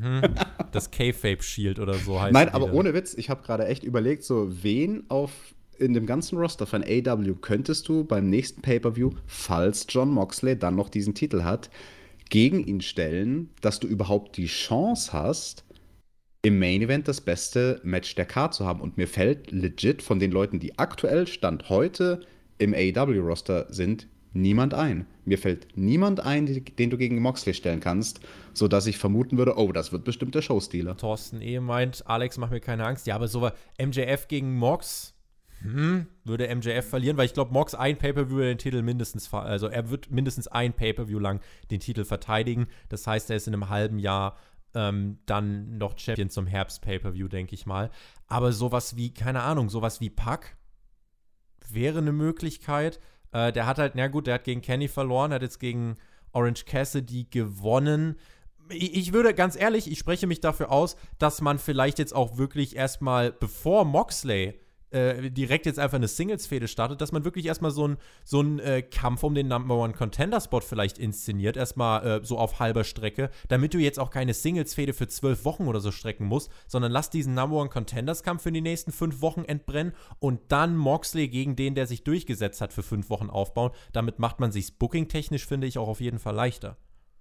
Das Kayfabe-Shield oder so heißt es. Nein, aber ohne Witz, ich habe gerade echt überlegt, so wen in dem ganzen Roster von AEW könntest du beim nächsten Pay-Per-View, falls Jon Moxley dann noch diesen Titel hat, gegen ihn stellen, dass du überhaupt die Chance hast, im Main Event das beste Match der Card zu haben. Und mir fällt legit von den Leuten, die aktuell Stand heute im AEW-Roster sind, niemand ein. Mir fällt niemand ein, den du gegen Moxley stellen kannst, sodass ich vermuten würde, das wird bestimmt der Showstealer. Thorsten meint, Alex, mach mir keine Angst. Ja, aber so war MJF gegen Mox, würde MJF verlieren, weil ich glaube, Mox ein Pay-Per-View den Titel also er wird mindestens ein Pay-Per-View lang den Titel verteidigen. Das heißt, er ist in einem halben Jahr dann noch Champion zum Herbst-Pay-Per-View, denke ich mal. Aber sowas wie, keine Ahnung, sowas wie Pac wäre eine Möglichkeit. Der hat halt, der hat gegen Kenny verloren, hat jetzt gegen Orange Cassidy gewonnen. Ich würde, ganz ehrlich, ich spreche mich dafür aus, dass man vielleicht jetzt auch wirklich erstmal, bevor Moxley direkt jetzt einfach eine Singles-Fehde startet, dass man wirklich erstmal so einen Kampf um den Number-One-Contender-Spot vielleicht inszeniert, erstmal so auf halber Strecke, damit du jetzt auch keine Singles-Fehde für 12 Wochen oder so strecken musst, sondern lass diesen Number-One-Contenders-Kampf für die nächsten 5 Wochen entbrennen und dann Moxley gegen den, der sich durchgesetzt hat, für 5 Wochen aufbauen. Damit macht man sich's booking-technisch, finde ich, auch auf jeden Fall leichter.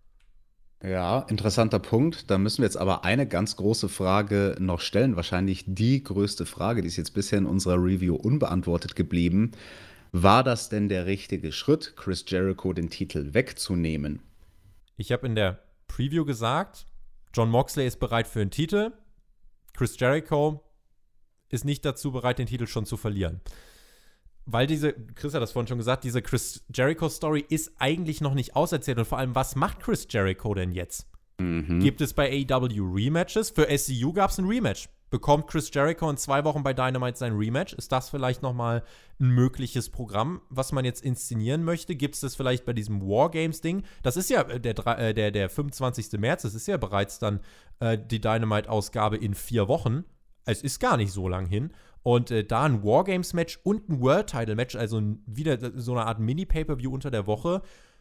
Ja, interessanter Punkt. Da müssen wir jetzt aber eine ganz große Frage noch stellen. Wahrscheinlich die größte Frage, die ist jetzt bisher in unserer Review unbeantwortet geblieben. War das denn der richtige Schritt, Chris Jericho den Titel wegzunehmen? Ich habe in der Preview gesagt, Jon Moxley ist bereit für einen Titel. Chris Jericho ist nicht dazu bereit, den Titel schon zu verlieren. Weil Chris hat das vorhin schon gesagt, diese Chris Jericho-Story ist eigentlich noch nicht auserzählt. Und vor allem, was macht Chris Jericho denn jetzt? Gibt es bei AEW Rematches? Für SCU gab es ein Rematch. Bekommt Chris Jericho in 2 Wochen bei Dynamite sein Rematch? Ist das vielleicht nochmal ein mögliches Programm, was man jetzt inszenieren möchte? Gibt es das vielleicht bei diesem Wargames-Ding? Das ist ja der 25. März, das ist ja bereits dann die Dynamite-Ausgabe in 4 Wochen. Es ist gar nicht so lang hin. Und da ein Wargames-Match und ein World-Title-Match, also wieder so eine Art Mini-Pay-Per-View unter der Woche,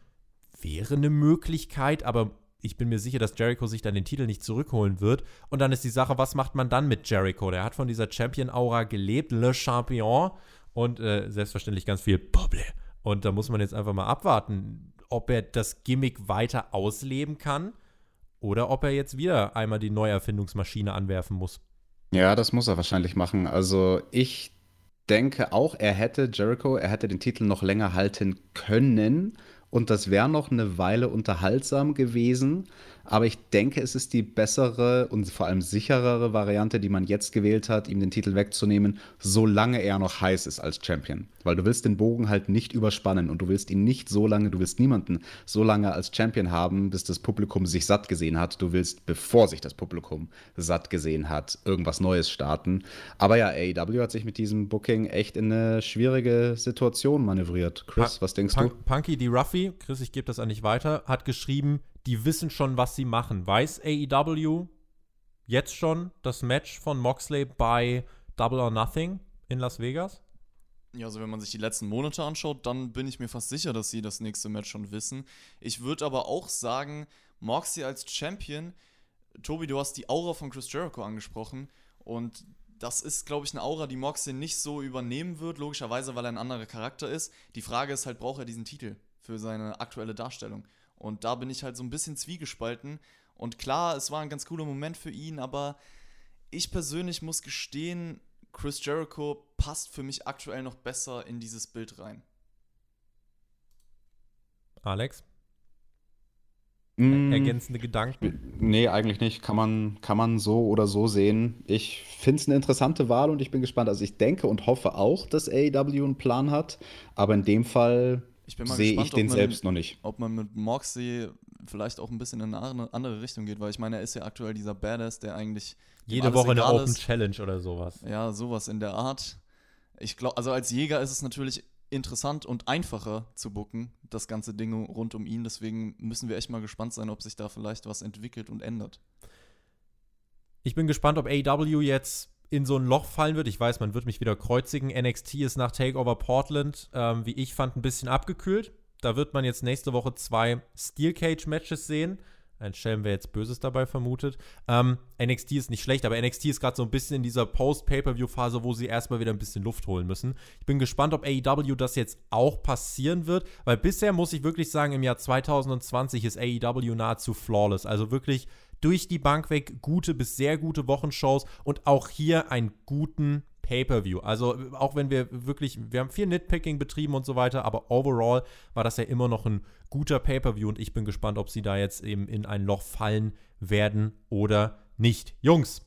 wäre eine Möglichkeit, aber ich bin mir sicher, dass Jericho sich dann den Titel nicht zurückholen wird. Und dann ist die Sache, was macht man dann mit Jericho? Der hat von dieser Champion-Aura gelebt, Le Champion, und selbstverständlich ganz viel Bubble. Und da muss man jetzt einfach mal abwarten, ob er das Gimmick weiter ausleben kann oder ob er jetzt wieder einmal die Neuerfindungsmaschine anwerfen muss. Ja, das muss er wahrscheinlich machen. Also ich denke auch, er hätte den Titel noch länger halten können und das wäre noch eine Weile unterhaltsam gewesen. Aber ich denke, es ist die bessere und vor allem sicherere Variante, die man jetzt gewählt hat, ihm den Titel wegzunehmen, solange er noch heiß ist als Champion. Weil du willst den Bogen halt nicht überspannen und du willst niemanden so lange als Champion haben, bis das Publikum sich satt gesehen hat. Du willst, bevor sich das Publikum satt gesehen hat, irgendwas Neues starten. Aber ja, AEW hat sich mit diesem Booking echt in eine schwierige Situation manövriert. Chris, was denkst du? Punky D. Ruffy, Chris, ich gebe das an dich weiter, hat geschrieben, die wissen schon, was sie machen. Weiß AEW jetzt schon das Match von Moxley bei Double or Nothing in Las Vegas? Ja, also wenn man sich die letzten Monate anschaut, dann bin ich mir fast sicher, dass sie das nächste Match schon wissen. Ich würde aber auch sagen, Moxley als Champion, Tobi, du hast die Aura von Chris Jericho angesprochen und das ist, glaube ich, eine Aura, die Moxley nicht so übernehmen wird, logischerweise, weil er ein anderer Charakter ist. Die Frage ist halt, braucht er diesen Titel für seine aktuelle Darstellung? Und da bin ich halt so ein bisschen zwiegespalten. Und klar, es war ein ganz cooler Moment für ihn, aber ich persönlich muss gestehen, Chris Jericho passt für mich aktuell noch besser in dieses Bild rein. Alex? Ergänzende Gedanken? Nee, eigentlich nicht. Kann man so oder so sehen. Ich finde es eine interessante Wahl und ich bin gespannt. Also ich denke und hoffe auch, dass AEW einen Plan hat, aber in dem Fall sehe ich den selbst noch nicht. Ob man mit Moxley vielleicht auch ein bisschen in eine andere Richtung geht, weil ich meine, er ist ja aktuell dieser Badass, der eigentlich jede Woche eine Open Challenge oder sowas. Ja, sowas in der Art. Ich glaube, also als Jäger ist es natürlich interessant und einfacher zu booken, das ganze Ding rund um ihn. Deswegen müssen wir echt mal gespannt sein, ob sich da vielleicht was entwickelt und ändert. Ich bin gespannt, ob AEW jetzt in so ein Loch fallen wird. Ich weiß, man wird mich wieder kreuzigen. NXT ist nach Takeover Portland, wie ich fand, ein bisschen abgekühlt. Da wird man jetzt nächste Woche 2 Steel Cage Matches sehen. Ein Schelm, wer jetzt Böses dabei vermutet. NXT ist nicht schlecht, aber NXT ist gerade so ein bisschen in dieser Post-Pay-Per-View-Phase, wo sie erstmal wieder ein bisschen Luft holen müssen. Ich bin gespannt, ob AEW das jetzt auch passieren wird, weil bisher muss ich wirklich sagen, im Jahr 2020 ist AEW nahezu flawless. Also wirklich durch die Bank weg gute bis sehr gute Wochenshows und auch hier einen guten Pay-Per-View. Also auch wenn wir haben viel Nitpicking betrieben und so weiter, aber overall war das ja immer noch ein guter Pay-Per-View und ich bin gespannt, ob sie da jetzt eben in ein Loch fallen werden oder nicht. Jungs,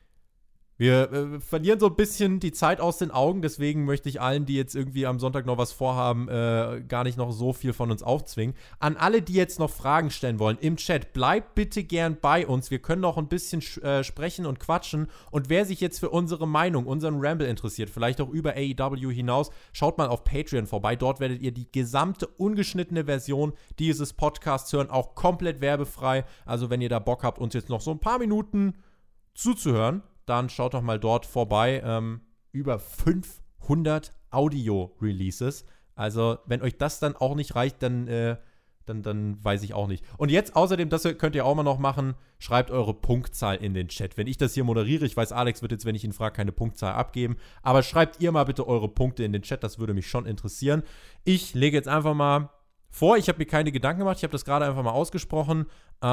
wir verlieren so ein bisschen die Zeit aus den Augen, deswegen möchte ich allen, die jetzt irgendwie am Sonntag noch was vorhaben, gar nicht noch so viel von uns aufzwingen. An alle, die jetzt noch Fragen stellen wollen im Chat, bleibt bitte gern bei uns. Wir können noch ein bisschen sprechen und quatschen. Und wer sich jetzt für unsere Meinung, unseren Ramble interessiert, vielleicht auch über AEW hinaus, schaut mal auf Patreon vorbei. Dort werdet ihr die gesamte ungeschnittene Version dieses Podcasts hören, auch komplett werbefrei. Also wenn ihr da Bock habt, uns jetzt noch so ein paar Minuten zuzuhören, dann schaut doch mal dort vorbei. Über 500 Audio-Releases. Also, wenn euch das dann auch nicht reicht, dann weiß ich auch nicht. Und jetzt außerdem, das könnt ihr auch mal noch machen, schreibt eure Punktzahl in den Chat. Wenn ich das hier moderiere, ich weiß, Alex wird jetzt, wenn ich ihn frage, keine Punktzahl abgeben, aber schreibt ihr mal bitte eure Punkte in den Chat, das würde mich schon interessieren. Ich lege jetzt einfach mal vor, ich habe mir keine Gedanken gemacht, ich habe das gerade einfach mal ausgesprochen.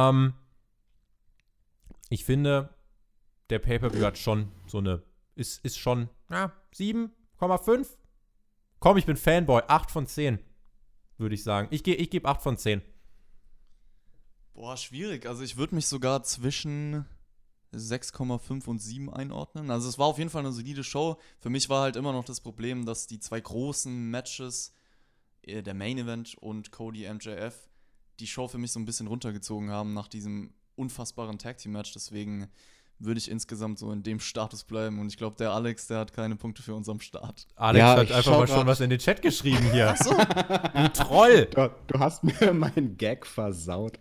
Ich finde, der Pay-Per-View hat schon so eine, ist schon, 7,5. Komm, ich bin Fanboy, 8 von 10, würde ich sagen. Ich gebe 8 von 10. Boah, schwierig. Also ich würde mich sogar zwischen 6,5 und 7 einordnen. Also es war auf jeden Fall eine solide Show. Für mich war halt immer noch das Problem, dass die 2 großen Matches, der Main Event und Cody MJF, die Show für mich so ein bisschen runtergezogen haben nach diesem unfassbaren Tag-Team-Match, deswegen würde ich insgesamt so in dem Status bleiben. Und ich glaube, der Alex, der hat keine Punkte für uns am Start. Alex hat einfach mal schon was in den Chat geschrieben hier. Ach so. Du Troll! Du hast mir meinen Gag versaut.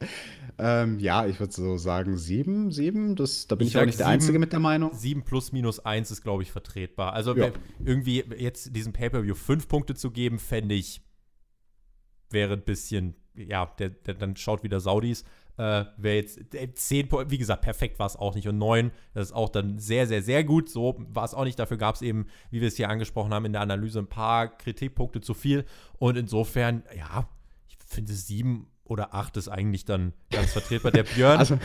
Ja, ich würde so sagen 7. Da bin ich auch nicht der Einzige mit der Meinung. 7 plus minus 1 ist, glaube ich, vertretbar. Also Ja. irgendwie jetzt diesem Pay-Per-View 5 Punkte zu geben, fände ich, wäre ein bisschen, ja, der dann schaut wieder Saudis. Wäre jetzt 10 Punkte, wie gesagt, perfekt war es auch nicht. Und 9, das ist auch dann sehr, sehr, sehr gut. So war es auch nicht. Dafür gab es eben, wie wir es hier angesprochen haben, in der Analyse ein paar Kritikpunkte zu viel. Und insofern, ja, ich finde 7 oder 8 ist eigentlich dann ganz vertretbar. Der Björn. Also,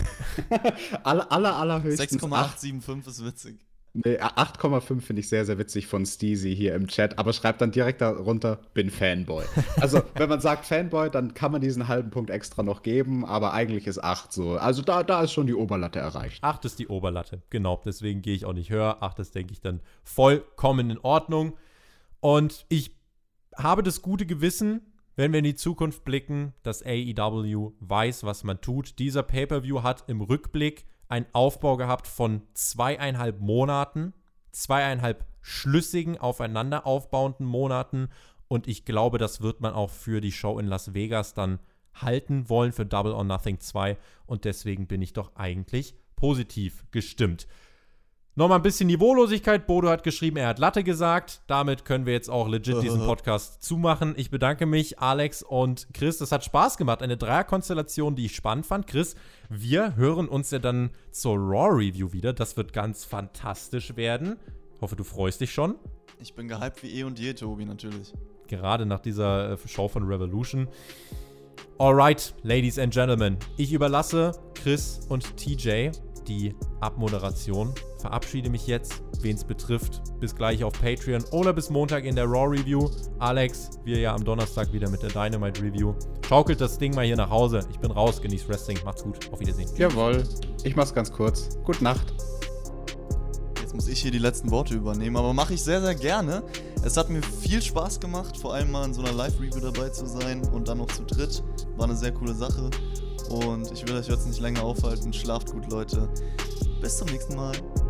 allerhöchstens 6,875 ist witzig. Nee, 8,5 finde ich sehr, sehr witzig von Steezy hier im Chat, aber schreibt dann direkt darunter, bin Fanboy. Also, wenn man sagt Fanboy, dann kann man diesen halben Punkt extra noch geben, aber eigentlich ist 8 so. Also, da ist schon die Oberlatte erreicht. 8 ist die Oberlatte, genau. Deswegen gehe ich auch nicht höher. 8 ist, denke ich, dann vollkommen in Ordnung. Und ich habe das gute Gewissen, wenn wir in die Zukunft blicken, dass AEW weiß, was man tut. Dieser Pay-Per-View hat im Rückblick einen Aufbau gehabt von 2,5 Monaten, 2,5 schlüssigen, aufeinander aufbauenden Monaten. Und ich glaube, das wird man auch für die Show in Las Vegas dann halten wollen, für Double or Nothing 2. Und deswegen bin ich doch eigentlich positiv gestimmt. Nochmal ein bisschen Niveaulosigkeit. Bodo hat geschrieben, er hat Latte gesagt. Damit können wir jetzt auch legit diesen Podcast zumachen. Ich bedanke mich, Alex und Chris. Das hat Spaß gemacht. Eine Dreierkonstellation, die ich spannend fand. Chris, wir hören uns ja dann zur Raw-Review wieder. Das wird ganz fantastisch werden. Ich hoffe, du freust dich schon. Ich bin gehypt wie eh und je, Tobi, natürlich. Gerade nach dieser Show von Revolution. Alright, Ladies and Gentlemen. Ich überlasse Chris und TJ die Abmoderation. Verabschiede mich jetzt, wen es betrifft. Bis gleich auf Patreon oder bis Montag in der Raw-Review. Alex, wir ja am Donnerstag wieder mit der Dynamite-Review. Schaukelt das Ding mal hier nach Hause. Ich bin raus, genießt Wrestling. Macht's gut. Auf Wiedersehen. Jawohl. Ich mach's ganz kurz. Gute Nacht. Jetzt muss ich hier die letzten Worte übernehmen, aber mache ich sehr, sehr gerne. Es hat mir viel Spaß gemacht, vor allem mal in so einer Live-Review dabei zu sein und dann noch zu dritt. War eine sehr coole Sache. Und ich will euch jetzt nicht länger aufhalten. Schlaft gut, Leute. Bis zum nächsten Mal.